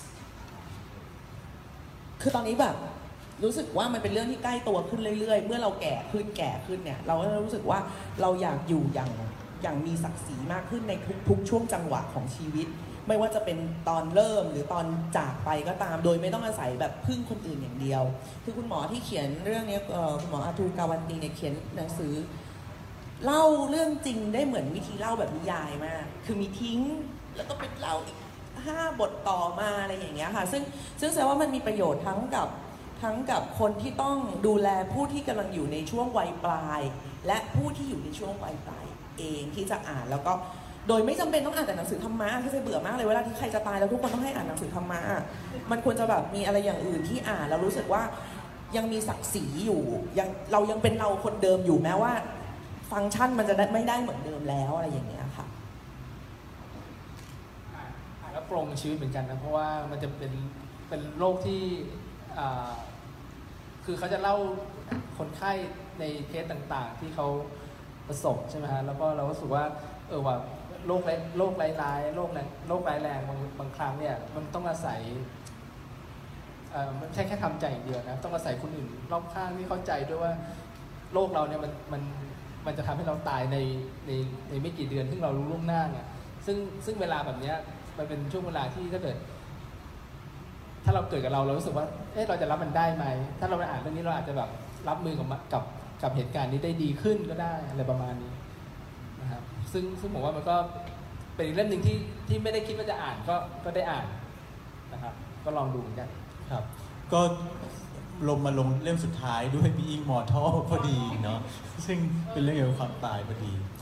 คือตอนนี้แบบรู้สึกว่ามันเป็นเรื่องที่ใกล้ตัวขึ้นเรื่อยๆเมื่อเราแก่ขึ้นแก่ขึ้นเนี่ยเราก็รู้สึกว่าเราอยากอยู่อย่างอย่างมีศักดิ์ศรีมากขึ้นในทุกๆช่วงจังหวะของชีวิตไม่ว่าจะเป็นตอนเริ่มหรือตอนจากไปก็ตามโดยไม่ต้องอาศัยแบบพึ่งคนอื่นอย่างเดียวคือคุณหมอที่เขียนเรื่องนี้คุณหมออาทูกาวันตีเนี่ยเขียนหนังสือเล่าเรื่องจริงได้เหมือนวิธีเล่าแบบนิยายมากคือมีทิ้งแล้วก็เป็นเล่าอีกห้าบทต่อมาอะไรอย่างเงี้ยค่ะซึ่งซึ่งแสดงว่ามันมีประโยชน์ทั้งกับทั้งกับคนที่ต้องดูแลผู้ที่กำลังอยู่ในช่วงวัยปลายและผู้ที่อยู่ในช่วงวัยปลายเองที่จะอ่านแล้วก็โดยไม่จำเป็นต้องอ่านแต่หนังสือธรรมะที่จะเบื่อมากเลยเวลาที่ใครจะตายแล้วทุกคนต้องให้อ่านหนังสือธรรมะมันควรจะแบบมีอะไรอย่างอื่นที่อ่านแล้วรู้สึกว่ายังมีศักดิ์ศรีอยู่ยังเรายังเป็นเราคนเดิมอยู่แม้ว่าฟังก์ชันมันจะไม่ได้เหมือนเดิมแล้วอะไรอย่างเงี้ยค่ะอ่านแล้วปรงชีวิตเหมือนกันนะเพราะว่ามันจะเป็นเป็นโรคที่คือเขาจะเล่าคนไข้ในเคสต่างๆที่เขาประสบใช่ไหมฮะแล้วก็เราก็รู้สึกว่าเออว่าโรคร้ายโรคร้ายๆโรคแรงโรคร้ายแรงบางบางครั้งเนี่ยมันต้องอาศัยเอ่อไม่ใช่แค่ทำใจอย่างเดียวนะต้องอาศัยคนอื่นรอบข้างที่เข้าใจด้วยว่าโรคเราเนี่ยมันมันมันจะทำให้เราตายในในในไม่กี่เดือนซึ่งเรารู้ล่วงหน้าเนี่ยซึ่งซึ่งเวลาแบบนี้มันเป็นช่วงเวลาที่ถ้าเกิดถ้าเราเกิดกับเราเรารู้สึกว่าเอ๊ะเราจะรับมันได้ไหมถ้าเราไปอ่านเรื่องนี้เราอาจจะแบบรับมือกับกับกับเหตุการณ์นี้ได้ดีขึ้นก็ได้อะไรประมาณนี้นะครับซึ่งซึ่งผมว่ามันก็เป็นอีกเล่มหนึ่งที่ที่ไม่ได้คิดว่าจะอ่านก็ก็ได้อ่านนะครับก็ลองดูเหมือนกันครับก็ลงมาลงเล่มสุดท้ายด้วย Being Mortal พอดีเนาะซึ่งเป็นเรื่องเกี่ยวกับความตายพอดี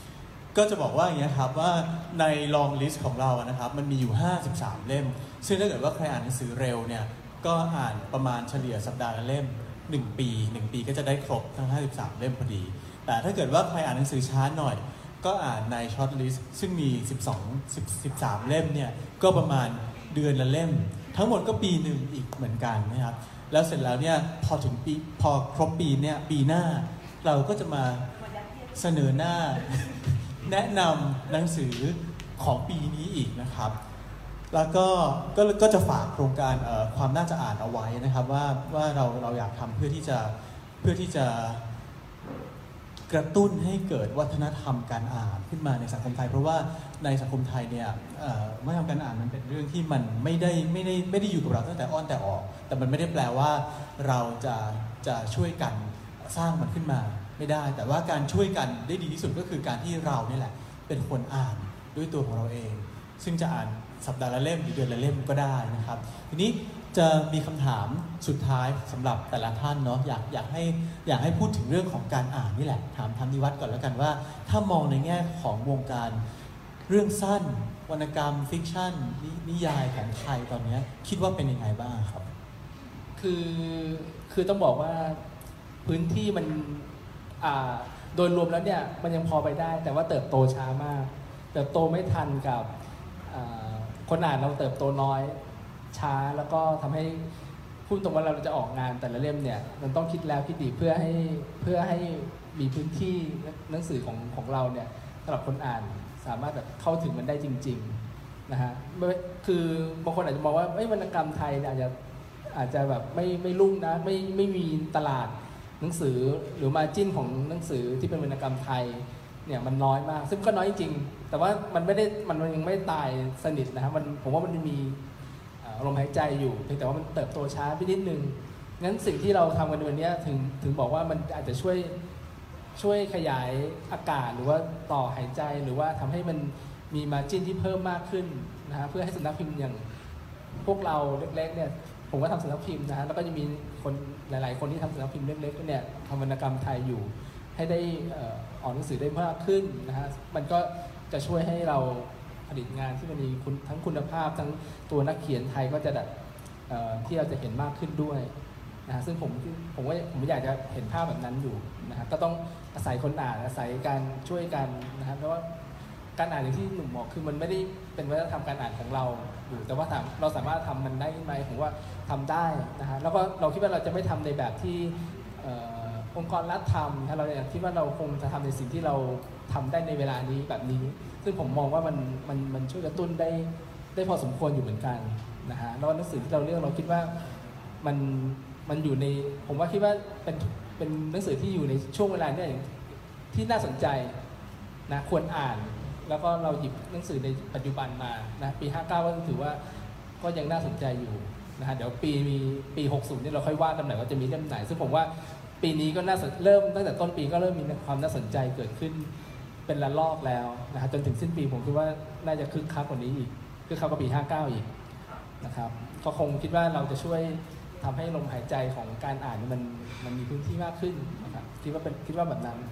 ก็จะบอกว่าอย่างเงี้ยครับว่าใน long list ของเราอะนะครับมันมีอยู่ห้าสิบสามเล่มซึ่งถ้าเกิดว่าใครอ่านหนังสือเร็วเนี่ยก็อ่านประมาณเฉลี่ยสัปดาห์ละเล่มหนึ่งปีหนึ่งปีก็จะได้ครบทั้งห้าสิบสามเล่มพอดีแต่ถ้าเกิดว่าใครอ่านหนังสือช้าหน่อยก็อ่านใน short list ซึ่งมีสิบสอง สิบ สิบสามเล่มเนี่ยก็ประมาณเดือนละเล่มทั้งหมดก็ปีหนึ่งอีกเหมือนกันนะครับแล้วเสร็จแล้วเนี่ยพอถึงปีพอครบปีเนี่ยปีหน้าเราก็จะมาเสนอหน้า แนะนำหนังสือของปีนี้อีกนะครับแล้วก็ก็ก็จะฝากโครงการความน่าจะอ่านเอาไว้นะครับว่าว่าเราเราอยากทำเพื่อที่จะเพื่อที่จะกระตุ้นให้เกิดวัฒนธรรมการอ่านขึ้นมาในสังคมไทยเพราะว่าในสังคมไทยเนี่ยวัฒนธรรมการอ่านมันเป็นเรื่องที่มันไม่ได้ไม่ได้ไม่ได้อยู่กับเราตั้งแต่อ้อนแต่ออกแต่มันไม่ได้แปลว่าเราจะจะช่วยกันสร้างมันขึ้นมาไม่ได้แต่ว่าการช่วยกันได้ดีที่สุดก็คือการที่เราเนี่ยแหละเป็นคนอ่านด้วยตัวของเราเองซึ่งจะอ่านสัปดาห์ละเล่มหรือเดือนละเล่มก็ได้นะครับทีนี้จะมีคำถามสุดท้ายสำหรับแต่ละท่านเนาะอยากอยากให้อยากให้พูดถึงเรื่องของการอ่านนี่แหละถามทำนิวัฒน์ก่อนแล้วกันว่าถ้ามองในแง่ของวงการเรื่องสั้นวรรณกรรมฟิกชันนิยายของไทยตอนนี้คิดว่าเป็นยังไงบ้างครับคือคือต้องบอกว่าพื้นที่มันอ่าโดยรวมแล้วเนี่ยมันยังพอไปได้แต่ว่าเติบโตช้ามากเติบโตไม่ทันกับคนอ่านเราเติบโตน้อยช้าแล้วก็ทำให้พูดตรงว่าเราจะออกงานแต่ละเล่มเนี่ยมันต้องคิดแล้วคิดดีเพื่อให้เพื่อให้มีพื้นที่หนังสือของของเราเนี่ยสำหรับคนอ่านสามารถแบบเข้าถึงมันได้จริงๆนะฮะคือบางคนอาจจะมองว่าไอ้วรรณกรรมไทยอาจจะอาจจะแบบไม่ไม่รุ่งนะไม่ไม่มีตลาดหนังสือหรือมาจิ้นของหนังสือที่เป็นวรรณกรรมไทยเนี่ยมันน้อยมากซึ่งก็น้อยจริงๆแต่ว่ามันไม่ได้มันยังไม่ตายสนิทนะครับมันผมว่ามันมีลมหายใจอยู่เพียงแต่ว่ามันเติบโตช้าไปนิดนึงงั้นสิ่งที่เราทำกันในวันนี้ถึงถึงบอกว่ามันอาจจะช่วยช่วยขยายอากาศหรือว่าต่อหายใจหรือว่าทำให้มันมีมาจิ้นที่เพิ่มมากขึ้นนะฮะเพื่อให้สำนักพิมพ์อย่างพวกเราเล็กๆเนี่ยผมก็ทำสำนักพิมพ์นะฮะแล้วก็จะมีคนหลายๆคนที่ทำสำนักพิมพ์เล็กๆเนี่ยทำวรรณกรรมไทยอยู่ให้ได้ออกหนังสือได้มากขึ้นนะฮะมันก็จะช่วยให้เราผลิตงานที่มันมีทั้งคุณภาพทั้งตัวนักเขียนไทยก็จะที่เราจะเห็นมากขึ้นด้วยนะฮะซึ่งผมผมว่าผมอยากจะเห็นภาพแบบนั้นอยู่นะฮะก็ต้องอาศัยคนอ่านอาศัยการช่วยกันนะฮะเพราะว่าการอ่านอย่างที่หนุ่มบอกคือมันไม่ได้เป็นวัฒนธรรมการอ่านของเราอยู่แต่ว่าเราสามารถทำมันได้ไหมผมว่าทำได้นะฮะแล้วก็เราคิดว่าเราจะไม่ทำในแบบที่องค์กรรัฐทำถ้าเราอยากคิดว่าเราคงจะทำในสิ่งที่เราทำได้ในเวลานี้แบบนี้ซึ่งผมมองว่ามันมันมันช่วยกระตุ้นได้ได้พอสมควรอยู่เหมือนกันนะฮะแล้วหนังสือที่เราเลือกเราคิดว่ามันมันอยู่ในผมว่าคิดว่าเป็นเป็นหนังสือที่อยู่ในช่วงเวลาเนี่ยที่น่าสนใจนะควรอ่านแล้วก็เราหยิบหนังสือในปัจจุบันมานะปีห้าเก้าก็ถือว่าก็ยังน่าสนใจอยู่นะฮะเดี๋ยวปีมีปีหกสิบนี่เราค่อยว่ากันหน่อยว่าจะมีเล่มไหนซึ่งผมว่าปีนี้ก็น่าเริ่มตั้งแต่ต้นปีก็เริ่มมีความน่าสนใจเกิดขึ้นเป็นระลอกแล้วนะฮะจนถึงสิ้นปีผมคิดว่าน่าจะคึกคักกว่านี้อีกคึกคักกว่าปีห้าเก้าอีกนะครับก็คงคิดว่าเราจะช่วยทำให้ลมหายใจของการอ่านมันมันมีพื้นที่มากขึ้นนะครับคิดว่าเป็นคิดว่าแบบนั้น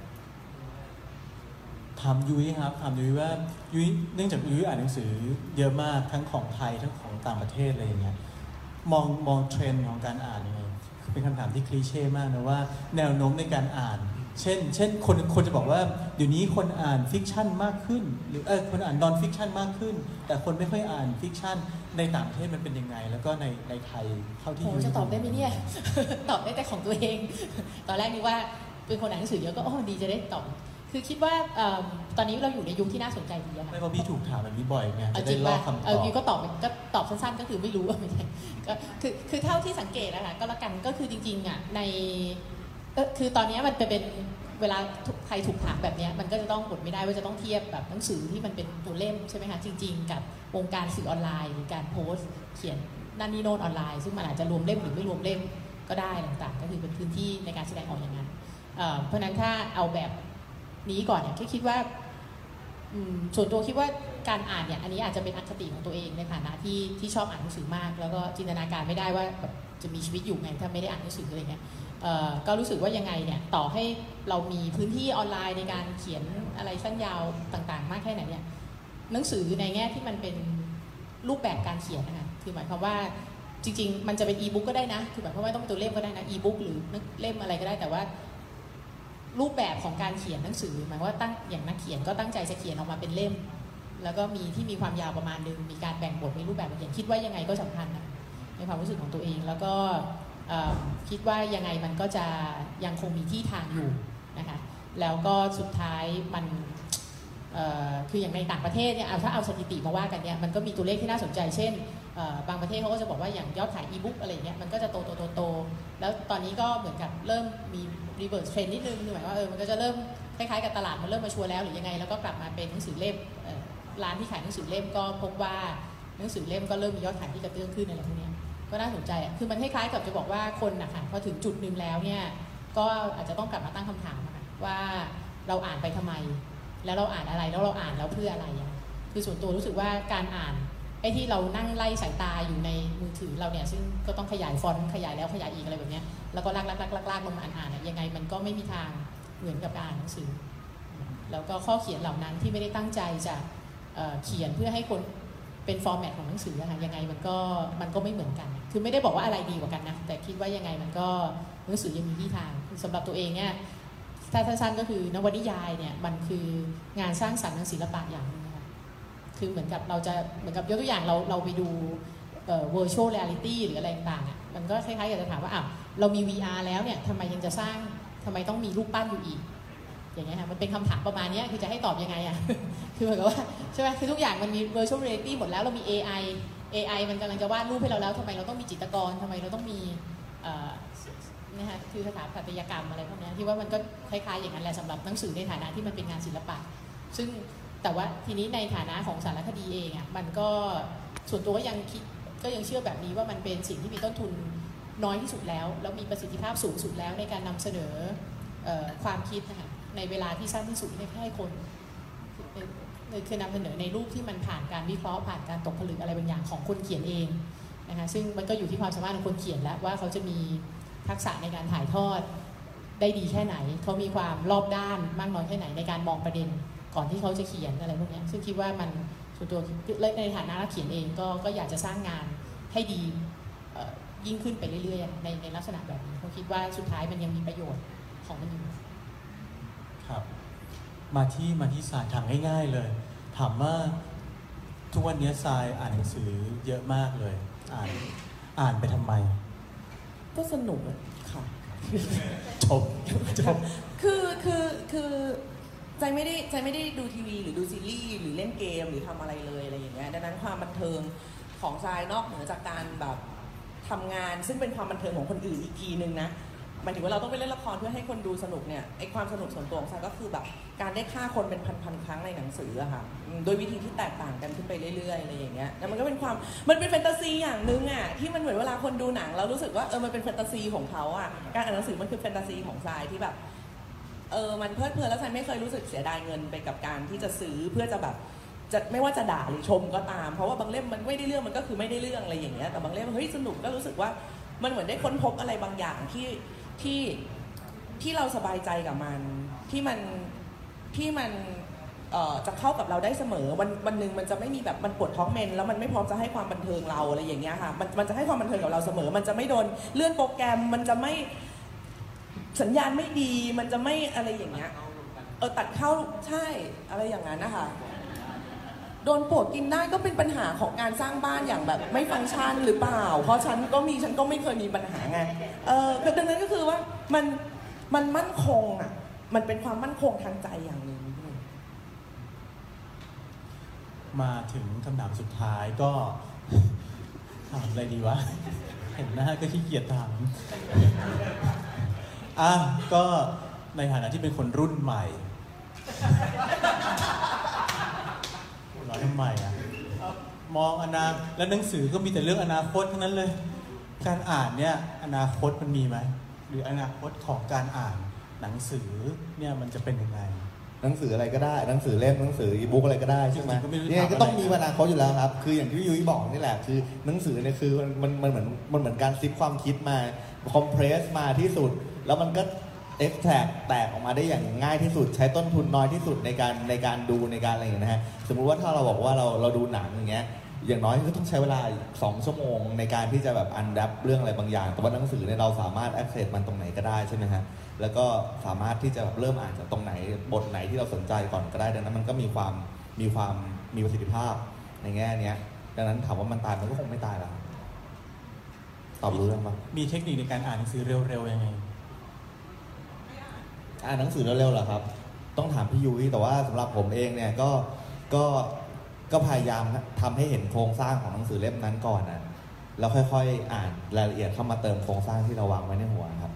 ถามยุ้ยครับถามยุ้ยว่ายุ้ยเนื่องจากยุ้ยอ่านหนังสือเยอะมากทั้งของไทยทั้งของต่างประเทศอะไรอย่างเงี้ยมองมองเทรนด์ของการอ่านยังไงเป็นคำถามที่คลีเช่มากนะว่าแนวโน้มในการอ่านเช่นเช่นคนคนจะบอกว่าเดี๋ยวนี้คนอ่านฟิกชันมากขึ้นหรือเออคนอ่านนอนฟิกชันมากขึ้นแต่คนไม่ค่อยอ่านฟิกชันในต่างประเทศมันเป็นยังไงแล้วก็ในในไทยเท่าที่ผมจะตอบได้ไหมเนี่ย ตอบได้แต่ของตัวเองตอนแรกนึกว่าเป็นคนอ่านหนังสือเยอะก็โอ้ดีจะได้ตอบคือคิดว่าตอนนี้เราอยู่ในยุคที่น่าสนใจดีอะค่ะไม่เพราะพี่ถูกถามแบบนี้บ่อยไงจะได้ลอกคำตอบเออพี่ก็ตอบก็ตอบสั้นๆก็คือไม่รู้ไม่ใช่ก็คือคือเท่าที่สังเกตนะคะก็แล้วกันก็คือจริงๆอ่ะในเออคือตอนนี้มันเป็นเวลาใครถูกถามแบบนี้มันก็จะต้องอดไม่ได้ว่าจะต้องเทียบแบบหนังสือที่มันเป็นตัวเล่มใช่ไหมคะจริงๆกับวงการสื่อออนไลน์การโพสต์เขียนนั่นนี่โน้นออนไลน์ซึ่งมันอาจจะรวมเล่มหรือไม่รวมเล่มก็ได้ต่างๆก็คือเป็นพื้นที่ในการแสดงออกอย่างนั้นเพราะนั้นถ้าเอาแบบนี้ก่อนเนี่ยคิดว่าส่วนตัวคิดว่าการอ่านเนี่ยอันนี้อาจจะเป็นอคติของตัวเองในฐานะที่ที่ชอบอ่านหนังสือมากแล้วก็จินตนาการไม่ได้ว่าแบบจะมีชีวิตอยู่ไงถ้าไม่ได้อ่านหนังสืออะไรเงี้ยเอ่อก็รู้สึกว่ายังไงเนี่ยต่อให้เรามีพื้นที่ออนไลน์ในการเขียนอะไรสั้นยาวต่างๆมากแค่ไหนเนี่ยหนังสือในแง่ที่มันเป็นรูปแบบการเขียนนะคะคือหมายความว่าจริงๆมันจะเป็นอีบุ๊กก็ได้นะคือหมายความว่าต้องเป็นตัวเล่มก็ได้นะอีบุ๊กหรือเล่มอะไรก็ได้แต่ว่ารูปแบบของการเขียนหนังสือหมายว่าตั้งอย่างนักเขียนก็ตั้งใจจะเขียนออกมาเป็นเล่มแล้วก็มีที่มีความยาวประมาณนึงมีการแบ่งบทในรูปแบบอย่างคิดว่ายังไงก็สำคัญนะในความรู้สึกของตัวเองแล้วก็คิดว่ายังไงมันก็จะยังคงมีที่ทางอยู่นะคะแล้วก็สุดท้ายมันคืออย่างในต่างประเทศเนี่ยถ้าเอาสถิติมาว่ากันเนี่ยมันก็มีตัวเลขที่น่าสนใจเช่นบางประเทศเขาก็จะบอกว่าอย่างยอดขายอีบุ๊กอะไรเงี้ยมันก็จะโตโตโตโตแล้วตอนนี้ก็เหมือนกับเริ่มมีรีเวิร์สเทรนด์นิดนึงคือหมายว่าเออมันก็จะเริ่มคล้ายๆกับตลาดมันเริ่มมาชัวร์แล้วหรือยังไงแล้วก็กลับมาเป็นหนังสือเล่มร้านที่ขายหนังสือเล่มก็พบว่าหนังสือเล่มก็เริ่มมียอดขายที่กระเตื้องขึ้นอะไรพวกนี้ก็น่าสนใจอ่ะคือมันคล้ายๆกับจะบอกว่าคนนะคะพอถึงจุดหนึ่งแล้วเนี่ยก็อาจจะต้องกลับมาตั้งคำถามว่าเราอ่านไปทำไมแล้วเราอ่านอะไรแล้วเราอ่านแล้วเพื่ออะไรอ่ะคือส่วนตัวรู้สึกว่าการอ่านไอ้ที่เรานั่งไล่สายตาอยู่ในมือถือเราเนี่ยซึ่งก็ต้องขยายฟอนต์ขยายแล้วขยายอีกอะไรแบบนี้แล้วก็ลากลากลากลากลงมาอ่านๆยังไงมันก็ไม่มีทางเหมือนกับการอ่านหนังสือแล้วก็ข้อเขียนเหล่านั้นที่ไม่ได้ตั้งใจจะเขียนเพื่อให้คนเป็นฟอร์แมตของหนังสือนะคะยังไงมันก็มันก็ไม่เหมือนกันคือไม่ได้บอกว่าอะไรดีกว่ากันนะแต่คิดว่ายังไงมันก็หนังสือยังมีที่ทางสำหรับตัวเองเนี่ยถ้าสั้นๆก็คือนวนิยายเนี่ยมันคืองานสร้างสรรค์ทางศิลปะอย่างนึงนะคะคือเหมือนกับเราจะเหมือนกับยกตัวอย่างเราเราไปดูเอ่อ virtual reality หรืออะไรต่างๆอ่ะมันก็คล้ายๆกับจะถามว่าอ้าวเรามี วี อาร์ แล้วเนี่ยทำไมยังจะสร้างทำไมต้องมีรูปปั้นอยู่อีกอย่างเงี้ยค่ะมันเป็นคำถามประมาณนี้คือจะให้ตอบยังไงอ่ะ คือเหมือนกับว่าใช่ไหมคือทุกอย่างมันมี virtual reality หมดแล้วเรามี เอ ไอ เอ ไอ มันกำลังจะวาดรูปให้เราแล้วทำไมเราต้องมีจิตรกรทำไมเราต้องมีนะคะคือสถาปัตยกรรมอะไรพวกนี้ที่ว่ามันก็คล้ายๆอย่างนั้นแหละสำหรับหนังสือในฐานะที่มันเป็นงานศิลปะซึ่งแต่ว่าทีนี้ในฐานะของสารคดีเองอ่ะมันก็ส่วนตัวก็ยังคิดก็ยังเชื่อแบบนี้ว่ามันเป็นสิ่งที่มีต้นทุนน้อยที่สุดแล้วแล้วมีประสิทธิภาพสูงสุดแล้วในการนำเสนอความคิดนะคะในเวลาที่สั้นที่สุดให้คนคือนำเสนอในรูปที่มันผ่านการวิเคราะห์ผ่านการตกผลึกอะไรบางอย่างของคนเขียนเองนะคะซึ่งมันก็อยู่ที่ความสามารถของคนเขียนแล้วว่าเขาจะมีทักษะในการถ่ายทอดได้ดีแค่ไหนเขามีความรอบด้านมากน้อยแค่ไหนในการมองประเด็นก่อนที่เขาจะเขียนอะไรพวกนี้ซึ่งคิดว่ามันส่วนตัวในฐานะนักเขียนเองก็ก็อยากจะสร้างงานให้ดียิ่งขึ้นไปเรื่อยๆในในลักษณะแบบนี้เขาคิดว่าสุดท้ายมันยังมีประโยชน์ของมันอยู่ครับมาที่มาที่สายถามง่ายๆเลยถามว่าทุกวันนี้ทรายอ่านหนังสือเยอะมากเลยอ่านอ่านไปทำไมก็สนุกค่ะจบจบคือคือคือใจไม่ได้ใจไม่ได้ดูทีวีหรือดูซีรีส์หรือเล่นเกมหรือทำอะไรเลยอะไรอย่างเงี้ยดังนั้นความบันเทิงของทรายนอกเหนือจากการแบบทำงานซึ่งเป็นความบันเทิงของคนอื่นอีกทีนึงนะหมายถึงว่าเราต้องไปเล่นละครเพื่อให้คนดูสนุกเนี่ยไอความสนุกส่วนตัวของทรายก็คือแบบการได้ฆ่าคนเป็นพันๆครั้งในหนังสืออะค่ะโดยวิธีที่แตกต่างกันขึ้นไปเรื่อยๆอะไรอย่างเงี้ยแล้วมันก็เป็นความมันเป็นแฟนตาซีอย่างนึงอะที่มันเหมือนเวลาคนดูหนังเรารู้สึกว่าเออมันเป็นแฟนตาซีของเขาอะการอ่านหนังสือมันคือแฟนตาซีของทรายที่แบบเออมันเพลิดเพลินแล้วทรายไม่เคยรู้สึกเสียดายเงินไปกับการที่จะซื้อเพื่อจะแบบจะไม่ว่าจะด่าหรือชมก็ตามเพราะว่าบางเล่มมันไม่ได้เรื่องมันก็คือไม่ได้เรื่องอะไรอย่างเงี้ยแต่บางเล่มเฮ้ยสนุกก็รู้สึกว่ามันเหมือนได้ค้นพบอะไรบางอย่างที่ที่ที่เราสบายใจกับมันที่มันที่มันเอ่อจะเข้ากับเราได้เสมอวันวันหนึ่งมันจะไม่มีแบบมันปวดท้องเมนแล้วมันไม่พร้อมจะให้ความบันเทิงเราอะไรอย่างเงี้ยค่ะมันมันจะให้ความบันเทิงกับเราเสมอมันจะไม่โดนเลื่อนโปรแกรมมันจะไม่สัญญาณไม่ดีมันจะไม่อะไรอย่างเงี้ยเออตัดเข้าใช่อะไรอย่างนั้นนะคะโดนปวดกินได้ก็เป็นปัญหาของการสร้างบ้านอย่างแบบไม่ฟังก์ชันหรือเปล่าเพราะฉันก็มีฉันก็ไม่เคยมีปัญหาไงเออคือดังนั้นก็คือว่ามันมันมั่นคงอ่ะมันเป็นความมั่นคงทางใจอย่างหนึ่งมาถึงคำถามสุดท้ายก็ถามอะไรดีวะเห็นหน้าก็ขี้เกียจถามอ่ะก็ในฐานะที่เป็นคนรุ่นใหม่หัวเราะทำไมอ่ะมองอนาคตแล้วหนังสือก็มีแต่เรื่องอนาคตทั้งนั้นเลยการอ่านเนี่ยอนาคตมันมีไหมหรืออนาคตของการอ่านหนังสือเนี่ยมันจะเป็นยังไงหนังสืออะไรก็ได้หนังสือเล่มหนังสืออีบุ๊กอะไรก็ได้ใช่ไหมเนี่ยก็ต้องมีอนาคตอยู่แล้วครับคืออย่างที่ยุ้ยบอกนี่แหละคือหนังสือเนี่ยคือมันมันเหมือนมันเหมือนการซิปความคิดมาคอมเพรสมาที่สุดแล้วมันก็ extract แตกออกมาได้อย่างง่ายที่สุดใช้ต้นทุนน้อยที่สุดในการในการดูในการอะไรอย่างเงี้ยนะฮะสมมุติว่าถ้าเราบอกว่าเราเราดูหนังอย่างเงี้ยอย่างน้อยก็ต้องใช้เวลาสองชั่วโมงในการที่จะแบบอันดับเรื่องอะไรบางอย่างแต่ว่าหนังสือเนี่ยเราสามารถ access มันตรงไหนก็ได้ใช่ไหมฮะแล้วก็สามารถที่จะแบบเริ่มอ่านจากตรงไหนบทไหนที่เราสนใจก่อนก็ได้ดังนั้นมันก็มีความมีความมีประสิทธิภาพในแง่เนี้ยดังนั้นถามว่ามันตายมันก็คงไม่ตายแล้วตอบรู้เรื่องปะมีเทคนิคในการอ่านหนังสือเร็วๆยังไงอ่านหนังสือเร็วๆเหรอครับต้องถามพี่ยุ้ยแต่ว่าสำหรับผมเองเนี่ยก็ก็ก็พยายามทำให้เห็นโครงสร้างของหนังสือเล่มนั้นก่อนนะแล้วค่อยๆอ่านรายละเอียดเข้ามาเติมโครงสร้างที่เราวางไว้ในหัวครับ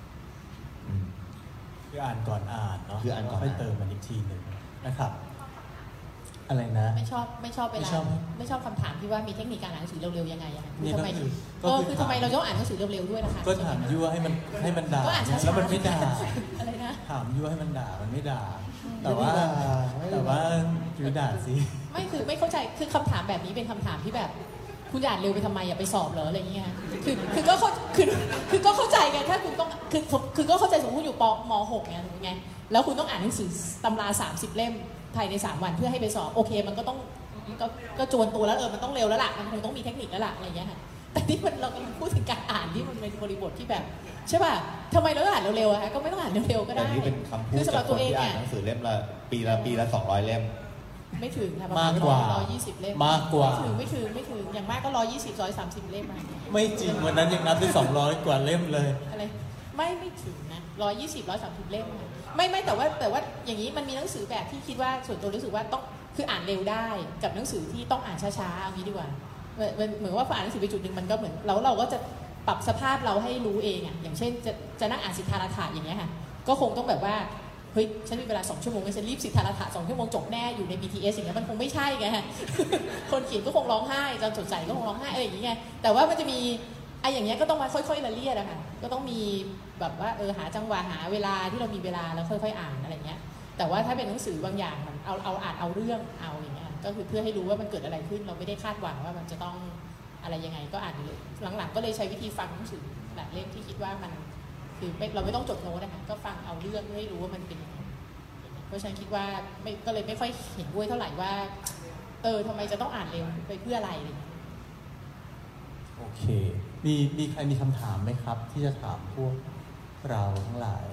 คืออ่านก่อนอ่านเนาะคืออ่านก่อนค่อยเติมมันอีกทีหนึ่งนะครับอะไรนะไม่ชอบไม่ชอบเวไม่ลาชอบไม่ชอบคำถามที่ว่ามีเทคนิคการอ่านหนังสือเร็วๆยังไงอะนี่ทำไมก็คือเออก็คือคือทำไมเราต้องอ่านหนังสือเร็วๆด้วยนะคะก็ถามยั่วให้มันให้มันด่าก็อ่านช้าๆแล้วมันไม่ด่าอะไรนะถามยั่วให้มันด่ามันไม่ด่าอืมแต่ว่าไม่ได้ด่าแต่ว่าอยู่ด่าสิไม่คือไม่เข้าใจคือคำถามแบบนี้เป็นคำถามที่แบบคุณอ่านเร็วไปทำไมอย่าไปสอบเหรออะไรอย่างเงี้ยคือคือก็เข้าคือคือก็เข้าใจไงถ้าคุณต้องคือคือก็เข้าใจสมมติคุณอยู่ปม หก ไงไงแล้วคุณต้องอ่านหนังสือตำราสามสิบเล่มภายในสามวันเพื่อให้ไปสอบโอเคมันก็ต้องก็ก็จวนตัวแล้วเออมันต้องเร็วแล้วล่ะมันคงต้องมีเทคนิคแล้วล่ะอะไรอย่างเงี้ยค่ะแต่ที่มันเรากำลังพูดถึงการอ่านที่มันเป็นบริบทที่แบบใช่ป่ะทำไมเราต้องอ่านเร็วๆอะคะก็ไม่ต้องอ่านเร็วๆก็แต่ได้นี่เป็นคำพูดคือสำหจารักบคตัวน เองที่อ่านเนี่ยหนังสือเล่มละปีละปีละสองร้อยเล่มไม่ถึงค่ะประมากมาณกว่าร้อยยี่สิบเล่มมากกว่าไม่ถึงไม่ถึงไม่ถึงอย่างมากก็ร้อยยี่สิบร้อยสามสิบเล่มอะไม่จริงวันนั้นยังนับได้สองร้อยกว่าเล่มเลยอะไรไม่ไม่ถึงนะร้อยยี่สิบร้อยสามสิบเล่มอะไม่ไม่แต่ว่าแต่ว่าอย่างนี้มันมีหนังสือแบบที่คิดว่าส่วนตัวรู้สึกว่าต้องคืออ่านเร็วได้กับหนังสือที่ต้องอ่านช้าๆเอางี้ดีกว่าเหมือนเหมือนว่าพออ่านหนังสือไปจุดหนึ่งมันก็เหมือนแล้วเราก็จะปรับสภาพเราให้รู้เองอ่ะอย่างเช่นจะจะนั่งอ่านสิทธาราถะอย่างเงี้ยค่ะก็คงต้องแบบว่าเฮ้ยฉันมีเวลาสองชั่วโมงฉันรีบสิทธาราถะสองชั่วโมงจบแน่อยู่ใน บี ที เอส อย่างเงี้ยมันคงไม่ใช่ไงฮะ คนเขียนก็คงร้องไห้จนสดใสก็คงร้องไห้อะไรอย่างเงี้ยแต่ว่ามันจะมีไอ้อย่างเงี้ยก็ต้องมาค่อยๆละเลียดอะค่ะก็ต้องมีแบบว่าเออหาจังหวะหาเวลาที่เรามีเวลาแล้วค่อยๆอ่านอะไรเงี้ยแต่ว่าถ้าเป็นหนังสือบางอย่างมันเอาเอาอ่านเอาเรื่องเอาอย่างเงี้ยก็คือเพื่อให้รู้ว่ามันเกิดอะไรขึ้นเราไม่ได้คาดหวังว่ามันจะต้องอะไรยังไงก็อ่านเลยหลังๆก็เลยใช้วิธีฟังหนังสือแบบเล่มที่คิดว่ามันคือไม่เราไม่ต้องจดโน้ตนะคะก็ฟังเอาเรื่องเพื่อให้รู้ว่ามันเป็นยังไงเพราะฉะนั้นคิดว่าไม่ก็เลยไม่ค่อยเห็นด้วยเท่าไหร่ว่าเออทำไมจะต้องอ่านเร็วไปเพื่ออะไรอะไรอย่างเงี้ยโอเคมีมีใครมีคำถามไหมครับ ที่จะถามพวกเราทั้งหลาย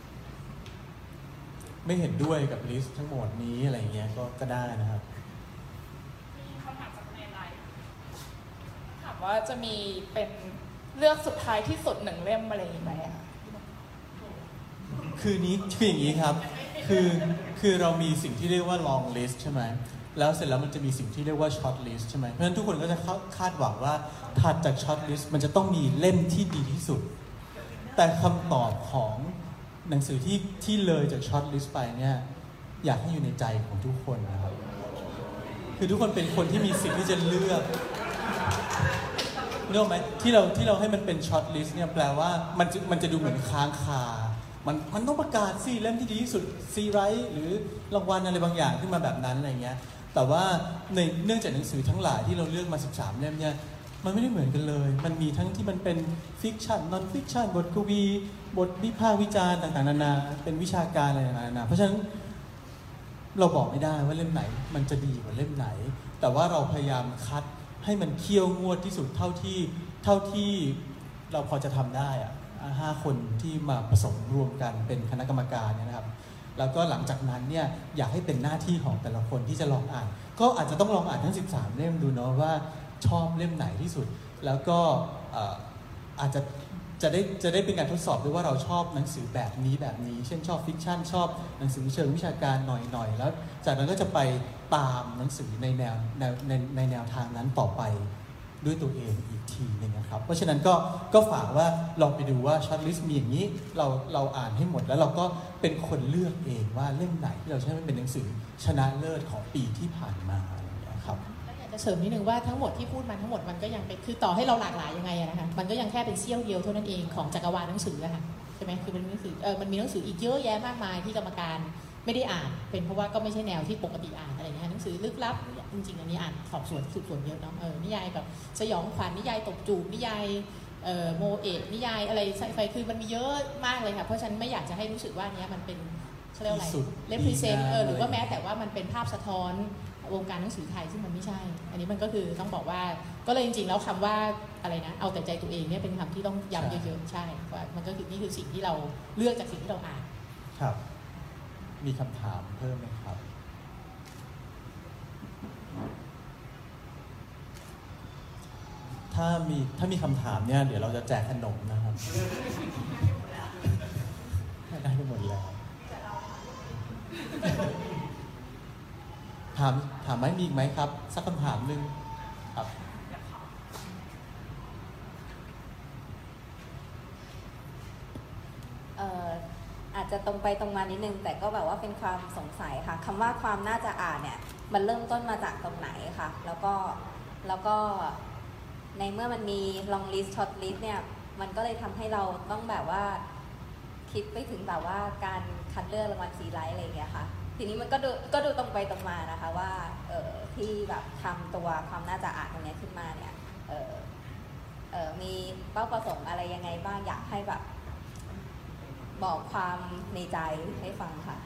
ไม่เห็นด้วยกับลิสต์ทั้งหมดนี้อะไรเงี้ยก็ก็ได้นะครับมีคำถามจากในไลน์ถามว่าจะมีเป็นเลือกสุดท้ายที่สุดหนึ่งเล่มอะไรอย่างไหมอะคือนี้คืออย่างนี้ครับคือคือเรามีสิ่งที่เรียกว่า long list ใช่ไหมแล้วเสร็จแล้วมันจะมีสิ่งที่เรียกว่า short list ใช่ไหมเพราะฉะนั้นทุกคนก็จะคาดหวังว่าถัดจาก short list มันจะต้องมีเล่มที่ดีที่สุดแต่คำตอบของหนังสือที่ที่เลยจาก short list ไปเนี่ยอยากให้อยู่ในใจของทุกคนนะครับคือทุกคนเป็นคนที่มีสิทธิ์ที่จะเลือกนึกออกไหมที่เราที่เราให้มันเป็น short list เนี่ยแปลว่ามันจะมันจะดูเหมือนค้างคามันมันต้องประกาศซีเล่มที่ดีที่สุดซีไรท์หรือรางวัลอะไรบางอย่างขึ้นมาแบบนั้นอะไรเงี้ยแต่ว่าในเนื่องจากหนังสือทั้งหลายที่เราเลือกมาสิบสามเล่มเนี่ยมันไม่ได้เหมือนกันเลยมันมีทั้งที่มันเป็นฟิกชันนอนฟิกชันบทกวีบทวิพากษ์วิจารณ์ต่างๆนานาเป็นวิชาการอะไรต่างๆนานาเพราะฉะนั้นเราบอกไม่ได้ว่าเล่มไหนมันจะดีกว่าเล่มไหนแต่ว่าเราพยายามคัดให้มันเคี่ยวงวดที่สุดเท่าที่เท่าที่เราพอจะทำได้อะห้าคนที่มาผสมรวมกันเป็นคณะกรรมการเนี่ยนะครับแล้วก็หลังจากนั้นเนี่ยอยากให้เป็นหน้าที่ของแต่ละคนที่จะลองอ่านก็อาจจะต้องลองอ่านทั้งสิบสามเล่มดูเนาะว่าชอบเล่มไหนที่สุดแล้วก็อาจจะจะได้จะได้เป็นการทดสอบด้วยว่าเราชอบหนังสือแบบนี้แบบนี้เช่นชอบฟิกชันชอบหนังสือเชิงวิชาการหน่อยๆแล้วจากนั้นก็จะไปตามหนังสือในแนวในในในแนวทางนั้นต่อไปด้วยตัวเองอีกทีนึงนะครับเพราะฉะนั้นก็ก็ฝากว่าลองไปดูว่าช็อตลิสต์มีอย่างนี้เราเราอ่านให้หมดแล้วเราก็เป็นคนเลือกเองว่าเล่มไหนที่เราใช้เป็นหนังสือชนะเลิศของปีที่ผ่านมาอะไรอย่างเงี้ยครับอยากจะเสริมนิดนึงว่าทั้งหมดที่พูดมาทั้งหมดมันก็ยังเป็นคือต่อให้เราหลากหลายยังไงนะคะมันก็ยังแค่เป็นเสี้ยวเดียวเท่านั้นเองของจักรวาลหนังสืออะค่ะใช่ไหมคือมันหนังสือเออมันมีหนังสืออีกเยอะแยะมากมายที่กรรมการไม่ได้อ่านเป็นเพราะว่าก็ไม่ใช่แนวที่ปกติอ่านอะไรอย่างเงี้ยหนังสือลึกลับจริงๆอันนี้อ่านสอบสวนสืบสวนเยอะเนาะเออนิยายแบบสยองขวัญนิยายตบจูบนิยายเอ่อโมเอะนิยายอะไรไซไฟคือมันมีเยอะมากเลยค่ะเพราะฉะนันไม่อยากจะให้รู้สึกว่าเนี้ยมันเป็นเขาเรียกอะไร represent เออหรือว่าแม้แต่ว่ามันเป็นภาพสะท้อนวงการหนังสือไทยซึ่งมันไม่ใช่อันนี้มันก็คือต้องบอกว่าก็เลยจริงๆแล้วคำว่าอะไรนะเอาแต่ใจตัวเองเนี่ยเป็นคำที่ต้องย้ำเยอะๆใช่ว่ามันก็คือนี่คือสิ่งที่เราเลือกจากสิ่งที่เราอ่านครับมีคำถามเพิ่มไหมครับถ้ามีถ้ามีคำถามเนี่ยเดี๋ยวเราจะแจกขนมนะครับได้ไปหมดแล้วถามถามไหมมีอีกไหมครับสักคำถามหนึ่งครับเอ่ออาจจะตรงไปตรงมานิดนึงแต่ก็แบบว่าเป็นความสงสัยค่ะคำว่าความน่าจะอ่านเนี่ยมันเริ่มต้นมาจากตรงไหนค่ะแล้วก็แล้วก็ในเมื่อมันมี long list short list เนี่ยมันก็เลยทำให้เราต้องแบบว่าคิดไปถึงแบบว่าการคัดเลือกรางวัลซีไลท์อะไรอย่างเงี้ยค่ะทีนี้มันก็ดูก็ดูตรงไปตรงมานะคะว่าเออที่แบบทำตัวความน่าจะอ่านตรงนี้ขึ้นมาเนี่ยเออเออมีเป้าประสงค์อะไรยังไงบ้างอยากให้แบบบอกความในใจให้ฟังค่ะ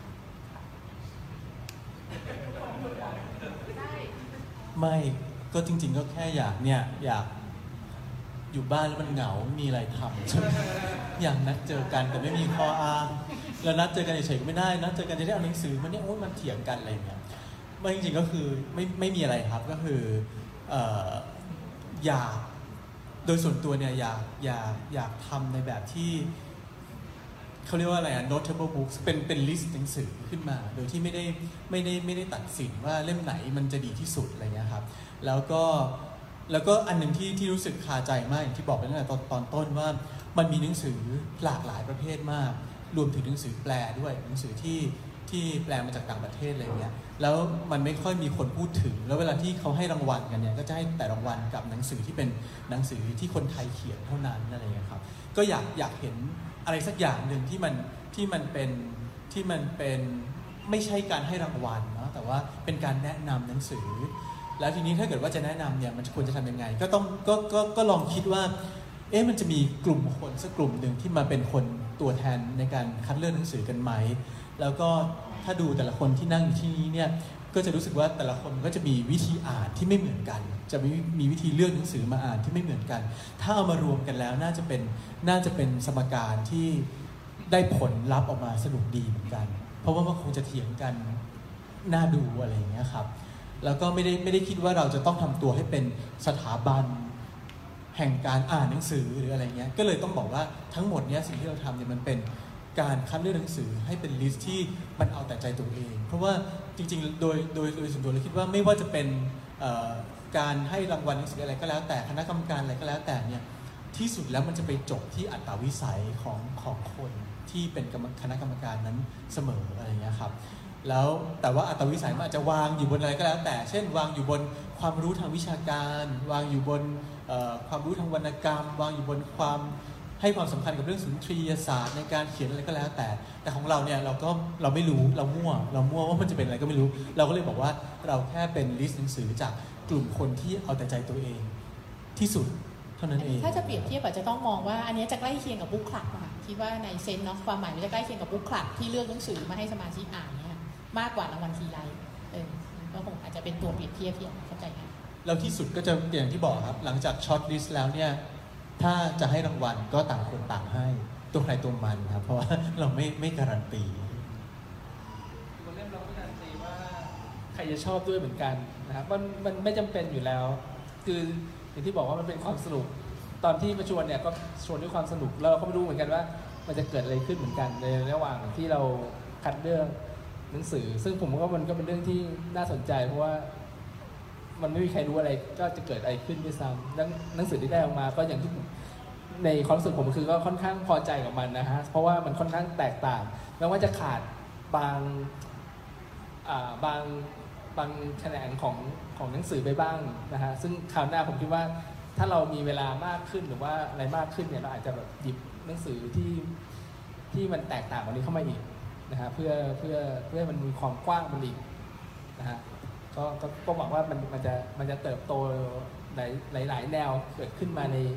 ไม่ก็จริงๆก็แค่อยากเนี่ยอยากอยู่บ้านแล้วมันเหงามีอะไรทำใช่ไหมอยากนัดเจอกันแต่ไม่มีข้ออ้างแล้วนัดเจอกันเฉยๆไม่ได้นัดเจอกันจะได้เอาหนังสือมันเนี่ยโอ้ยมันเถียงกันอะไรอย่างเงี้ยไม่จริงๆก็คือไม่ไม่มีอะไรครับก็คือเอ่ออยากโดยส่วนตัวเนี่ยอยากอยากอยากทำในแบบที่เขาเรียกว่าอะไรอะ notable books เป็นเป็น list หนังสือขึ้นมาโดยที่ไม่ได้ไม่ได้ไม่ได้ตัดสินว่าเล่มไหนมันจะดีที่สุดอะไรเงี้ยครับแล้วก็แล้วก็อันหนึ่งที่ที่รู้สึกคาใจมากอย่างที่บอกไปตั้งแต่ตอนตอนต้นว่ามันมีหนังสือหลากหลายประเภทมากรวมถึงหนังสือแปลด้วยหนังสือที่ที่แปลมาจากต่างประเทศอะไรเงี้ยแล้วมันไม่ค่อยมีคนพูดถึงแล้วเวลาที่เขาให้รางวัลกันเนี่ยก็จะให้แต่รางวัลกับหนังสือที่เป็นหนังสือที่คนไทยเขียนเท่านั้นอะไรเงี้ยครับก็อยากอยากเห็นอะไรสักอย่างหนึ่งที่มันที่มันเป็นที่มันเป็นไม่ใช่การให้รางวัลเนาะแต่ว่าเป็นการแนะนำหนังสือแล้วทีนี้ถ้าเกิดว่าจะแนะนำเนี่ยมันควรจะทำยังไงก็ต้องก็ก็ก็ลองคิดว่าเอ๊ะมันจะมีกลุ่มคนสักกลุ่มหนึ่งที่มาเป็นคนตัวแทนในการคัดเลือกหนังสือกันไหมแล้วก็ถ้าดูแต่ละคนที่นั่งอยู่ที่นี้เนี่ยก็จะรู้สึกว่าแต่ละคนก็จะมีวิธีอ่านที่ไม่เหมือนกันจะมีมีวิธีเลือกหนังสือมาอ่านที่ไม่เหมือนกันถ้าเอามารวมกันแล้วน่าจะเป็นน่าจะเป็นสมการที่ได้ผลลัพธ์ออกมาสนุกดีเหมือนกันเพราะว่ามันคงจะเถียงกันน่าดูอะไรอย่างเงี้ยครับแล้วก็ไม่ได้ไม่ได้คิดว่าเราจะต้องทำตัวให้เป็นสถาบันแห่งการอ่านหนังสือหรืออะไรเงี้ยก็เลยต้องบอกว่าทั้งหมดเนี้ยสิ่งที่เราทำเนี่ยมันเป็นการคัดเลือกหนังสือให้เป็นลิสต์ที่มันเอาแต่ใจตัวเองเพราะว่าจริงๆโดยโดยโดยส่วนตัวเราคิดว่าไม่ว่าจะเป็นการให้รางวัลหนังสืออะไรก็แล้วแต่คณะกรรมการอะไรก็แล้วแต่เนี่ยที่สุดแล้วมันจะไปจบที่อัตวิสัยของของคนที่เป็นคณะกรรมการนั้นเสมออะไรเงี้ยครับแล้วแต่ว่าอัตวิสัยมันอาจจะวางอยู่บนอะไรก็แล้วแต่เช่นวางอยู่บนความรู้ทางวิชาการวางอยู่บนความรู้ทางวรรณกรรมวางอยู่บนความให้ความสำคัญกับเรื่องสุนทรียศาสตร์ในการเขียนอะไรก็แล้วแต่แต่ของเราเนี่ยเราก็เราไม่รู้เรามั่วเรามั่วว่ามันจะเป็นอะไรก็ไม่รู้เราก็เลยบอกว่าเราแค่เป็นลิสต์หนังสือจากกลุ่มคนที่เอาแต่ใจตัวเองที่สุดเท่านั้นเองถ้าจะเปรียบเทียบอาจจะต้องมองว่าอันนี้จะใกล้เคียงกับบุ๊กคลับค่ะคิดว่าในเซนเนาะความหมายมันจะใกล้เคียงกับบุ๊กคลับที่เลือกหนังสือมาให้สมาชิกอ่านเนี่ยมากกว่ารางวัลทีไลท์เออก็คงอาจจะเป็นตัวเปรียบเทียบที่เข้าใจง่ายแล้วที่สุดก็จะอย่างที่บอกครับหลังจากช็อตลิสต์แล้วเนี่ยถ้าจะให้รางวัลก็ต่างคนต่างให้ตัวใครตัวมันครับเพราะว่าเราไม่ไม่การันตีคนเล่มเราไม่การันตีว่าใครจะชอบด้วยเหมือนกันนะครับมันมันไม่จำเป็นอยู่แล้วคืออย่างที่บอกว่ามันเป็นความสนุกตอนที่ประชวนเนี่ยก็ชวนด้วยความสนุกแล้วเราก็ไม่รู้เหมือนกันว่ามันจะเกิดอะไรขึ้นเหมือนกันในระหว่างที่เราคัดเลือกหนังสือซึ่งผมว่ามันก็เป็นเรื่องที่น่าสนใจเพราะว่ามันไม่มีใครรู้อะไรก็จะเกิดอะไรขึ้นด้วยซ้ำหนังสือที่ได้ออกมาก็อย่างที่ในความรู้สึกผมคือก็ค่อนข้างพอใจกับมันนะฮะเพราะว่ามันค่อนข้างแตกต่างแม้ว่าจะขาดบางบางบางแขนงของของหนังสือไปบ้างนะฮะซึ่งคราวหน้าผมคิดว่าถ้าเรามีเวลามากขึ้นหรือว่าอะไรมากขึ้นเนี่ยเราอาจจะแบบหยิบหนังสือที่ที่มันแตกต่างกว่านี้เข้ามาอีกนะฮะเพื่อเพื่อเพื่อมันมีความกว้างมันอีกนะฮะก็ก็หวังว่ามันมันจะมันจะเติบโตหลายหลายหลายแนวเกิดขึ้นมาใน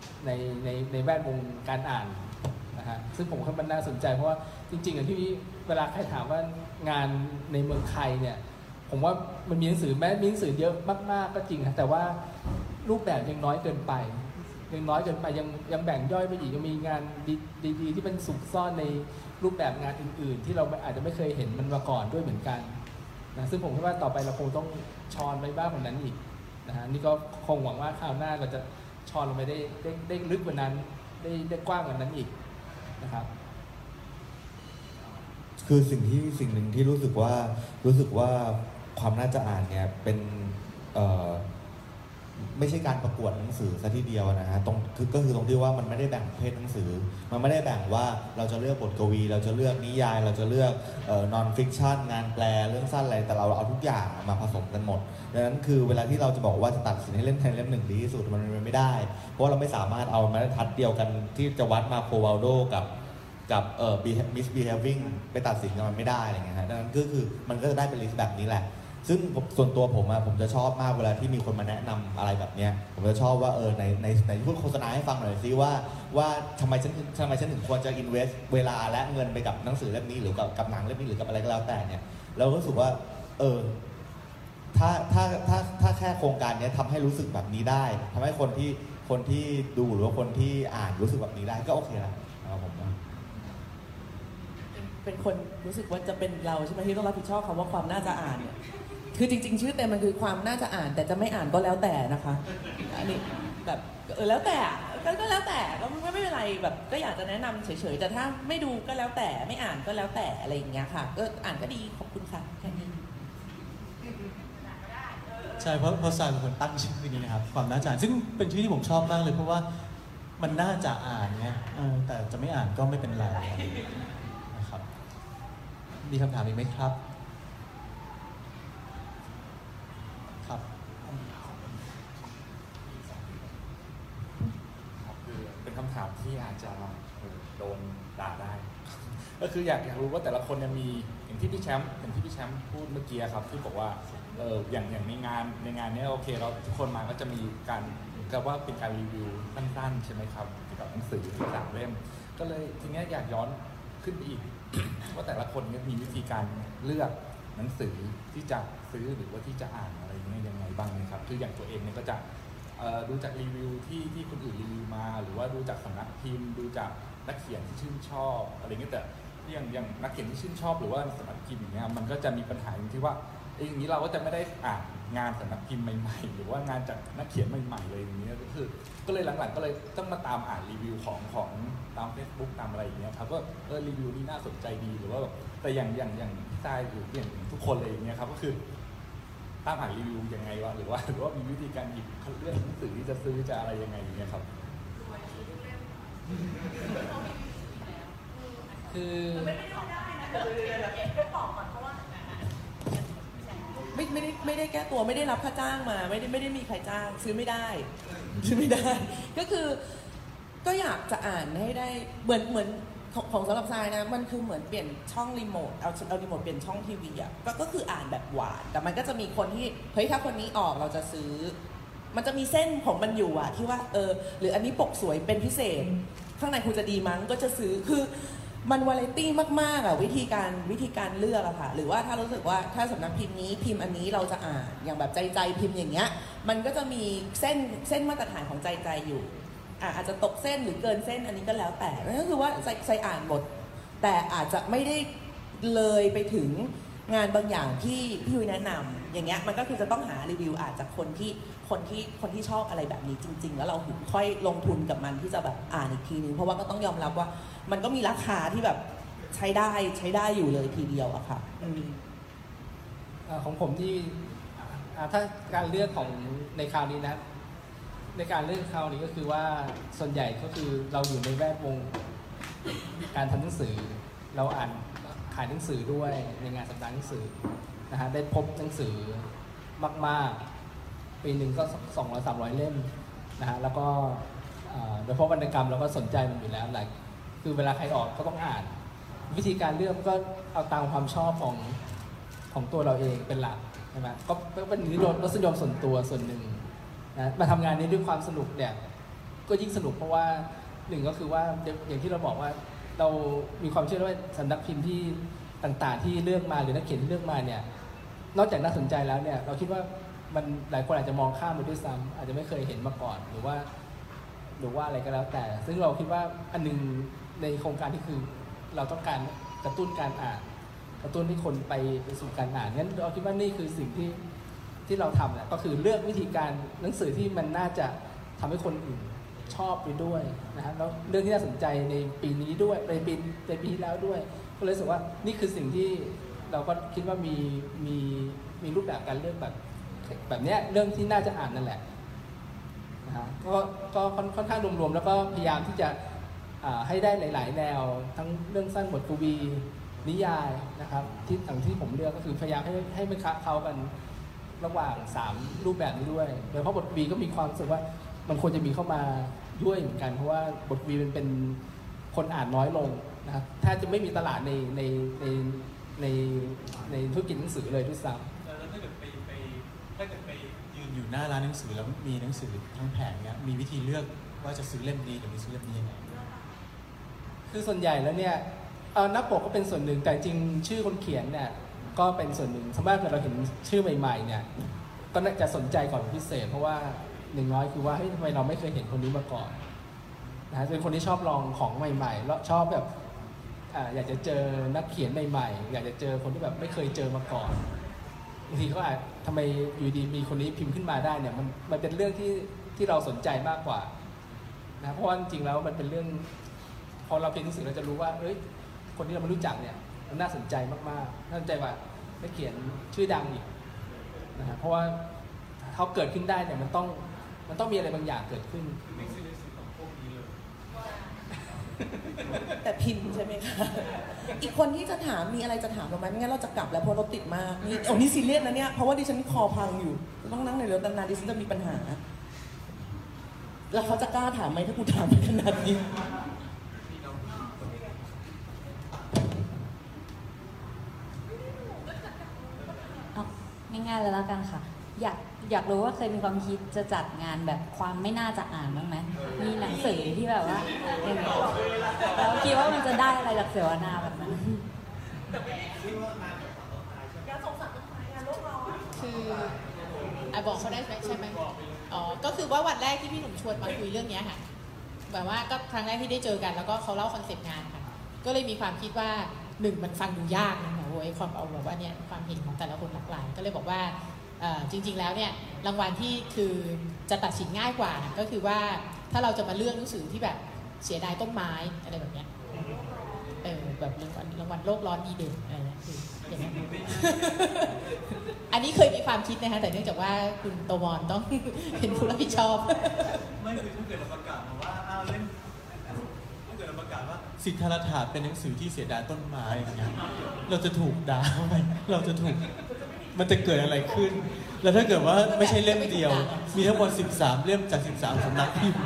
ในในในแวดวงการอ่านนะฮะซึ่งผมว่ามันน่าสนใจเพราะว่าจริงๆอย่างที่เวลาใครถามว่างานในเมืองไทยเนี่ยผมว่ามันมีหนังสือแม้มีหนังสือเยอะมากๆก็จริงนะแต่ว่ารูปแบบยังน้อยเกินไปยังน้อยเกินไปยังยังแบ่งย่อยไปอีกยังมีงานดีๆที่มันสุกซ่อนในรูปแบบงานอื่นๆที่เราอาจจะไม่เคยเห็นมันมาก่อนด้วยเหมือนกันนะซึ่งผมคิดว่าต่อไปเราคงต้องชอนไปบ้างกว่านั้นอีกนะฮะนี่ก็คงหวังว่าคราวหน้าเราจะชอนลงไปได้ได้ได้ลึกกว่านั้นได้ได้กว้างกว่านั้นอีกนะครับคือสิ่งที่สิ่งหนึ่งที่รู้สึกว่ารู้สึกว่าความน่าจะอ่านเนี่ยเป็นเอ่อไม่ใช่การประกวดหนังสือซะทีเดียวนะฮะตรงคือก็คือตรงที่ว่ามันไม่ได้แบ่งประเภทหนังสือมันไม่ได้แบ่งว่าเราจะเลือกบทกวีเราจะเลือกนิยายเราจะเลือกเอ่อนอนฟิกชันงานแปลเรื่องสั้นอะไรแต่เราเอาทุกอย่างมาผสมกันหมดดังนั้นคือเวลาที่เราจะบอกว่าจะตัดสินให้เล่มใดเล่มหนึ่งดีที่สุดมันไม่ได้เพราะเราไม่สามารถเอามาตรฐานเดียวกันที่จะวัดมาโควาลโดกับกับเอ่อ misbehaving ไปตัดสินกันมันไม่ได้อะไรเงี้ยฮะดังนั้นก็คือมันก็จะได้เป็นลิสต์แบบนี้แหละซึ่งส่วนตัวผมอะผมจะชอบมากเวลาที่มีคนมาแนะนำอะไรแบบเนี้ยผมจะชอบว่าเออในในในพูดโฆษณาให้ฟังหน่อยซิว่าว่าทำไมฉันทำไมฉันถึงควรจะ invest เวลาและเงินไปกับหนังสือเล่มนี้หรือกับกับหนังเล่มนี้หรือกับอะไรก็แล้วแต่เนี่ยเรารู้สึกว่าเออถ้าถ้าถ้าถ้าแค่โครงการนี้ทำให้รู้สึกแบบนี้ได้ทำให้คนที่คนที่ดูหรือว่าคนที่อ่านรู้สึกแบบนี้ได้ก็โอเคแล้วนะครับผมเป็นคนรู้สึกว่าจะเป็นเราใช่ไหมที่ต้องรับผิดชอบคำว่าความน่าจะอ่านเนี่ยคือจริงๆชื่อเต็มมันคือความน่าจะอ่านแต่จะไม่อ่านก็แล้วแต่นะคะอันนี้แบบเออแล้วแต่ก็แล้วแต่ก็ไม่เป็นไรแบบก็อยากจะแนะนำเฉยๆแต่ถ้าไม่ดูก็แล้วแต่ไม่อ่านก็แล้วแต่อะไรอย่างเงี้ยค่ะก็อ่านก็ดีขอบคุณค่ะแค่นี้ใช่เพราะเพราะซายเป็นคนตั้งชื่อนี้นะครับความน่าจะอ่านซึ่งเป็นชื่อที่ผมชอบมากเลยเพราะว่ามันน่าจะอ่านไงแต่จะไม่อ่านก็ไม่เป็นไรนะครับมีคำถามอีกไหมครับครับคือเป็นคำถามที่อาจจะโดนด่าได้ ก็คืออยากอยากรู้ว่าแต่ละคนเนี่ยมีอย่างที่พี่แชมป์อย่างที่พี่แชมป์พูดเมื่อกี้ครับที่บอกว่าเอออย่างอย่างในงานในงานนี้โอเคเราทุกคนมาก็จะมีการก็ว่าเป็นการรีวิวสั้นๆใช่ไหมครับเกี่ยวกับหนังสือที่สามเล่มก็เลยทีนี้อยากย้อนขึ้นไปอีก ว่าแต่ละคนเนี่ยมีวิธีการเลือกหนังสือที่จะซื้อหรือว่าที่จะอ่านอะไรอย่างเงี้ยยังไงบ้างนะครับคืออย่างตัวเองเนี่ยก็จะดูจากรีวิวที่ที่คนอื่นรีวิวมาหรือว่าดูจากสำนักพิมพ์ดูจากนักเขียนที่ชื่นชอบอะไรเงี้ยแต่อย่างอย่างนักเขียนที่ชื่นชอบหรือว่าสำนักพิมพ์อย่างเงี้ยมันก็จะมีปัญหาอย่างที่ว่าอย่างนี้เราก็จะไม่ได้อ่านงานสำนักพิมพ์ใหม่ๆหรือว่างานจากนักเขียนใหม่ๆเลยอย่างเงี้ยก็คือก็เลยหลังๆก็เลยต้องมาตามอ่านรีวิวของของตาม Facebook ตามอะไรอย่างเงี้ยครับว่าเออรีวิวนี้น่าสนใจดีหรือว่าแต่อย่างอย่างอย่างพี่ชายหรืออย่างทุกคนเลยอย่างเงี้ยครับก็คือตามอ่านรีวิวยังไงวะหรือว่าหรือว่ามีวิธีการหยิบเลือกหนังสือที่จะซื้อจะอะไรยังไงอย่างเงี้ยครับคือไม่ไม่ได้ไม่ได้แก้ตัวไม่ได้รับค่าจ้างมาไม่ได้ไม่ได้มีใครจ้างซื้อไม่ได้ซื้อไม่ได้ก็คือก็อยากจะอ่านให้ได้เหมือนเหมือนของของสำหรับทรายนะมันคือเหมือนเปลี่ยนช่องรีโมทเอาเอารีโมทเปลี่ยนช่องทีวีอ่ะก็ก็คืออ่านแบบหวานแต่มันก็จะมีคนที่เฮ้ยถ้าคนนี้ออกเราจะซื้อมันจะมีเส้นของมันอยู่อ่ะที่ว่าเออหรืออันนี้ปกสวยเป็นพิเศษข้างในคุณจะดีมั้งก็จะซื้อคือมันวาไรตี้มากๆอ่ะวิธีการวิธีการเลือกอะค่ะหรือว่าถ้ารู้สึกว่าถ้าสำนักพิมพ์นี้พิมพ์อันนี้เราจะอ่านอย่างแบบใจใจพิมพ์อย่างเงี้ยมันก็จะมีเส้นเส้นมาตรฐานของใจใจอยู่อ่ะอาจจะตกเส้นหรือเกินเส้นอันนี้ก็แล้วแต่นั่นก็คือว่าใจใจอ่านหมดแต่อาจจะไม่ได้เลยไปถึงงานบางอย่างที่พี่ยุ้ยแนะนำอย่างเงี้ยมันก็คือจะต้องหารีวิวอาจจากคนที่คนที่คนที่ชอบอะไรแบบนี้จริงๆแล้วเราถึงค่อยลงทุนกับมันที่จะแบบอ่านอีกทีนึงเพราะว่าก็ต้องยอมรับว่ามันก็มีราคาที่แบบใช้ได้ใช้ได้อยู่เลยทีเดียวอะค่ะของผมที่ถ้าการเลือกของในคราวนี้นะในการเลือกคราวนี้ก็คือว่าส่วนใหญ่ก็คือเราอยู่ในแวดวงการทำหนังสือเราอ่านขายหนังสือด้วยในงานสัปดาห์หนังสือนะฮะได้พบหนังสือมากๆปีหนึ่งก็สองร้อยสามร้อยเล่มนะฮะแล้วก็โดยเฉพาะวรรณกรรมเราก็สนใจมันอยู่แล้วแหละคือเวลาใครออกก็ต้องอ่านวิธีการเลือกก็เอาตามความชอบของของตัวเราเองเป็นหลักใช่ไหมก็เป็นรสนิยมส่วนตัวส่วนหนึ่งนะมาทำงานนี้ด้วยความสนุกเนี่ยก็ยิ่งสนุกเพราะว่าหนึ่งก็คือว่าอย่างที่เราบอกว่าเรามีความเชื่อว่าสำนักพิมพ์ที่ต่างๆที่เลือกมาหรือนักเขียนที่เลือกมาเนี่ยนอกจากน่าสนใจแล้วเนี่ยเราคิดว่ามันหลายคนอาจจะมองข้ามไปด้วยซ้ำอาจจะไม่เคยเห็นมาก่อนหรือว่าหรือว่าอะไรก็แล้วแต่ซึ่งเราคิดว่าอันนึงในโครงการที่คือเราต้องการกระตุ้นการอ่านกระตุ้นให้คนไปไปสู่การอ่านงั้นเราคิดว่านี่คือสิ่งที่ที่เราทำแหละก็คือเลือกวิธีการหนังสือที่มันน่าจะทำให้คนอื่นชอบไปด้วยนะครับแล้วเรื่องที่น่าสนใจในปีนี้ด้วยในปีในปีที่แล้วด้วยก็เลยรู้สึกว่านี่คือสิ่งที่เราก็คิดว่ามีมีมีรูปแบบการเลือกแบบแบบเนี้ยเรื่องที่น่าจะอ่านนั่นแหละนะฮะก็ก็ค่อนข้างรวมๆแล้วก็พยายามที่จะให้ได้หลายๆแนวทั้งเรื่องสั้นบทกวีนิยายนะครับที่ต่างที่ผมเลือกก็คือพยายามให้ให้มันค้าเข้ากันระหว่างสามรูปแบบนี้ด้วยโดยเฉพาะบทกวีก็มีความรู้สึกว่ามันควรจะมีเข้ามาด้วยเหมือนกันเพราะว่าบทกวีมันเป็นคนอ่านน้อยลงนะครับถ้าจะไม่มีตลาดในในในในในธุรกิจหนังสือเลยด้วยซ้ำแล้วถ้าเกิดไปไปถ้าเกิดไปยืนอยู่หน้าร้านหนังสือแล้วมีหนังสือทั้งแผงเนี้ยมีวิธีเลือกว่าจะซื้อเล่มนี้หรือไม่ซื้อเล่มนี้ยังไงคือส่วนใหญ่แล้วเนี่ยเอาหน้าปกก็เป็นส่วนหนึ่งแต่จริงชื่อคนเขียนเนี่ยก็เป็นส่วนหนึ่งสมมติเราเห็นชื่อใหม่ๆเนี่ยก็น่าจะสนใจก่อนพิเศษเพราะว่าหนึ่งน้อยคือว่าเฮ้ยทำไมเราไม่เคยเห็นคนนี้มาก่อนนะเป็นคนที่ชอบลองของใหม่ๆแล้วชอบแบบอ่าอยากจะเจอนักเขียนใหม่ๆอยากจะเจอคนที่แบบไม่เคยเจอมาก่อนบางทีก็อาจทำไมอยู่ดีมีคนนี้พิมพ์ขึ้นมาได้เนี่ยมันมันเป็นเรื่องที่ที่เราสนใจมากกว่านะเพราะว่าจริงๆแล้วมันเป็นเรื่องพอเราเขียนหนังสือเราจะรู้ว่าเอ้ยคนที่เราไม่รู้จักเนี่ยมันน่าสนใจมากๆน่าสนใจว่านักเขียนชื่อดังอีกนะฮะเพราะว่าเขาเกิดขึ้นได้เนี่ยมันต้องมันต้องมีอะไรบางอย่างเกิดขึ้นแต่พิมพ์ใช่ไหมคะอีกคนที่จะถามมีอะไรจะถามเราไหมไม่งั้นเราจะกลับแล้วเพราะรถติดมากนี่โอ้นี่ซีเรียสนะเนี่ยเพราะว่าดิฉันคอพังอยู่ต้องนั่งในรถนานๆดิฉันจะมีปัญหาแล้วเขาจะกล้าถามไหมถ้ากูถามไปขนาดนี้ง่ายๆเลยแล้วกันค่ะอยากอยากรู้ว่าเคยมีความคิดจะจัดงานแบบความไม่น่าจะอ่านบ้างไหมมีหนังสือที่แบบว่าเราคิดว่ามันจะได้อะไรจากเสวนาแบบนั้นคืออ่ะบอกเขาได้ไหมใช่ไหมอ๋อก็คือว่าวันแรกที่พี่หนุ่มชวนมาคุยเรื่องนี้ค่ะแบบว่าก็ครั้งแรกที่ได้เจอกันแล้วก็เขาเล่าคอนเซ็ปต์งานค่ะก็เลยมีความคิดว่าหนึ่งมันฟังดูยากนะโอ้ยความเอาแบบว่าเนี่ยความเห็นของแต่ละคนหลากหลายก็เลยบอกว่าจริงๆแล้วเนี่ยรางวัลที่คือจะตัดสินง่ายกว่านะก็คือว่าถ้าเราจะมาเลือกหนังสือที่แบบเสียดายต้นไม้อะไรแบบเนี้ยเออแบบรางวัลรางวัลโลกร้อนดีเด่นอะไรนะคืออย่างนี้ อันนี้เคยมีความคิดนะคะแต่เนื่องจากว่าคุณโตมอนต้องเป็นผู้รับผิดชอบไม่คือถ้าเกิดเราประกาศมาว่าอ้าวเล่นถ้าเกิดเราประกาศว่าสิทธาถาเป็นหนังสือที่เสียดายต้นไม้อย่างเงี้ยเราจะถูกด่าไหมเราจะถูกมันจะเกิดอะไรขึ้นแล้วถ้าเกิดว่าไม่ใช่เล่มเดียวมีทั้งหมดสิบสามเล่มจากสิบสามสำนักพิมพ์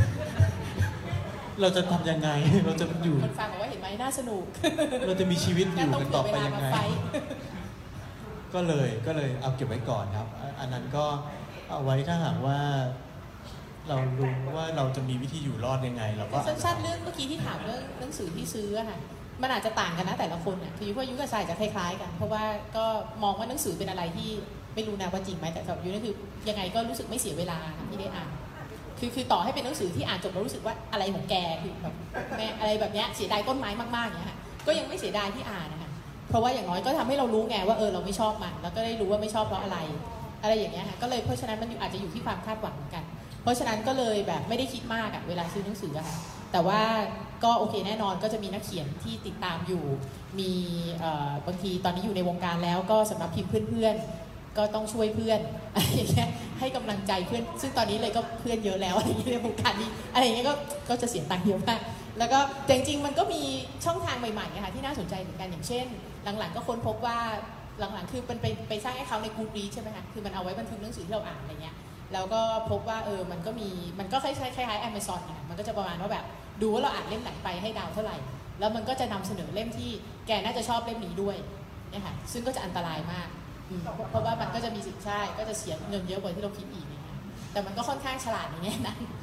เราจะทำยังไงเราจะอยู่คนฟังบอกว่าเห็นไหมน่าสนุกเราจะมีชีวิตอยู่กันต่อไปยังไงก็เลยก็เลยเอาเก็บไว้ก่อนครับอันนั้นก็เอาไว้ถ้าหากว่าเรารู้ว่าเราจะมีวิธีอยู่รอดยังไงเราก็สั้นๆเรื่องเมื่อกี้ที่ถามเรื่องหนังสือที่ซื้อค่ะมันอาจจะต่างกันนะแต่ละคนอ่ะคือยุคยุคกับสายจะคล้ายๆกันเพราะว่าก็มองว่าหนังสือเป็นอะไรที่ไม่รู้นะว่าจริงไหมแต่สำหรับยุคนั่นคือยังไงก็รู้สึกไม่เสียเวลาที่ได้อ่านคือคือต่อให้เป็นหนังสือที่อ่านจบแล้วรู้สึกว่าอะไรของแกคือแบบแม่อะไรแบบนี้เสียดายต้นไม้มากๆอย่างเงี้ยค่ะก็ยังไม่เสียดายที่อ่านนะคะเพราะว่าอย่างน้อยก็ทำให้เรารู้ไงว่าเออเราไม่ชอบมันแล้วก็ได้รู้ว่าไม่ชอบเพราะอะไรอะไรอย่างเงี้ยค่ะก็เลยเพราะฉะนั้นมันอาจจะอยู่ที่ความคาดหวังเหมือนกันเพราะฉะนั้นก็เลยแบบไม่ได้คิดมากอะเวลาซื้อหนังสืออะค่ะแต่ว่าก็โอเคแน่นอนก็จะมีนักเขียนที่ติดตามอยู่มีบางทีตอนนี้อยู่ในวงการแล้วก็สำหรับพิมพ์เพื่อนๆก็ต้องช่วยเพื่อนอะไรอย่างเงี้ยให้กำลังใจเพื่อนซึ่งตอนนี้เลยก็เพื่อนเยอะแล้วอะไรอย่างเงี้ยในวงการนี้อะไรอย่างเงี้ยก็ก็จะเสียตังค์เยอะมากแล้วก็แต่จริงๆมันก็มีช่องทางใหม่ๆนะคะที่น่าสนใจเหมือนกันอย่างเช่นหลังๆก็ค้นพบว่าหลังๆคือมันไปไปสร้างให้เขาใน Goodreads ใช่ไหมคะคือมันเอาไว้บันทึกหนังสือที่เราอ่านอะไรเงี้ยแล้วก็พบว่าเออมันก็มีมันก็คล้ายๆคล้ายๆ Amazon นะมันก็จะประมาณว่าแบบดูว่าเราอ่านเล่มไหนไปให้ดาวเท่าไหร่แล้วมันก็จะนำเสนอเล่มที่แกน่าจะชอบเล่มนี้ด้วยเนี่ยค่ะซึ่งก็จะอันตรายมากเพราะว่ามันก็จะมีสิทธิ์ใช่ก็จะเสียเงินเยอะกว่าที่เราคิดอีกนะแต่มันก็ค่อนข้างฉลาดในแง่นั้น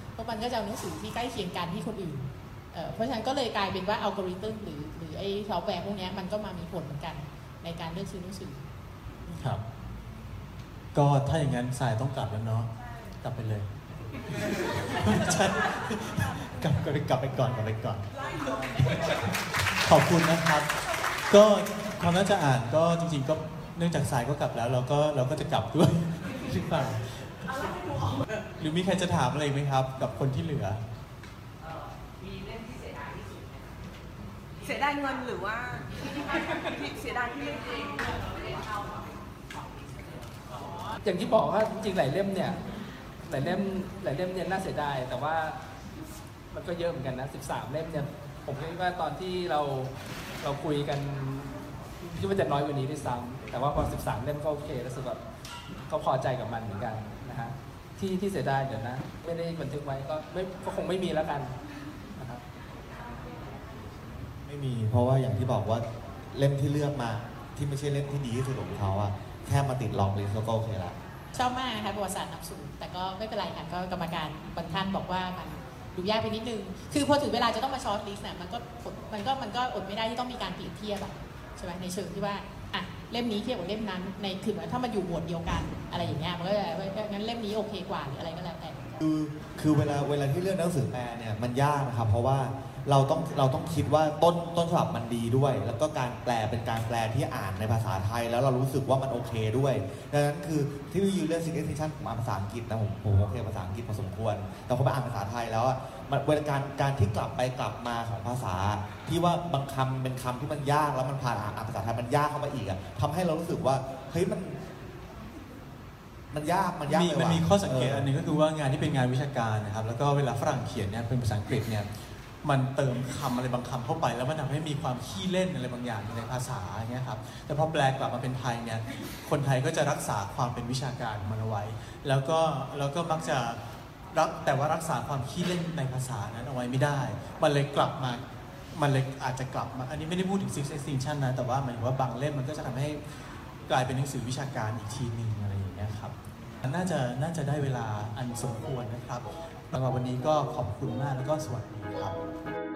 เพราะมันก็จะเอาหนังสือที่ใกล้เคียงกันที่คนอื่นเอ่อเพราะฉะนั้นก็เลยกลายเป็นว่าอัลกอริทึมหรือหรือไอ้ซอฟต์แวร์พวกนี้มันก็มามีผลเหมือนกันในการเลือกซื้อหนังสือครับก็ถ้าอย่างนั้นสายต้องกลับแล้วเนาะกลับไปเลยใช่กลับกลับไปก่อนกลับไปก่อนขอบคุณนะครับ ก็ความน่าจะอ่านก็จริงๆก็เนื่องจากสายก็กลับแล้วเราก็เราก็จะกลับด้วยหรือเปล่าหรือมีใครจะถามอะไรไหมครับกับคนที่เหลือมีเล่มที่เสียดายที่สุดเสียดายเงินหรือว่าเสียดายที่ไม่จริงอย่างที่บอกว่าจริงๆหลายเล่มเนี่ยหลายเล่มหลายเล่มเนี่ยน่าเสียดายแต่ว่ามันก็เยอะเหมือนกันนะสิบสามเล่มเนี่ยผมคิดว่าตอนที่เราเราคุยกันคิดว่าจะน้อยกว่านี้ด้วยซ้ำแต่ว่าพอสิบสามเล่มก็โอเครู้สึกแบบก็พอใจกับมันเหมือนกันนะฮะที่ที่เสียดายเดี๋ยวนะไม่ได้บันทึกไว้ก็ไม่ก็คงไม่มีแล้วกันนะครับไม่มีเพราะว่าอย่างที่บอกว่าเล่มที่เลือกมาที่ไม่ใช่เล่มที่ดีที่สุดของเขาอะแค่มาติดลองลิสต์ก็โอเคละชอบมากค่ะประวัติศาสตร์นับศูนย์แต่ก็ไม่เป็นไรค่ะก็กรรมการบางท่านบอกว่ามันดูยากไปนิดนึงคือพอถึงเวลาจะต้องมาช็อตลิสต์เนี่ยมันก็มันก็มันก็อดไม่ได้ที่ต้องมีการเปรียบเทียบแบบใช่ไหมในเชิงที่ว่าอ่ะเล่มนี้เทียบกับเล่มนั้นในคือถ้ามันอยู่หมวดเดียวกันอะไรอย่างเงี้ยมันก็จะงั้นเล่มนี้โอเคกว่าหรืออะไรก็แล้วแต่คือคือเวลาเวลาที่เลือกหนังสือแปลเนี่ยมันยากนะครับเพราะว่าเราต้องเราต้องคิดว่าต้นต้นฉบับมันดีด้วย แล้วก็การแปลเป็นการแปลที่อ่านในภาษาไทยแล้วเรารู้สึกว่ามันโอเคด้วยดังนั้นคือที่วิวเลือกซิกเนเซชันผมอ่านภาษาอังกฤษนะผมผมโอเคภาษาอังกฤษพอสมควรแต่พอไปอ่านภาษาไทยแล้วอ่ะมันเวลาการการที่กลับไปกลับมาของภาษาที่ว่าบางคำเป็นคำที่มันยากแล้วมันผ่านอ่านภาษาไทยมันยากเข้ามาอีกอ่ะทำให้เรารู้สึกว่าเฮ้ยมันมันยากมันยากมันมีข้อสังเกตอันหนึ่งก็คือว่างานที่เป็นงานวิชาการนะครับแล้วก็เวลาฝรั่งเขียนเนี่ยเป็นภาษาอังกฤษเนี่ยมันเติมคำอะไรบางคำเข้าไปแล้วมันทำให้มีความขี้เล่นอะไรบางอย่างในภาษาอย่างเงี้ยครับแต่พอแปลกลับมาเป็นไทยเนี่ยคนไทยก็จะรักษาความเป็นวิชาการมันเอาไว้แล้วก็แล้วก็มักจะรักแต่ว่ารักษาความขี้เล่นในภาษานั้นเอาไว้ไม่ได้มันเลยกลับมามันเลยอาจจะกลับมาอันนี้ไม่ได้พูดถึง six extinction นะแต่ว่าหมายถึงว่าบางเล่มมันก็จะทำให้กลายเป็นหนังสือวิชาการอีกทีนึงอะไรอย่างเงี้ยครับน่าจะน่าจะได้เวลาอันสมควรนะครับสำหรับวันนี้ก็ขอบคุณมากแล้วก็สวัสดีครับ